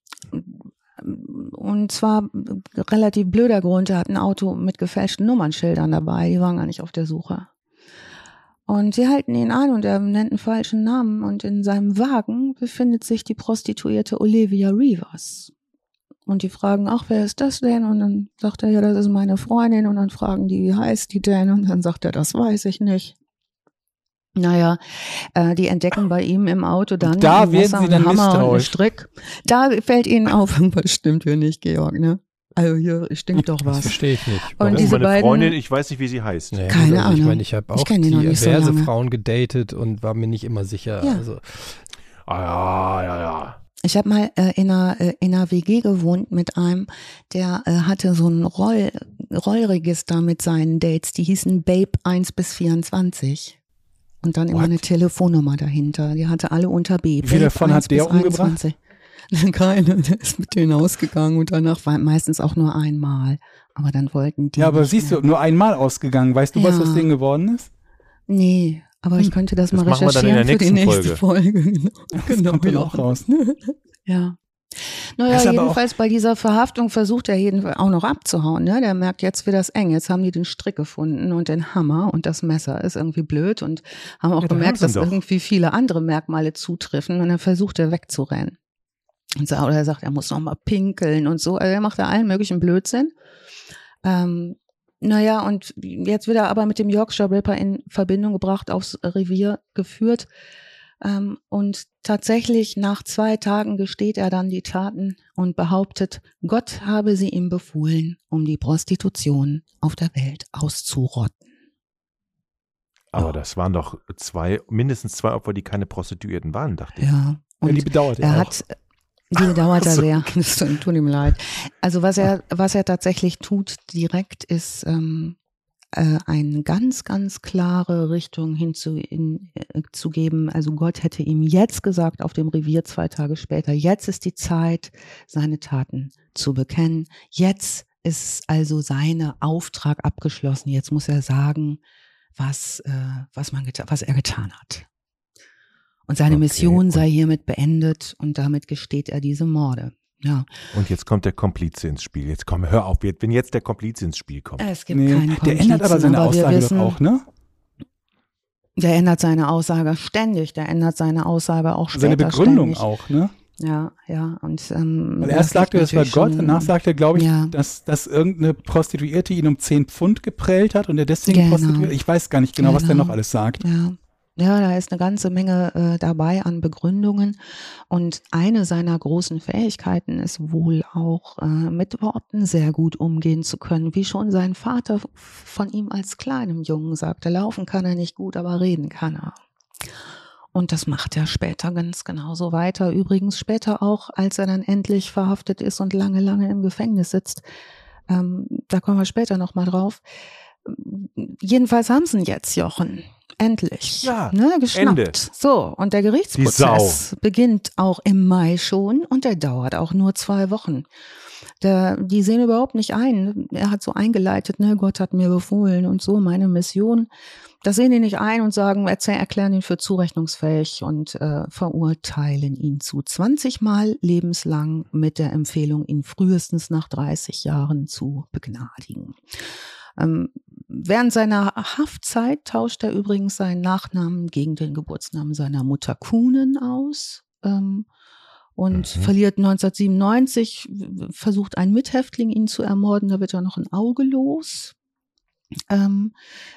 Und zwar relativ blöder Grund, er hat ein Auto mit gefälschten Nummernschildern dabei, die waren gar nicht auf der Suche. Und sie halten ihn an und er nennt einen falschen Namen und in seinem Wagen befindet sich die Prostituierte Olivia Rivers. Und die fragen, ach, wer ist das denn? Und dann sagt er, ja, das ist meine Freundin. Und dann fragen die, wie heißt die denn? Und dann sagt er, das weiß ich nicht. Naja, äh, die entdecken bei ihm im Auto dann da ein werden Messer, sie dann einen Hammer und einen misstrauisch. Strick. Da fällt ihnen auf, was stimmt hier nicht, Georg, ne? Also hier stimmt doch was. Das verstehe ich nicht. Und Und diese meine beiden, Freundin, ich weiß nicht, wie sie heißt. Nee, Keine also ich Ahnung. meine, ich habe Ich auch kenn die noch nicht so diverse lange. Frauen gedatet und war mir nicht immer sicher. Ja. Also, Ah, ja, ja, ja. Ich habe mal äh, in, einer, äh, in einer W G gewohnt mit einem, der äh, hatte so ein Roll, Rollregister mit seinen Dates, die hießen Babe eins bis vierundzwanzig. Und dann immer What? eine Telefonnummer dahinter. Die hatte alle unter B. Wie viel davon hat der umgebracht? Keine, der ist mit denen ausgegangen und danach war meistens auch nur einmal. Aber dann wollten die. Ja, aber nicht siehst mehr. du, nur einmal ausgegangen. Weißt du, was Ja. das Ding geworden ist? Nee, aber ich Hm. könnte das, Das mal machen wir dann in recherchieren der für die nächsten nächste Folge. Genau, Das genau kommt dann ja. auch raus. Ja. Das Naja, ist aber jedenfalls bei dieser Verhaftung versucht er jedenfalls auch noch abzuhauen. Ne? Der merkt, jetzt wird das eng. Jetzt haben die den Strick gefunden und den Hammer und das Messer ist irgendwie blöd und haben auch Ja, da gemerkt, haben dass sie ihn doch. irgendwie viele andere Merkmale zutreffen und dann versucht er wegzurennen. Und so, oder er sagt, er muss noch mal pinkeln und so. Also er macht da allen möglichen Blödsinn. Ähm, naja, und jetzt wird er aber mit dem Yorkshire Ripper in Verbindung gebracht, aufs Revier geführt. Ähm, und tatsächlich nach zwei Tagen gesteht er dann die Taten und behauptet, Gott habe sie ihm befohlen, um die Prostitution auf der Welt auszurotten. Aber das waren doch zwei, mindestens zwei Opfer, die keine Prostituierten waren, dachte ich. Ja, Ja, und die bedauert er er auch. hat, die bedauert er Ach so. sehr. Das tut ihm leid. Also was er, was er tatsächlich tut direkt ist ähm, äh, eine ganz, ganz klare Richtung hinzugeben. Äh, zu geben. Also Gott hätte ihm jetzt gesagt auf dem Revier zwei Tage später, jetzt ist die Zeit, seine Taten zu bekennen. Jetzt ist also sein Auftrag abgeschlossen. Jetzt muss er sagen, was, äh, was, man geta- was er getan hat. Und seine Okay, Mission und- sei hiermit beendet und damit gesteht er diese Morde. Ja. Und jetzt kommt der Komplize ins Spiel. Jetzt komm, hör auf, wenn jetzt der Komplize ins Spiel kommt. Es gibt Nee, keinen der Komplizen, ändert aber seine wir Aussage wissen, doch auch, ne? Der ändert seine Aussage ständig, der ändert seine Aussage auch später Seine Begründung ständig. auch, ne? Ja, ja. Und, ähm, Weil erst sagt er, das war natürlich Gott, schon- danach sagt er, glaube ich, Ja. dass, dass irgendeine Prostituierte ihn um zehn Pfund geprellt hat und er deswegen Genau. prostituiert. Ich weiß gar nicht genau, was der Genau. noch alles sagt. Ja. Ja, da ist eine ganze Menge äh, dabei an Begründungen. Und eine seiner großen Fähigkeiten ist wohl auch, äh, mit Worten sehr gut umgehen zu können. Wie schon sein Vater von ihm als kleinem Jungen sagte, laufen kann er nicht gut, aber reden kann er. Und das macht er später ganz genauso weiter. Übrigens später auch, als er dann endlich verhaftet ist und lange, lange im Gefängnis sitzt. Ähm, da kommen wir später nochmal drauf. Jedenfalls haben sie ihn jetzt, Jochen. Endlich. Ja, ne, geschnappt. Ende. So, und der Gerichtsprozess beginnt auch im Mai schon und der dauert auch nur zwei Wochen. Der, die sehen überhaupt nicht ein. Er hat so eingeleitet, ne, Gott hat mir befohlen und so, meine Mission. Das sehen die nicht ein und sagen, erzähl, erklären ihn für zurechnungsfähig und äh, verurteilen ihn zu zwanzig Mal lebenslang mit der Empfehlung, ihn frühestens nach dreißig Jahren zu begnadigen. Ähm, während seiner Haftzeit tauscht er übrigens seinen Nachnamen gegen den Geburtsnamen seiner Mutter Kunen aus. Ähm, und Mhm. verliert neunzehnhundertsiebenundneunzig, versucht ein Mithäftling ihn zu ermorden, da wird er noch ein Auge los. Ähm,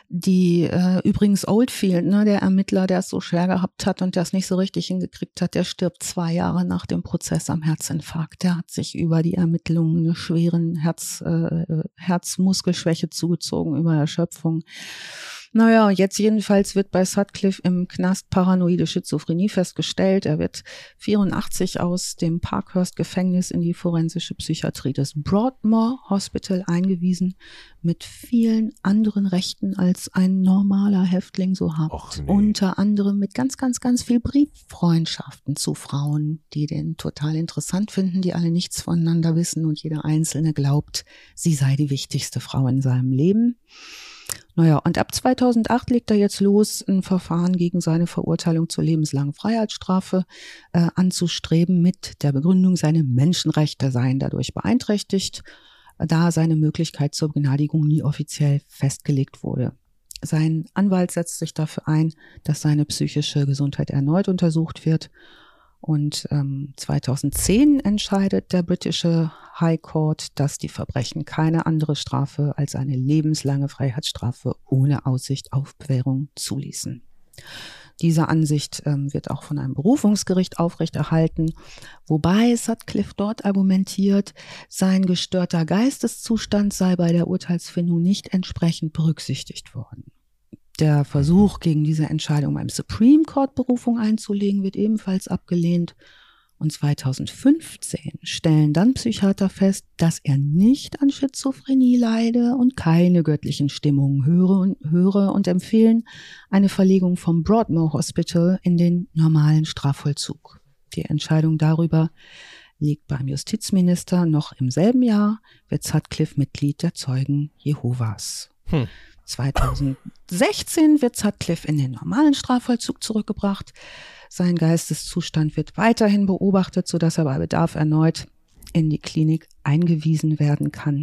die äh, übrigens Oldfield, ne, der Ermittler, der es so schwer gehabt hat und der es nicht so richtig hingekriegt hat, der stirbt zwei Jahre nach dem Prozess am Herzinfarkt. Der hat sich über die Ermittlungen eine schweren Herz, äh, Herzmuskelschwäche zugezogen, über Erschöpfung. Naja, jetzt jedenfalls wird bei Sutcliffe im Knast paranoide Schizophrenie festgestellt. Er wird vierundachtzig aus dem Parkhurst-Gefängnis in die forensische Psychiatrie des Broadmoor Hospital eingewiesen, mit vielen anderen Rechten als ein normaler Häftling so hat. Och, nee. Unter anderem mit ganz, ganz, ganz viel Brieffreundschaften zu Frauen, die den total interessant finden, die alle nichts voneinander wissen und jeder Einzelne glaubt, sie sei die wichtigste Frau in seinem Leben. Naja, und ab zweitausendacht legt er jetzt los, ein Verfahren gegen seine Verurteilung zur lebenslangen Freiheitsstrafe äh, anzustreben, mit der Begründung, seine Menschenrechte seien dadurch beeinträchtigt, da seine Möglichkeit zur Begnadigung nie offiziell festgelegt wurde. Sein Anwalt setzt sich dafür ein, dass seine psychische Gesundheit erneut untersucht wird. Und ähm, zweitausendzehn entscheidet der britische High Court, dass die Verbrechen keine andere Strafe als eine lebenslange Freiheitsstrafe ohne Aussicht auf Bewährung zuließen. Diese Ansicht ähm, wird auch von einem Berufungsgericht aufrechterhalten, wobei Sutcliffe dort argumentiert, sein gestörter Geisteszustand sei bei der Urteilsfindung nicht entsprechend berücksichtigt worden. Der Versuch, gegen diese Entscheidung beim Supreme Court Berufung einzulegen, wird ebenfalls abgelehnt. Und zweitausendfünfzehn stellen dann Psychiater fest, dass er nicht an Schizophrenie leide und keine göttlichen Stimmungen höre und, höre und empfehlen eine Verlegung vom Broadmoor Hospital in den normalen Strafvollzug. Die Entscheidung darüber liegt beim Justizminister. Noch im selben Jahr wird Sutcliffe Mitglied der Zeugen Jehovas. Hm. zweitausendsechzehn wird Sutcliffe in den normalen Strafvollzug zurückgebracht. Sein Geisteszustand wird weiterhin beobachtet, sodass er bei Bedarf erneut in die Klinik eingewiesen werden kann.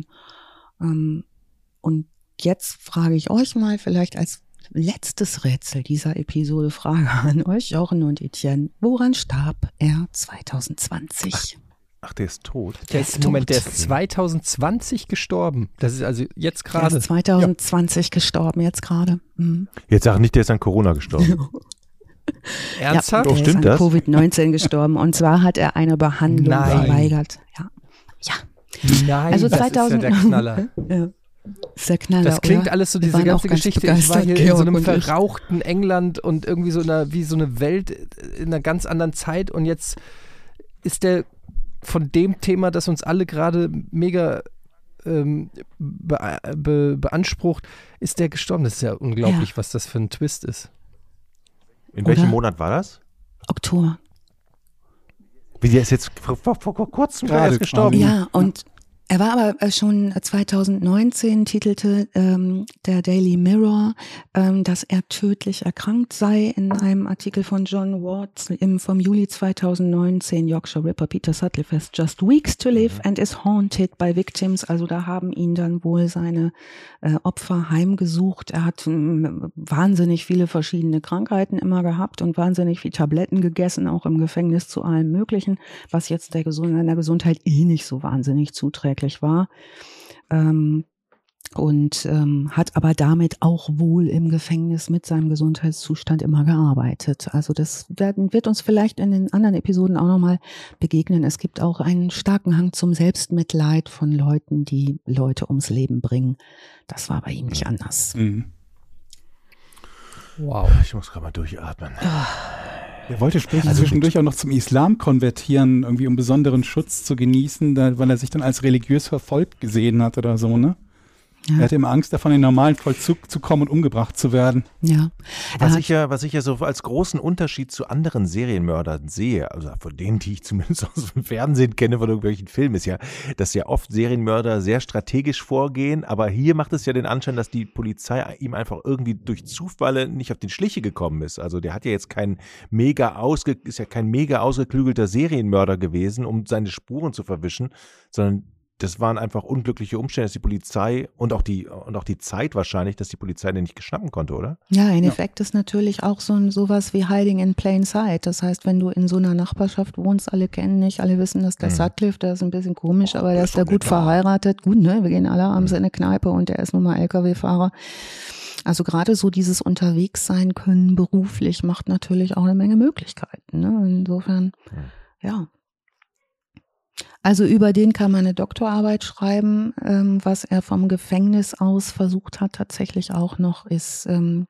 Und jetzt frage ich euch mal vielleicht als letztes Rätsel dieser Episode Frage an euch, Jochen und Etienne. Woran starb er zweitausendzwanzig? Ach, der ist tot. Der ist, Moment, der ist zweitausendzwanzig gestorben. Das ist also jetzt gerade. Der ist zweitausendzwanzig ja. gestorben, jetzt gerade. Mhm. Jetzt sag nicht, der ist an Corona gestorben. Ernsthaft? Ja, der oh, stimmt ist an das? Covid neunzehn gestorben. Und zwar hat er eine Behandlung Nein. verweigert. Ja. ja. Nein, also das zweitausend ist ja der Knaller. ja. Ist der Knaller, das klingt oder? alles so, Wir diese waren ganze auch ganz Geschichte. Ich war hier in so Georg einem und ich. verrauchten England und irgendwie so einer, wie so eine Welt in einer ganz anderen Zeit und jetzt ist der von dem Thema, das uns alle gerade mega ähm, be, be, beansprucht, ist der gestorben. Das ist ja unglaublich, ja. was das für ein Twist ist. In welchem Oder? Monat war das? Oktober. Wie, der ist jetzt vor, vor, vor kurzem Gerade erst gestorben? Ja, und er war aber schon zweitausendneunzehn, titelte ähm, der Daily Mirror, ähm, dass er tödlich erkrankt sei in einem Artikel von John Watts im, vom Juli zweitausendneunzehn. Yorkshire Ripper Peter Sutcliffe has just weeks to live and is haunted by victims. Also da haben ihn dann wohl seine äh, Opfer heimgesucht. Er hat m, wahnsinnig viele verschiedene Krankheiten immer gehabt und wahnsinnig viel Tabletten gegessen, auch im Gefängnis zu allem Möglichen, was jetzt der Gesund- seiner Gesundheit eh nicht so wahnsinnig zuträgt war ähm, und ähm, hat aber damit auch wohl im Gefängnis mit seinem Gesundheitszustand immer gearbeitet. Also das werden, wird uns vielleicht in den anderen Episoden auch nochmal begegnen. Es gibt auch einen starken Hang zum Selbstmitleid von Leuten, die Leute ums Leben bringen. Das war bei ihm nicht anders. Mhm. Wow. Ich muss gerade mal durchatmen. Er wollte später Also zwischendurch auch noch zum Islam konvertieren, irgendwie um besonderen Schutz zu genießen, da, weil er sich dann als religiös verfolgt gesehen hat oder so, ne? Ja. Er hatte immer Angst davon, in den normalen Vollzug zu kommen und umgebracht zu werden. Ja. Was ich ja, was ich ja so als großen Unterschied zu anderen Serienmördern sehe, also von denen, die ich zumindest aus dem Fernsehen kenne, von irgendwelchen Filmen, ist ja, dass ja oft Serienmörder sehr strategisch vorgehen, aber hier macht es ja den Anschein, dass die Polizei ihm einfach irgendwie durch Zufall nicht auf den Schliche gekommen ist. Also der hat ja jetzt kein mega ausge, ist ja kein mega ausgeklügelter Serienmörder gewesen, um seine Spuren zu verwischen, sondern das waren einfach unglückliche Umstände, dass die Polizei und auch die und auch die Zeit wahrscheinlich, dass die Polizei den nicht schnappen konnte, oder? Ja, in ja. Effekt ist natürlich auch so ein sowas wie Hiding in Plain Sight. Das heißt, wenn du in so einer Nachbarschaft wohnst, alle kennen nicht, alle wissen, dass der mhm. Sutcliffe, der ist ein bisschen komisch, oh, aber der ist da gut verheiratet. Gut, ne? Wir gehen alle abends mhm. in eine Kneipe und der ist nun mal L K W-Fahrer. Also gerade so dieses Unterwegssein können beruflich macht natürlich auch eine Menge Möglichkeiten. Ne? Insofern, mhm. ja. Also über den kann man eine Doktorarbeit schreiben. Ähm, was er vom Gefängnis aus versucht hat tatsächlich auch noch, ist ähm,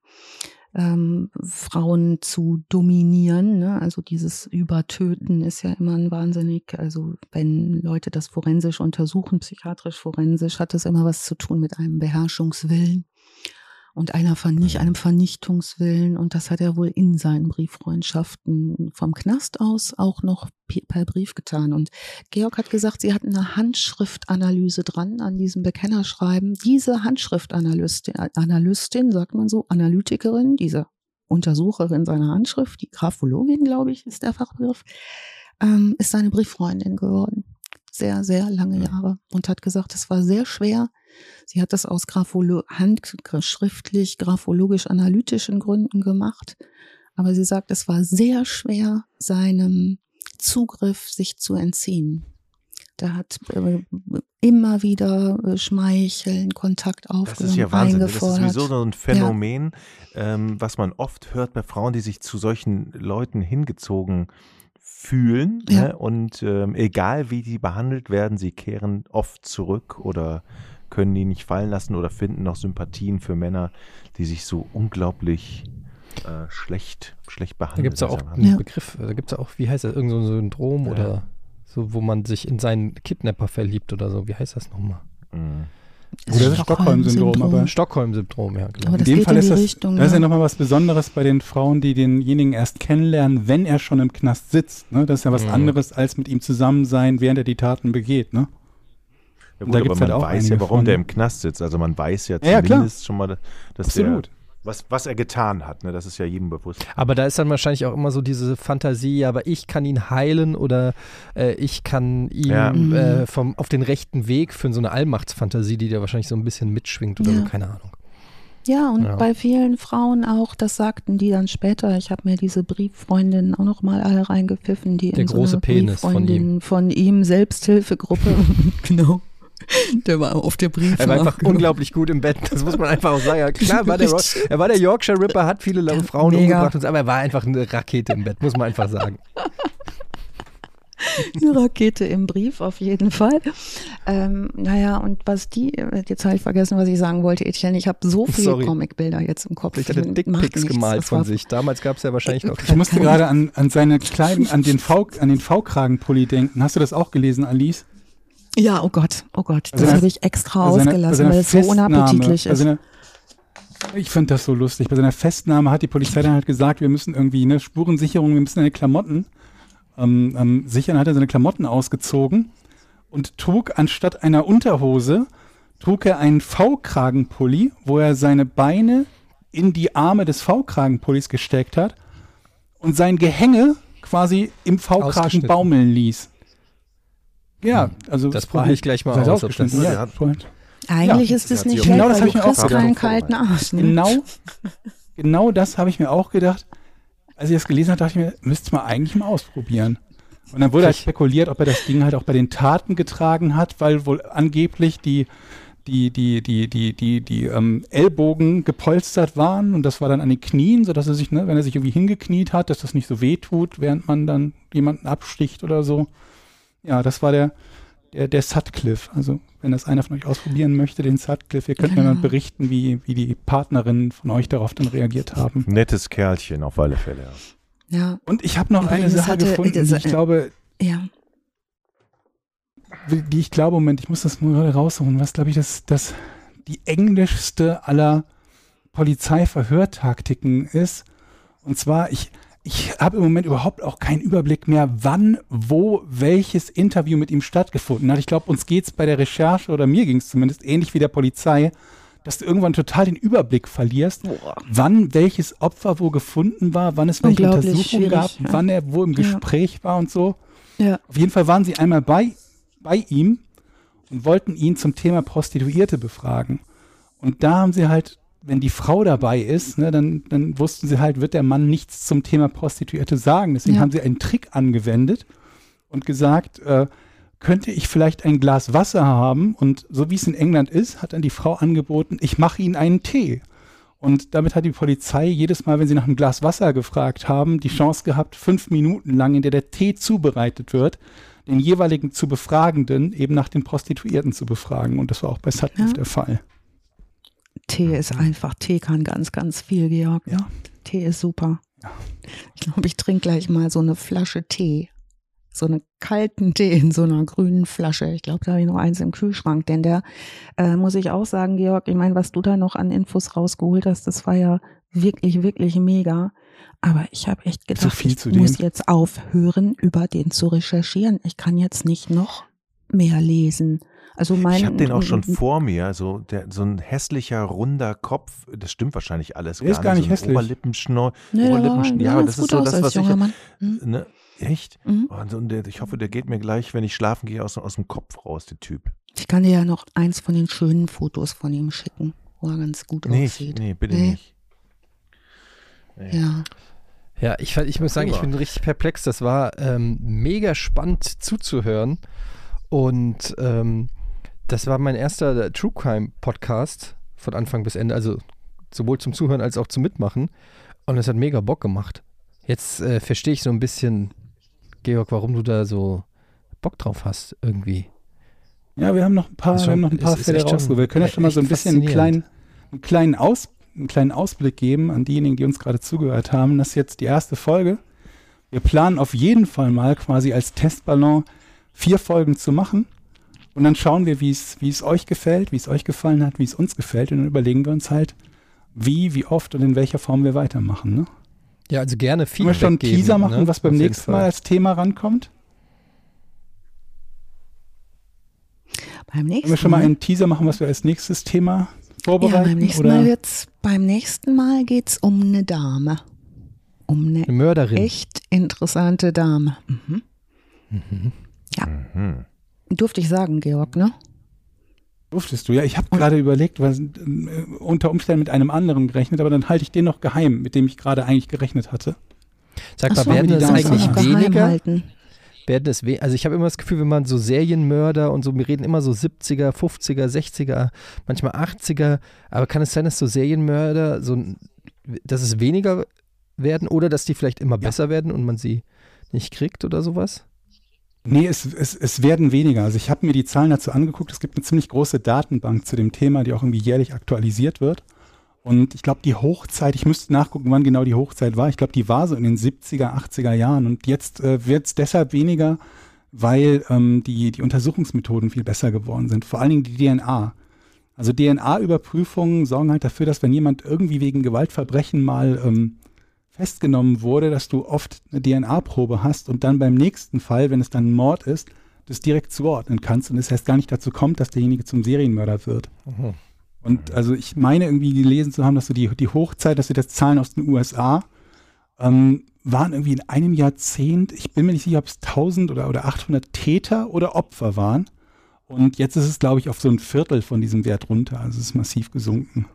ähm, Frauen zu dominieren. Ne? Also dieses Übertöten ist ja immer ein wahnsinnig, also wenn Leute das forensisch untersuchen, psychiatrisch forensisch, hat das immer was zu tun mit einem Beherrschungswillen. Und einer Vernicht, einem Vernichtungswillen. Und das hat er wohl in seinen Brieffreundschaften vom Knast aus auch noch per Brief getan. Und Georg hat gesagt, sie hatten eine Handschriftanalyse dran an diesem Bekennerschreiben. Diese Handschriftanalystin, Analystin, sagt man so, Analytikerin, diese Untersucherin seiner Handschrift, die Graphologin, glaube ich, ist der Fachbegriff, ähm, ist seine Brieffreundin geworden. Sehr, sehr lange Jahre. Und hat gesagt, es war sehr schwer. Sie hat das aus Grapholo- handschriftlich, graphologisch-analytischen Gründen gemacht. Aber sie sagt, es war sehr schwer, seinem Zugriff sich zu entziehen. Da hat äh, immer wieder äh, Schmeicheln, Kontakt aufgenommen, Das ist ja Wahnsinn. Das ist eingefordert. sowieso so ein Phänomen, ja. ähm, was man oft hört bei Frauen, die sich zu solchen Leuten hingezogen fühlen. Ja. Ne? Und ähm, egal wie die behandelt werden, sie kehren oft zurück oder können die nicht fallen lassen oder finden noch Sympathien für Männer, die sich so unglaublich äh, schlecht, schlecht behandeln. Da gibt es ja auch einen ja. Begriff, da gibt es ja auch, wie heißt das, irgend so ein Syndrom ja. oder so, wo man sich in seinen Kidnapper verliebt oder so. Wie heißt das nochmal? Mhm. Oder das Stockholm-Syndrom. Aber Stockholm-Syndrom, ja, genau. Aber das in dem Fall in ist das, Richtung, das ist ja nochmal was Besonderes bei den Frauen, die denjenigen erst kennenlernen, wenn er schon im Knast sitzt. Ne? Das ist ja was mhm. anderes, als mit ihm zusammen sein, während er die Taten begeht. Ne? Ja gut, da aber man halt auch weiß ja, warum von. der im Knast sitzt. Also man weiß ja zumindest ja, schon mal, dass Absolut. der, was, was er getan hat. Ne? Das ist ja jedem bewusst. Aber da ist dann wahrscheinlich auch immer so diese Fantasie, ja, aber ich kann ihn heilen oder äh, ich kann ihn ja. äh, vom, auf den rechten Weg führen. So eine Allmachtsfantasie, die da wahrscheinlich so ein bisschen mitschwingt oder ja. so, keine Ahnung. Ja, und ja. bei vielen Frauen auch, das sagten die dann später, ich habe mir diese Brieffreundinnen auch noch mal alle reingepfiffen, die der in große so einer Penis von ihm. von ihm, Selbsthilfegruppe, genau. Der war auf der Brief. Er war einfach genau. unglaublich gut im Bett, das muss man einfach auch sagen. Klar, war der, er war der Yorkshire Ripper, hat viele ja, Frauen mega. umgebracht, aber er war einfach eine Rakete im Bett, muss man einfach sagen. Eine Rakete im Brief, auf jeden Fall. Ähm, naja, und was die, jetzt habe ich vergessen, was ich sagen wollte, Etienne, ich habe so viele Comicbilder jetzt im Kopf. Ich hatte Dickpics gemalt von sich. Damals gab es ja wahrscheinlich noch. Ich musste gerade an, an seine kleinen, an den V, an den V-Kragenpulli denken. Hast du das auch gelesen, Alice? Ja, oh Gott, oh Gott, das also habe ich extra also ausgelassen, eine, weil es so unappetitlich also ist. Eine, ich finde das so lustig. Bei seiner Festnahme hat die Polizei dann halt gesagt, wir müssen irgendwie eine Spurensicherung, wir müssen seine Klamotten ähm, ähm, sichern. Hat er seine Klamotten ausgezogen und trug anstatt einer Unterhose, trug er einen V-Kragenpulli, wo er seine Beine in die Arme des V-Kragenpullis gesteckt hat und sein Gehänge quasi im V-Kragen baumeln ließ. Ja, also das probiere ich gleich mal aus. Ob das ja, Eigentlich ja, ist es nicht genau schlecht, das weil du kriegst keinen kalten Arsch. Ne? Genau, genau das habe ich mir auch gedacht. Als ich das gelesen habe, dachte ich mir, müsste man eigentlich mal ausprobieren. Und dann wurde halt spekuliert, ob er das Ding halt auch bei den Taten getragen hat, weil wohl angeblich die die die die die die die ähm, Ellbogen gepolstert waren und das war dann an den Knien, sodass er sich, ne, wenn er sich irgendwie hingekniet hat, dass das nicht so weh tut, während man dann jemanden absticht oder so. Ja, das war der, der, der Sutcliffe. Also, wenn das einer von euch ausprobieren möchte, den Sutcliffe, ihr könnt mir mal berichten, wie, wie die Partnerinnen von euch darauf dann reagiert haben. Nettes Kerlchen, auf alle Fälle. Ja. Und ich habe noch Übrigens eine Sache hatte, gefunden, die ich glaube, ja. die ich glaube, Moment, ich muss das mal gerade raussuchen, was, glaube ich, das, das die englischste aller Polizeiverhörtaktiken ist. Und zwar, ich Ich habe im Moment überhaupt auch keinen Überblick mehr, wann, wo, welches Interview mit ihm stattgefunden hat. Ich glaube, uns geht's bei der Recherche, oder mir ging es zumindest, ähnlich wie der Polizei, dass du irgendwann total den Überblick verlierst, Boah. wann welches Opfer wo gefunden war, wann es welche Untersuchung gab, ja. wann er wo im Gespräch ja. war und so. Ja. Auf jeden Fall waren sie einmal bei, bei ihm und wollten ihn zum Thema Prostituierte befragen. Und da haben sie halt, wenn die Frau dabei ist, ne, dann, dann wussten sie halt, wird der Mann nichts zum Thema Prostituierte sagen. Deswegen ja. haben sie einen Trick angewendet und gesagt, äh, könnte ich vielleicht ein Glas Wasser haben? Und so wie es in England ist, hat dann die Frau angeboten, ich mache Ihnen einen Tee. Und damit hat die Polizei jedes Mal, wenn sie nach einem Glas Wasser gefragt haben, die Chance gehabt, fünf Minuten lang, in der der Tee zubereitet wird, den jeweiligen zu Befragenden eben nach den Prostituierten zu befragen. Und das war auch bei Sutcliffe ja. der Fall. Tee ist einfach, Tee kann ganz, ganz viel, Georg. Ja. Tee ist super. Ja. Ich glaube, ich trinke gleich mal so eine Flasche Tee. So einen kalten Tee in so einer grünen Flasche. Ich glaube, da habe ich noch eins im Kühlschrank. Denn der, äh, muss ich auch sagen, Georg, ich meine, was du da noch an Infos rausgeholt hast, das war ja wirklich, wirklich mega. Aber ich habe echt gedacht, so viel ich zu muss dem. jetzt aufhören, über den zu recherchieren. Ich kann jetzt nicht noch mehr lesen. Also mein, ich habe den auch schon vor mir, also der, so ein hässlicher, runder Kopf, das stimmt wahrscheinlich alles der gar nicht. Ist gar nicht so hässlich. Oberlippenschnau, nee, Oberlippenschnau, ja, ja, aber das ist so das, was ich, Mann. ne, echt? Mhm. Und, und der, ich hoffe, der geht mir gleich, wenn ich schlafen gehe, aus, aus dem Kopf raus, der Typ. Ich kann dir ja noch eins von den schönen Fotos von ihm schicken, wo er ganz gut nee, aussieht. Nee, bitte nee. nicht. Nee. Ja. Ja, ich, ich muss sagen, ich bin richtig perplex. Das war ähm, mega spannend zuzuhören. Und ähm, das war mein erster True Crime Podcast von Anfang bis Ende. Also sowohl zum Zuhören als auch zum Mitmachen. Und es hat mega Bock gemacht. Jetzt äh, verstehe ich so ein bisschen, Georg, warum du da so Bock drauf hast irgendwie. Ja, wir haben noch ein paar, schon, wir haben noch ein paar Fälle rausgeholt. Wir können ja schon mal so ein bisschen einen kleinen, einen kleinen Aus einen kleinen Ausblick geben an diejenigen, die uns gerade zugehört haben. Das ist jetzt die erste Folge. Wir planen auf jeden Fall mal quasi als Testballon vier Folgen zu machen. Und dann schauen wir, wie es, wie es euch gefällt, wie es euch gefallen hat, wie es uns gefällt. Und dann überlegen wir uns halt, wie, wie oft und in welcher Form wir weitermachen. Ne? Ja, also gerne Feedback Können wir schon einen geben, Teaser machen, ne? was beim nächsten Mal als Thema rankommt? Beim nächsten Können wir schon mal einen Teaser machen, was wir als nächstes Thema vorbereiten? Ja, beim nächsten oder? Mal wird's, beim nächsten Mal geht's um eine Dame. Um eine, eine Mörderin. Echt interessante Dame. Mhm. Mhm. Ja. Mhm. Durfte ich sagen, Georg, ne? Durftest du, ja. Ich habe gerade überlegt, was, äh, unter Umständen mit einem anderen gerechnet, aber dann halte ich den noch geheim, mit dem ich gerade eigentlich gerechnet hatte. Sag Ach mal, so, werden die das Dame eigentlich noch geheim weniger? halten. Werden es we- also ich habe immer das Gefühl, wenn man so Serienmörder und so, wir reden immer so siebziger, fünfziger, sechziger, manchmal achtziger, aber kann es sein, dass so Serienmörder, so, dass es weniger werden oder dass die vielleicht immer Ja. besser werden und man sie nicht kriegt oder sowas? Nee, es, es, es werden weniger. Also ich habe mir die Zahlen dazu angeguckt. Es gibt eine ziemlich große Datenbank zu dem Thema, die auch irgendwie jährlich aktualisiert wird. Und ich glaube, die Hochzeit, ich müsste nachgucken, wann genau die Hochzeit war. Ich glaube, die war so in den siebziger, achtziger Jahren. Und jetzt äh, wird es deshalb weniger, weil ähm, die, die Untersuchungsmethoden viel besser geworden sind. Vor allen Dingen die D N A. Also D N A-Überprüfungen sorgen halt dafür, dass wenn jemand irgendwie wegen Gewaltverbrechen mal ähm, festgenommen wurde, dass du oft eine D N A-Probe hast und dann beim nächsten Fall, wenn es dann ein Mord ist, das direkt zuordnen kannst und es erst gar nicht dazu kommt, dass derjenige zum Serienmörder wird. Mhm. Und also ich meine irgendwie gelesen zu haben, dass so die, die Hochzeit, dass wir das Zahlen aus den U S A, ähm, waren irgendwie in einem Jahrzehnt, ich bin mir nicht sicher, ob es tausend oder, oder achthundert Täter oder Opfer waren. Und jetzt ist es, glaube ich, auf so ein Viertel von diesem Wert runter. Also es ist massiv gesunken.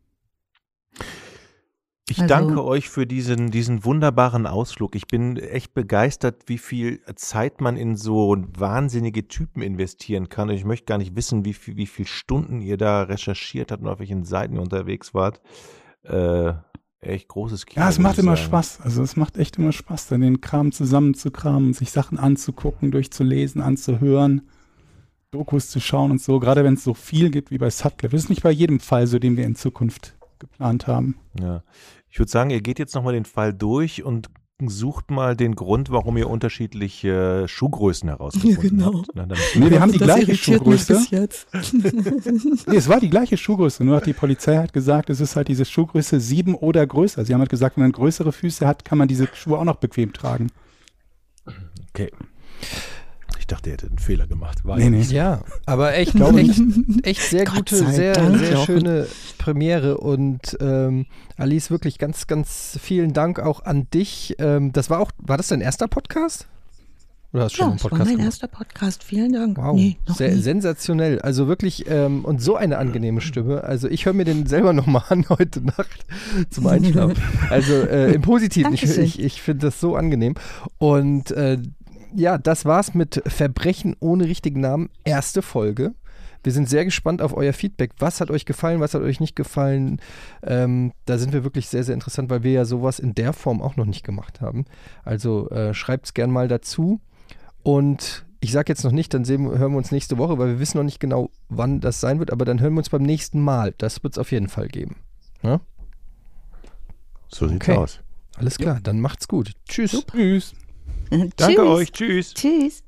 Ich Also- danke euch für diesen, diesen wunderbaren Ausflug. Ich bin echt begeistert, wie viel Zeit man in so wahnsinnige Typen investieren kann. Und ich möchte gar nicht wissen, wie viel, wie viel Stunden ihr da recherchiert habt und auf welchen Seiten ihr unterwegs wart. Äh, echt großes Kino. Ja, es würde macht ich immer sagen. Spaß. Also es macht echt immer Spaß, dann den Kram zusammenzukramen, sich Sachen anzugucken, durchzulesen, anzuhören, Dokus zu schauen und so. Gerade wenn es so viel gibt wie bei Sutcliffe. Das ist nicht bei jedem Fall so, den wir in Zukunft geplant haben. Ja. Ich würde sagen, ihr geht jetzt nochmal den Fall durch und sucht mal den Grund, warum ihr unterschiedliche Schuhgrößen herausgefunden Ja, genau. habt. Na, dann, Nee, wir haben die Das gleiche irritiert mich Schuhgröße. bis jetzt. Nee, es war die gleiche Schuhgröße, nur hat die Polizei hat gesagt, es ist halt diese Schuhgröße sieben oder größer. Sie haben halt gesagt, wenn man größere Füße hat, kann man diese Schuhe auch noch bequem tragen. okay. Ich dachte, ihr hättet einen Fehler gemacht. War Nee, ja nee. nicht so. Ja, aber echt, glaube echt, echt sehr Gott gute, sei sehr, Dank, sehr Jochen. schöne Premiere und ähm, Alice, wirklich ganz, ganz vielen Dank auch an dich. Ähm, das war auch, war das dein erster Podcast? Oder hast du schon Ja, einen das war Podcast mein gemacht? erster Podcast. Vielen Dank. Wow, Nee, noch sehr nie. sensationell. Also wirklich, ähm, und so eine angenehme Stimme. Also ich höre mir den selber nochmal an heute Nacht zum Einschlafen. Also äh, im Positiven. Ich, Dankeschön. ich, ich finde das so angenehm. Und äh, ja, das war's mit Verbrechen ohne richtigen Namen. Erste Folge. Wir sind sehr gespannt auf euer Feedback. Was hat euch gefallen, was hat euch nicht gefallen? Ähm, da sind wir wirklich sehr, sehr interessant, weil wir ja sowas in der Form auch noch nicht gemacht haben. Also äh, schreibt es gern mal dazu. Und ich sage jetzt noch nicht, dann sehen, hören wir uns nächste Woche, weil wir wissen noch nicht genau, wann das sein wird, aber dann hören wir uns beim nächsten Mal. Das wird es auf jeden Fall geben. Ja? So sieht's Okay. aus. Alles klar, dann macht's gut. Tschüss. Tschüss. Danke Tschüss. euch. Tschüss. Tschüss.